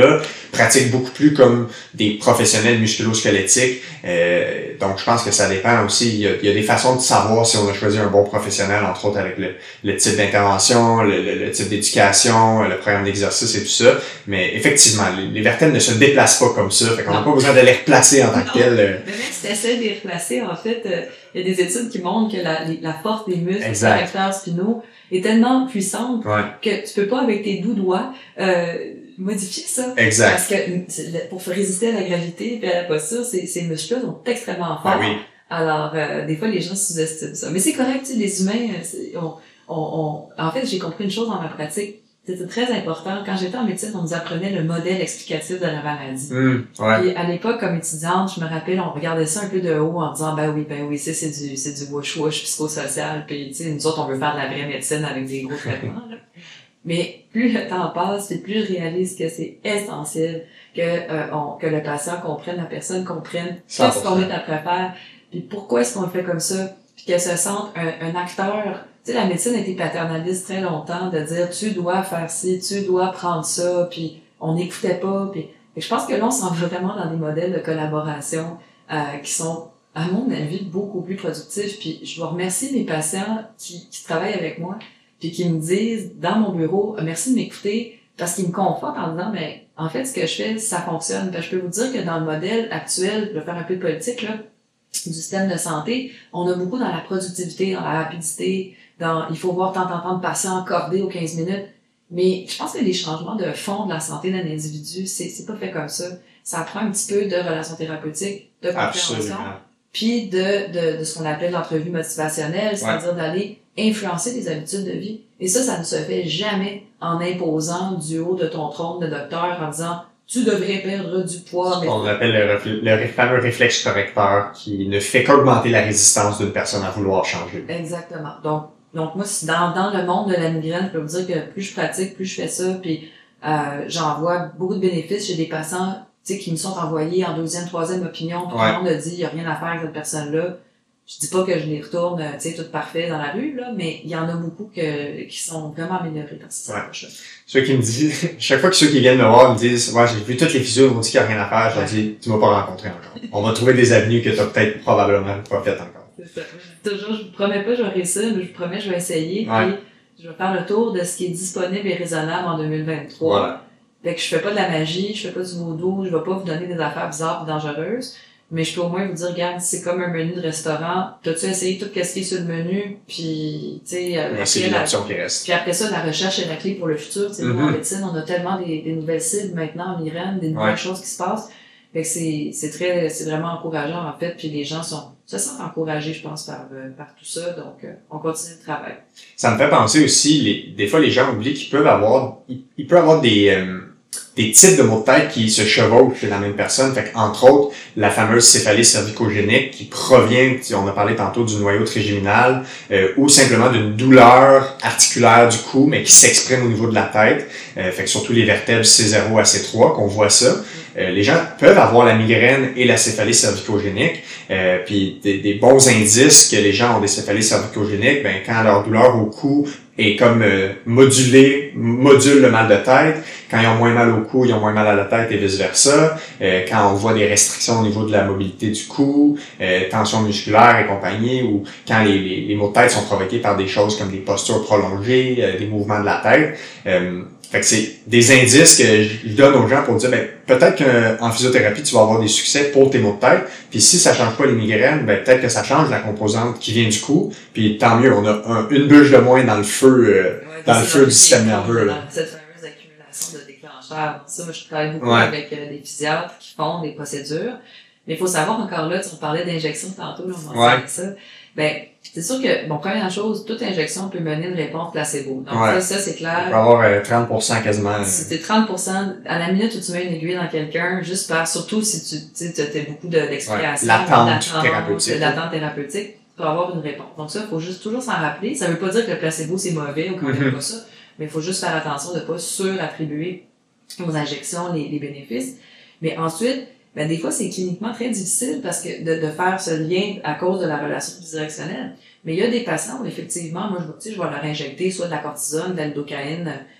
pratiquent beaucoup plus comme des professionnels musculo-squelettiques. Euh, donc, je pense que ça dépend aussi. Il y, a, il y a des façons de savoir si on a choisi un bon professionnel, entre autres avec le, le type d'intervention, le, le, le type d'éducation, le programme d'exercice et tout ça. Mais effectivement, les, les vertèbres ne se déplacent pas comme ça. Fait qu'on n'a pas besoin de les replacer en tant que tel. Euh... Mais même si tu essaies de les replacer, en fait, euh, il y a des études qui montrent que la, la force des muscles correcteurs spinaux est tellement puissante ouais. que tu peux pas, avec tes doux doigts, euh, modifier ça. Exact. Parce que pour résister à la gravité et à la posture, ces, ces muscles-là sont extrêmement forts. Ah oui. Alors, euh, des fois, les gens sous-estiment ça. Mais c'est correct, tu sais, les humains, on, on, on, en fait, j'ai compris une chose dans ma pratique. C'était très important. Quand j'étais en médecine, on nous apprenait le modèle explicatif de la maladie. Mmh, ouais. Puis à l'époque, comme étudiante, je me rappelle, on regardait ça un peu de haut en disant, ben oui, ben oui, ça, c'est du, c'est du wash-wash psychosocial. Puis, tu sais, nous autres, on veut faire de la vraie médecine avec des gros traitements, là. Mais plus le temps passe, plus je réalise que c'est essentiel que, euh, on, que le patient comprenne, la personne comprenne qu'est-ce qu'on est après faire, puis pourquoi est-ce qu'on le fait comme ça, puis qu'elle se sente un, un acteur. Tu sais, la médecine a été paternaliste très longtemps, de dire tu dois faire ci, tu dois prendre ça, puis on n'écoutait pas. Puis et je pense que là, on s'en va vraiment dans des modèles de collaboration euh, qui sont, à mon avis, beaucoup plus productifs. Puis je veux remercier mes patients qui, qui travaillent avec moi, puis qui me disent dans mon bureau, merci de m'écouter, parce qu'ils me confortent en disant, mais en fait, ce que je fais, ça fonctionne. Ben, je peux vous dire que dans le modèle actuel, je vais faire un peu de politique, là, du système de santé, on a beaucoup dans la productivité, dans la rapidité, dans il faut voir tant tant tant de patients encordés aux quinze minutes. Mais je pense que les changements de fond de la santé d'un individu, c'est c'est pas fait comme ça. Ça prend un petit peu de relations thérapeutiques, de compréhension, puis de, de, de ce qu'on appelle l'entrevue motivationnelle, c'est-à-dire ouais. d'aller influencer les habitudes de vie. Et ça, ça ne se fait jamais en imposant du haut de ton trône de docteur en disant tu devrais perdre du poids. Ce qu'on appelle le, le fameux réflexe correcteur qui ne fait qu'augmenter la résistance d'une personne à vouloir changer. Exactement. Donc, donc moi, dans, dans le monde de la migraine, je peux vous dire que plus je pratique, plus je fais ça, puis euh, j'en vois beaucoup de bénéfices chez des patients tu sais, qui me sont envoyés en deuxième, troisième opinion, puis ouais. tout le monde a dit il n'y a rien à faire avec cette personne-là. Je dis pas que je les retourne, tu sais, tout parfait dans la rue, là, mais il y en a beaucoup que, qui sont vraiment améliorés dans cette approche-là. Ouais. Ceux qui me disent, chaque fois que ceux qui viennent me voir me disent, ouais, j'ai vu toutes les physios, ils m'ont dit qu'il n'y a rien à faire, je leur dis, tu m'as pas rencontré encore. On va trouver des avenues que tu as peut-être probablement pas faites encore. C'est ça. Toujours, je vous promets pas, je vais réussir, mais je vous promets, je vais essayer, ouais. puis je vais faire le tour de ce qui est disponible et raisonnable en deux mille vingt-trois. Voilà. Fait que je fais pas de la magie, je fais pas du vaudou, je vais pas vous donner des affaires bizarres et dangereuses. Mais je peux au moins vous dire, regarde, c'est comme un menu de restaurant. T'as-tu essayé tout ce qui est sur le menu? Puis, tu sais, euh, c'est l'option qui reste. Puis après ça, la recherche est la clé pour le futur. Tu sais, mm-hmm. en médecine, on a tellement des, des nouvelles cibles maintenant en migraine, des nouvelles ouais. choses qui se passent. Fait que c'est, c'est très, c'est vraiment encourageant, en fait. Puis les gens sont, se sentent encouragés, je pense, par, euh, par tout ça. Donc, euh, on continue le travail. Ça me fait penser aussi, les, des fois, les gens oublient qu'ils peuvent avoir, ils, ils peuvent avoir des, euh, des types de maux de tête qui se chevauchent chez la même personne. Fait qu'entre autres, la fameuse céphalée cervicogénique qui provient, on a parlé tantôt du noyau trigeminal, euh, ou simplement d'une douleur articulaire du cou, mais qui s'exprime au niveau de la tête. Euh, fait que surtout les vertèbres C zéro à C trois, qu'on voit ça. Euh, les gens peuvent avoir la migraine et la céphalée cervicogénique. Euh, puis des, des bons indices que les gens ont des céphalées cervicogéniques, ben quand leur douleur au cou est comme euh, modulée, module le mal de tête. Quand ils ont moins mal au cou, ils ont moins mal à la tête et vice-versa. Euh, quand on voit des restrictions au niveau de la mobilité du cou, euh, tension musculaire et compagnie, ou quand les, les, les maux de tête sont provoqués par des choses comme des postures prolongées, euh, des mouvements de la tête. Euh, Fait que c'est des indices que je donne aux gens pour dire, ben, peut-être qu'en physiothérapie, tu vas avoir des succès pour tes maux de tête. Puis si ça change pas les migraines, ben, peut-être que ça change la composante qui vient du cou. Puis tant mieux, on a un, une bûche de moins dans le feu, euh, ouais, dans le feu du système nerveux, là. Cette fameuse accumulation de déclencheurs. Ça, moi, je travaille beaucoup ouais. avec euh, des physiatres qui font des procédures. Mais il faut savoir encore là, tu parlais d'injection tantôt, là, on mentionnait ouais. ça. Ben, c'est sûr que, bon, première chose, toute injection peut mener une réponse placebo. Donc, ouais. ça, ça, c'est clair. On peut avoir euh, trente pour cent quasiment. Si t'es trente pour cent, à la minute où tu mets une aiguille dans quelqu'un, juste par, surtout si tu, tu sais, t'as beaucoup de, d'explications. Ouais. L'attente thérapeutique. L'attente thérapeutique, tu peux avoir une réponse. Donc ça, il faut juste toujours s'en rappeler. Ça veut pas dire que le placebo, c'est mauvais ou qu'on n'aime pas ça. Mais il faut juste faire attention de pas surattribuer aux injections les, les bénéfices. Mais ensuite, ben, des fois, c'est cliniquement très difficile parce que de, de faire ce lien à cause de la relation bidirectionnelle. Mais il y a des patients où, effectivement, moi, je, tu sais, je vais leur injecter soit de la cortisone, de la lidocaïne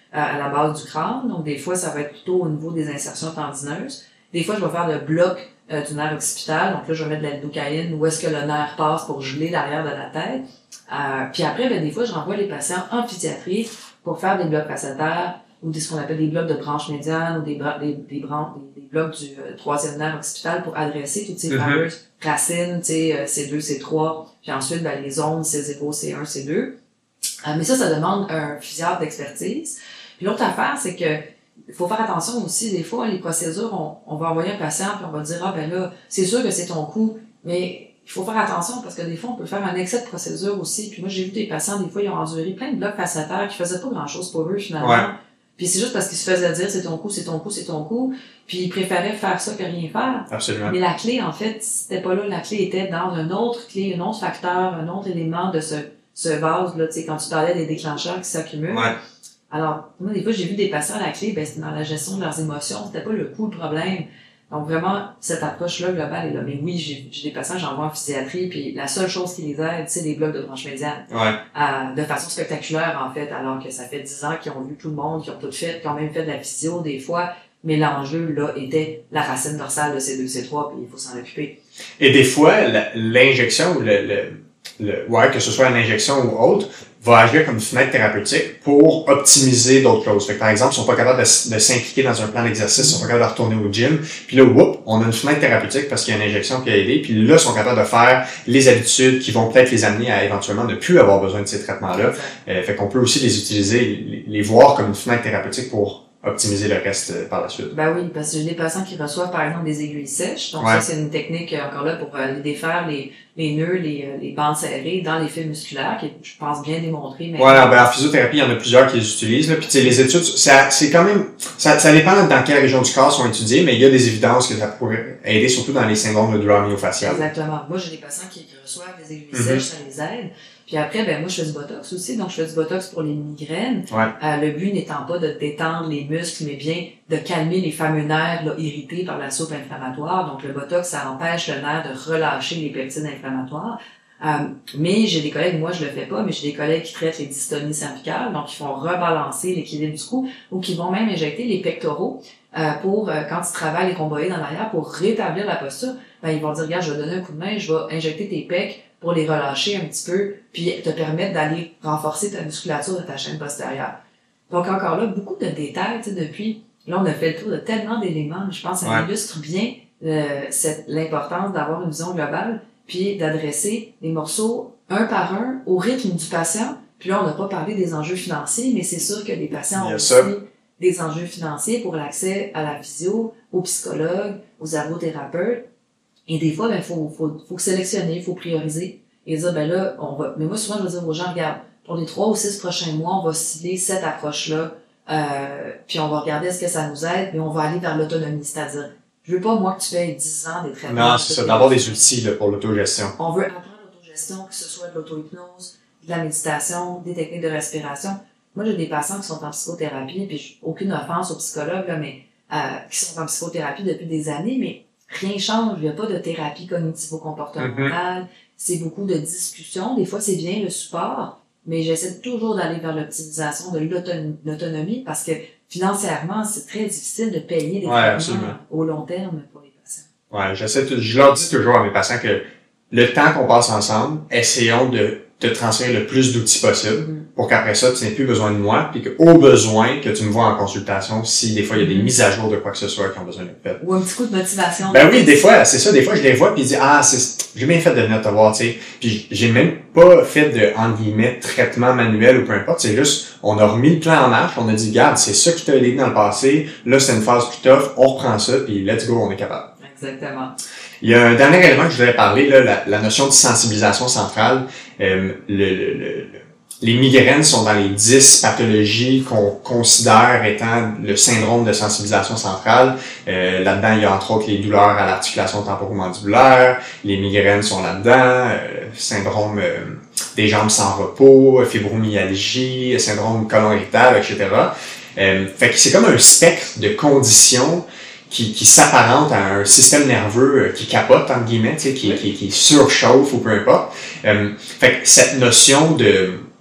à la base du crâne. Donc, des fois, ça va être plutôt au niveau des insertions tendineuses. Des fois, je vais faire le bloc euh, du nerf occipital. Donc là, je vais mettre de la lidocaïne où est-ce que le nerf passe pour geler l'arrière de la tête. Euh, puis après, ben, des fois, je renvoie les patients en pédiatrie pour faire des blocs facétaires ou des, ce qu'on appelle des blocs de branche médiane ou des, bra- des, des, bran- des, des blocs du euh, troisième nerf occipital pour adresser toutes ces mm-hmm. fameuses racines, tu sais, euh, C deux, C trois, puis ensuite, ben, les zones C zéro, C un, C deux. Euh, mais ça, ça demande un physiatre d'expertise. Puis l'autre affaire, c'est que il faut faire attention aussi, des fois, les procédures, on, on va envoyer un patient, puis on va dire, ah ben là, c'est sûr que c'est ton coup, mais il faut faire attention parce que des fois, on peut faire un excès de procédure aussi. Puis moi, j'ai vu des patients, des fois, ils ont enduré plein de blocs facétaires qui faisaient pas grand-chose pour eux, finalement. Ouais. Puis c'est juste parce qu'ils se faisaient dire, c'est ton coup, c'est ton coup, c'est ton coup. Puis ils préféraient faire ça que rien faire. Absolument. Mais la clé, en fait, c'était pas là. La clé était dans un autre clé, un autre facteur, un autre élément de ce, ce vase-là. Tu sais, quand tu parlais des déclencheurs qui s'accumulent. Ouais. Alors, moi, des fois, j'ai vu des patients, la clé, ben, c'était dans la gestion de leurs émotions. C'était pas le coup, le problème. Donc, vraiment, cette approche-là, globale, est là. Mais oui, j'ai, j'ai des patients, j'en vois en physiatrie, puis la seule chose qui les aide, c'est des blocs de branche médiane. Ouais. À, de façon spectaculaire, en fait, alors que ça fait dix ans qu'ils ont vu tout le monde, qu'ils ont tout fait, qu'ils ont même fait de la physio, des fois. Mais l'enjeu, là, était la racine dorsale de C deux, C trois, puis il faut s'en occuper. Et des fois, la, l'injection, ou le, le, le, ouais, que ce soit une injection ou autre, va agir comme une fenêtre thérapeutique pour optimiser d'autres choses. Fait que, par exemple, ils sont pas capables de, de s'impliquer dans un plan d'exercice, ils sont pas capables de retourner au gym, puis là, whoop, on a une fenêtre thérapeutique parce qu'il y a une injection qui a aidé, puis là, ils sont capables de faire les habitudes qui vont peut-être les amener à éventuellement ne plus avoir besoin de ces traitements-là. Euh, fait qu'on peut aussi les utiliser, les, les voir comme une fenêtre thérapeutique pour optimiser le reste euh, par la suite. Ben oui, parce que j'ai des patients qui reçoivent, par exemple, des aiguilles sèches. Donc, ouais. ça, c'est une technique, euh, encore là, pour euh, les défaire les, les nœuds, les, euh, les bandes serrées dans les fibres musculaires, qui est, je pense, bien démontré. Mais voilà, ben, en physiothérapie, il y en a plusieurs qui les utilisent, là. Puis, tu sais, les études, ça, c'est quand même, ça, ça dépend dans quelle région du corps sont étudiées, mais il y a des évidences que ça pourrait aider, surtout dans les syndromes de douleur myofasciale. Exactement. Moi, j'ai des patients qui, qui reçoivent des aiguilles mm-hmm. sèches, ça les aide. Puis après, ben moi, je fais du botox aussi. Donc, je fais du botox pour les migraines. Ouais. Euh, le but n'étant pas de détendre les muscles, mais bien de calmer les fameux nerfs là, irrités par la soupe inflammatoire. Donc, le botox, ça empêche le nerf de relâcher les peptides inflammatoires. Euh, mais j'ai des collègues, moi, je le fais pas, mais j'ai des collègues qui traitent les dystonies cervicales. Donc, ils font rebalancer l'équilibre du cou ou qui vont même injecter les pectoraux euh, pour, euh, quand ils travaillent les rhomboïdes en arrière, pour rétablir la posture. Ben, ils vont dire, regarde, je vais donner un coup de main, je vais injecter tes pecs pour les relâcher un petit peu, puis te permettre d'aller renforcer ta musculature de ta chaîne postérieure. Donc encore là, beaucoup de détails, tu sais, depuis, là on a fait le tour de tellement d'éléments, je pense que ça ouais. illustre bien euh, cette, l'importance d'avoir une vision globale, puis d'adresser les morceaux un par un au rythme du patient. Puis là, on n'a pas parlé des enjeux financiers, mais c'est sûr que les patients ont aussi des enjeux financiers pour l'accès à la physio, aux psychologues, aux ergothérapeutes. Et des fois, ben, faut, faut, faut sélectionner, faut prioriser et dire, ben là, on va, mais moi, souvent, je vais dire aux gens, regarde, pour les trois ou six prochains mois, on va cibler cette approche-là, euh, puis on va regarder est-ce que ça nous aide, puis on va aller vers l'autonomie. C'est-à-dire, je veux pas, moi, que tu fais dix ans des traitements. Non, c'est ça, d'avoir des outils, là, pour l'autogestion. On veut apprendre l'autogestion, que ce soit de l'auto-hypnose, de la méditation, des techniques de respiration. Moi, j'ai des patients qui sont en psychothérapie, puis aucune offense aux psychologues, là, mais, euh, qui sont en psychothérapie depuis des années, mais rien change, il n'y a pas de thérapie cognitivo-comportementale, mm-hmm. c'est beaucoup de discussions, des fois c'est bien le support, mais j'essaie toujours d'aller vers l'optimisation de l'autonomie, l'autonomie parce que financièrement, c'est très difficile de payer des ouais, traitements absolument. Au long terme pour les patients. Ouais, j'essaie, je leur dis toujours à mes patients que le temps qu'on passe ensemble, essayons de te transférer le plus d'outils possible mm-hmm. pour qu'après ça, tu n'aies plus besoin de moi, puis qu'au besoin, que tu me vois en consultation, si des fois il y a des mm-hmm. mises à jour de quoi que ce soit qui ont besoin d'être faites. Ou un petit coup de motivation. Ben oui, des fois, c'est ça, des fois je les vois puis ils disent, ah, c'est, j'ai bien fait de venir te voir, tu sais. Puis j'ai même pas fait de, entre guillemets, traitement manuel ou peu importe, c'est juste, on a remis le plan en marche, on a dit, regarde, c'est ça qui t'a aidé dans le passé, là c'est une phase plus tough, on reprend ça, puis let's go, on est capable. Exactement. Il y a un dernier élément que je voudrais parler, là, la, la notion de sensibilisation centrale. Euh, le, le, le, les migraines sont dans les dix pathologies qu'on considère étant le syndrome de sensibilisation centrale. Euh, là-dedans, il y a entre autres les douleurs à l'articulation temporomandibulaire, les migraines sont là-dedans, euh, syndrome euh, des jambes sans repos, fibromyalgie, syndrome colon irritable, et cetera. Euh, fait que c'est comme un spectre de conditions qui, qui s'apparente à un système nerveux qui capote, entre guillemets, tu sais, qui, qui, qui surchauffe ou peu importe. Euh, fait que cette notion de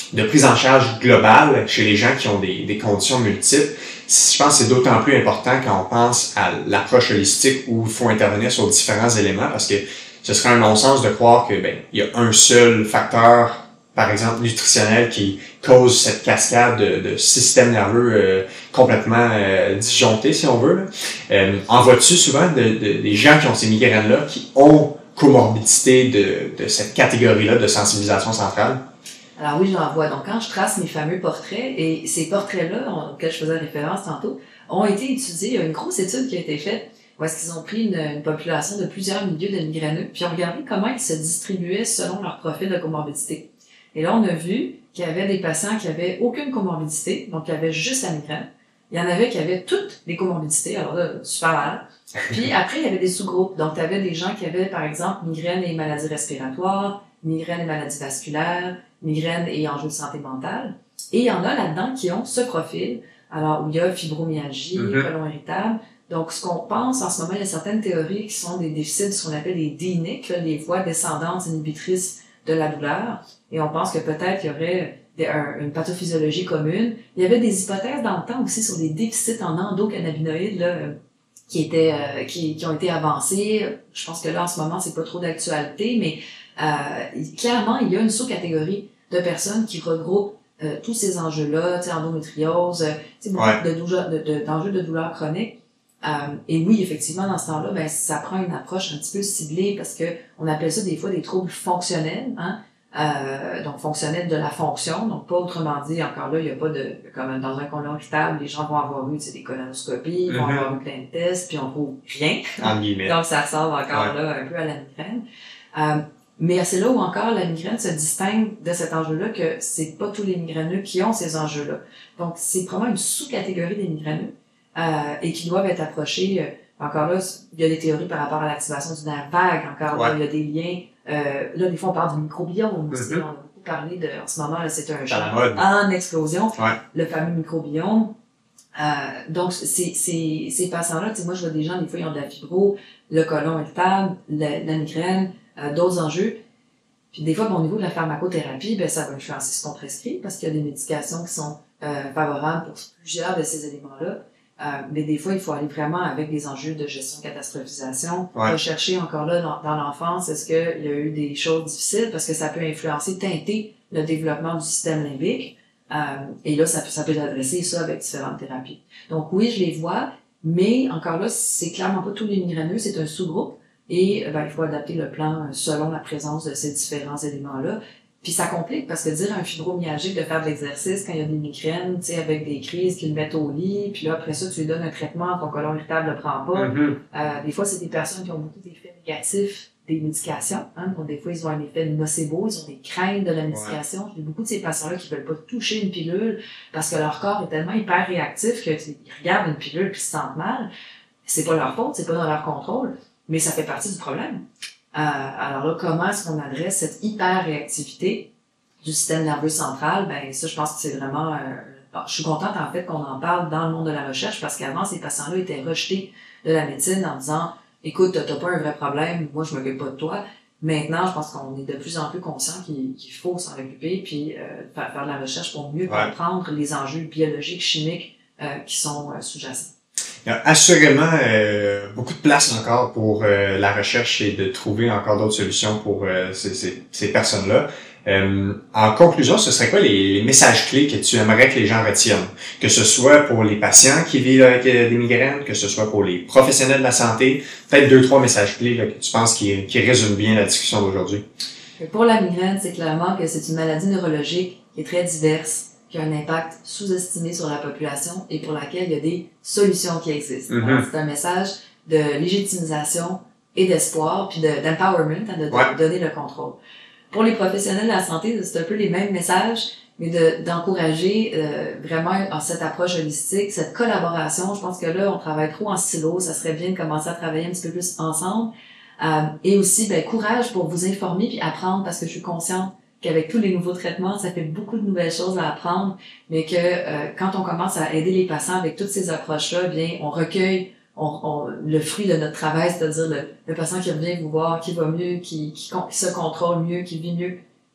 de prise en charge globale chez les gens qui ont des, des conditions multiples. Je pense que c'est d'autant plus important quand on pense à l'approche holistique où il faut intervenir sur différents éléments parce que ce serait un non-sens de croire que ben il y a un seul facteur, par exemple nutritionnel, qui cause cette cascade de, de système nerveux euh, complètement euh, disjoncté, si on veut. Là. Euh, en vois-tu souvent de, de, des gens qui ont ces migraines-là qui ont comorbidité de, de cette catégorie-là de sensibilisation centrale? Alors oui, j'en vois. Donc, quand je trace mes fameux portraits, et ces portraits-là, auxquels je faisais référence tantôt, ont été étudiés. Il y a une grosse étude qui a été faite où est-ce qu'ils ont pris une, une population de plusieurs milieux de migraineux, puis ont regardé comment ils se distribuaient selon leur profil de comorbidité. Et là, on a vu qu'il y avait des patients qui avaient aucune comorbidité, donc qui avaient juste la migraine. Il y en avait qui avaient toutes les comorbidités, alors là, super mal. Puis après, il y avait des sous-groupes. Donc, tu avais des gens qui avaient, par exemple, migraine et maladies respiratoires, migraine et maladies vasculaires, migraine et enjeux de santé mentale. Et il y en a là-dedans qui ont ce profil, alors où il y a fibromyalgie, mm-hmm. colon irritable. Donc, ce qu'on pense en ce moment, il y a certaines théories qui sont des déficits de ce qu'on appelle les D I N I C, là, les voies descendantes inhibitrices de la douleur. Et on pense que peut-être il y aurait des, un, une pathophysiologie commune. Il y avait des hypothèses dans le temps aussi sur des déficits en endocannabinoïdes là, qui étaient euh, qui, qui ont été avancés. Je pense que là, en ce moment, c'est pas trop d'actualité, mais euh, clairement, il y a une sous-catégorie de personnes qui regroupent euh, tous ces enjeux-là, tu sais, endométriose, euh, tu sais, beaucoup ouais. de douleur, de, de, d'enjeux de douleur chronique. Euh, et oui, effectivement, dans ce temps-là, ben, ça prend une approche un petit peu ciblée parce que on appelle ça des fois des troubles fonctionnels, hein, euh, donc fonctionnels de la fonction, donc pas autrement dit, encore là, il n'y a pas de, comme dans un colon irritable, les gens vont avoir eu, tu sais, des colonoscopies, ils vont mm-hmm. avoir eu plein de tests, puis on trouve rien. Donc ça ressemble encore ouais. là un peu à la migraine. Euh, mais c'est là où encore la migraine se distingue de cet enjeu-là que c'est pas tous les migraineux qui ont ces enjeux-là. Donc c'est vraiment une sous-catégorie des migraineux. Euh, et qui doivent être approchés. Euh, encore là, il y a des théories par rapport à l'activation du nerf vague. Encore ouais. là, il y a des liens. Euh, là, des fois, on parle du microbiome aussi. Mm-hmm. On a beaucoup parlé de, en ce moment, là, c'est un genre en explosion. Ouais. Le fameux microbiome. Euh, donc, c'est, c'est, ces patients-là, tu sais, moi, je vois des gens, des fois, ils ont de la fibro, le côlon irritable, la, la migraine, euh, d'autres enjeux. Puis des fois, bon, au niveau de la pharmacothérapie, ben, ça va influencer ce qu'on prescrit parce qu'il y a des médications qui sont euh, favorables pour plusieurs de ces éléments-là. Euh, mais des fois, il faut aller vraiment avec des enjeux de gestion catastrophisation. Ouais. Rechercher encore là dans, dans l'enfance, est-ce qu'il y a eu des choses difficiles parce que ça peut influencer, teinter le développement du système limbique. Euh, et là, ça, ça peut adresser ça avec différentes thérapies. Donc oui, je les vois, mais encore là, c'est clairement pas tous les migraineux, c'est un sous-groupe. Et ben, il faut adapter le plan selon la présence de ces différents éléments-là. Puis ça complique parce que dire à un fibromyalgique de faire de l'exercice quand il y a des migraines, tu sais, avec des crises qui le mettent au lit, puis là après ça tu lui donnes un traitement, ton côlon irritable le prend pas. Mm-hmm. Euh, des fois c'est des personnes qui ont beaucoup d'effets négatifs des médications, hein, donc des fois ils ont un effet nocebo, ils ont des craintes de la médication. Ouais. J'ai beaucoup de ces patients-là qui veulent pas toucher une pilule parce que leur corps est tellement hyper réactif qu'ils regardent une pilule puis se sentent mal. C'est pas leur faute, c'est pas dans leur contrôle, mais ça fait partie du problème. Euh, alors là, comment est-ce qu'on adresse cette hyper-réactivité du système nerveux central? Ben ça, je pense que c'est vraiment... Euh, je suis contente en fait qu'on en parle dans le monde de la recherche parce qu'avant, ces patients-là étaient rejetés de la médecine en disant « Écoute, t'as pas un vrai problème, moi je m'occupe pas de toi. » Maintenant, je pense qu'on est de plus en plus conscient qu'il, qu'il faut s'en occuper puis euh, faire, faire de la recherche pour mieux ouais. comprendre les enjeux biologiques, chimiques euh, qui sont euh, sous-jacents. Il y a assurément euh, beaucoup de place encore pour euh, la recherche et de trouver encore d'autres solutions pour euh, ces, ces, ces personnes-là. Euh, en conclusion, ce serait quoi les, les messages clés que tu aimerais que les gens retiennent? Que ce soit pour les patients qui vivent avec des migraines, que ce soit pour les professionnels de la santé, peut-être deux, trois messages clés là, que tu penses qui, qui résument bien la discussion d'aujourd'hui. Pour la migraine, c'est clairement que c'est une maladie neurologique qui est très diverse, qui a un impact sous-estimé sur la population et pour laquelle il y a des solutions qui existent. Mm-hmm. Alors, c'est un message de légitimisation et d'espoir, puis de, d'empowerment, hein, de, ouais. de donner le contrôle. Pour les professionnels de la santé, c'est un peu les mêmes messages, mais de, d'encourager euh, vraiment cette approche holistique, cette collaboration. Je pense que là, on travaille trop en silo, ça serait bien de commencer à travailler un petit peu plus ensemble. Euh, et aussi, ben, courage pour vous informer puis apprendre, parce que je suis consciente qu'avec tous les nouveaux traitements, ça fait beaucoup de nouvelles choses à apprendre, mais que euh, quand on commence à aider les patients avec toutes ces approches-là, bien, on recueille on, on, le fruit de notre travail, c'est-à-dire le, le patient qui revient vous voir, qui va mieux, qui, qui, qui se contrôle mieux, qui vit mieux.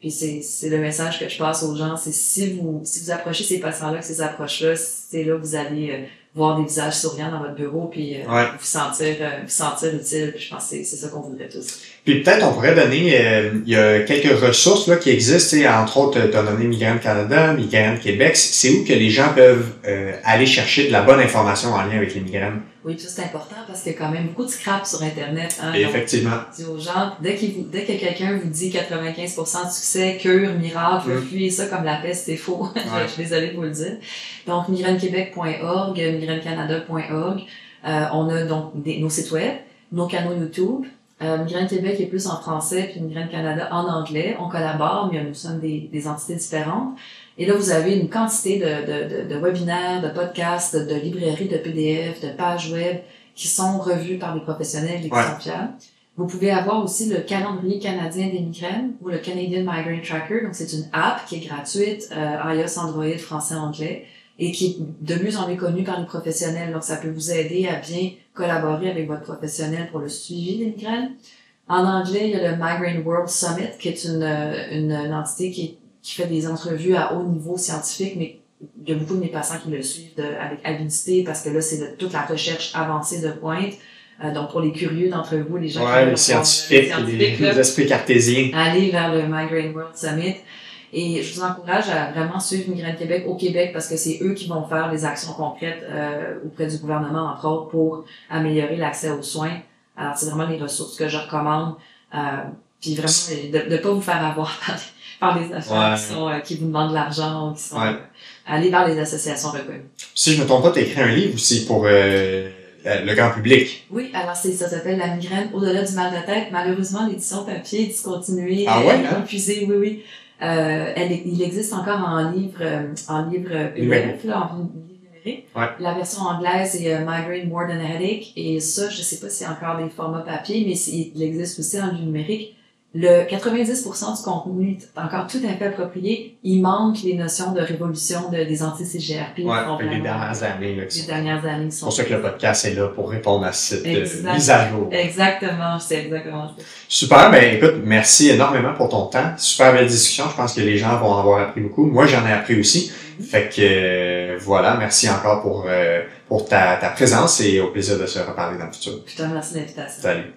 Puis c'est, c'est le message que je passe aux gens, c'est si vous, si vous approchez ces patients-là, avec ces approches-là, c'est là que vous allez euh, voir des visages souriants dans votre bureau, puis euh, ouais. vous sentir, euh, vous sentir utile. Puis je pense que c'est, c'est ça qu'on voudrait tous. Puis peut-être on pourrait donner, euh, il y a quelques ressources là qui existent, tu sais, entre autres, tu as donné Migraine Canada, Migraine Québec. C'est où que les gens peuvent euh, aller chercher de la bonne information en lien avec les migraines? Oui, puis ça c'est important parce qu'il y a quand même beaucoup de scrap sur Internet. Hein, Et effectivement. Je dis aux gens, dès, qu'il vous, dès que quelqu'un vous dit quatre-vingt-quinze pour cent de succès, cure, miracle, mm. fuyez ça comme la peste, c'est faux. Ouais. Je suis désolée de vous le dire. Donc, migraine québec point org, migraine canada point org, euh, on a donc des, nos sites web, nos canaux YouTube. Euh, Migraine Québec est plus en français, puis Migraine Canada en anglais. On collabore, mais nous sommes des, des entités différentes. Et là, vous avez une quantité de, de, de, de webinaires, de podcasts, de, de librairies, de P D F, de pages web qui sont revues par des professionnels et qui ouais. sont fiables. Vous pouvez avoir aussi le calendrier canadien des migraines ou le Canadian Migraine Tracker. Donc, c'est une app qui est gratuite, euh, iOS, Android, français, anglais, et qui est de mieux en mieux connue par les professionnels. Donc, ça peut vous aider à bien collaborer avec votre professionnel pour le suivi des migraines. En anglais, il y a le Migraine World Summit, qui est une, une, une entité qui, qui fait des entrevues à haut niveau scientifique, mais il y a beaucoup de mes patients qui le suivent de, avec avidité parce que là, c'est de, toute la recherche avancée de pointe. Euh, donc, pour les curieux d'entre vous, les gens ouais, qui les scientifiques, les, scientifiques les, les esprits cartésiens, allez vers le Migraine World Summit. Et je vous encourage à vraiment suivre Migraine Québec au Québec parce que c'est eux qui vont faire les actions concrètes euh, auprès du gouvernement, entre autres, pour améliorer l'accès aux soins. Alors, c'est vraiment les ressources que je recommande. Euh, puis vraiment, de ne pas vous faire avoir par, par des affaires ouais. qui, sont, euh, qui vous demandent de l'argent, qui sont... Ouais. Euh, allez vers les associations reconnues. Si je me trompe pas, tu as écrit un livre aussi pour... Euh... le grand public. Oui, alors c'est ça s'appelle La migraine au-delà du mal de tête. Malheureusement, l'édition papier est discontinuée, ah ouais, hein? épuisée, oui, oui. Euh, elle, il existe encore en livre, euh, en livre P D F, là, en livre numérique. Ouais. La version anglaise est euh, Migraine More Than a Headache, et ça, je sais pas si c'est encore des formats papier, mais il existe aussi en livre numérique. Le quatre-vingt-dix pour cent du contenu est encore tout à fait approprié. Il manque les notions de révolution de, des anti-C G R P. Ouais, les dernières années. Là, les dernières années qui sont... C'est pour ça que le podcast est là, pour répondre à cette exact, mise à jour. Exactement, c'est exactement ça. Super, ben écoute, merci énormément pour ton temps. Super belle discussion, je pense que les gens vont en avoir appris beaucoup. Moi, j'en ai appris aussi. Mm-hmm. Fait que euh, voilà, merci encore pour, euh, pour ta, ta présence et au plaisir de se reparler dans le futur. Je te remercie de l'invitation. Salut.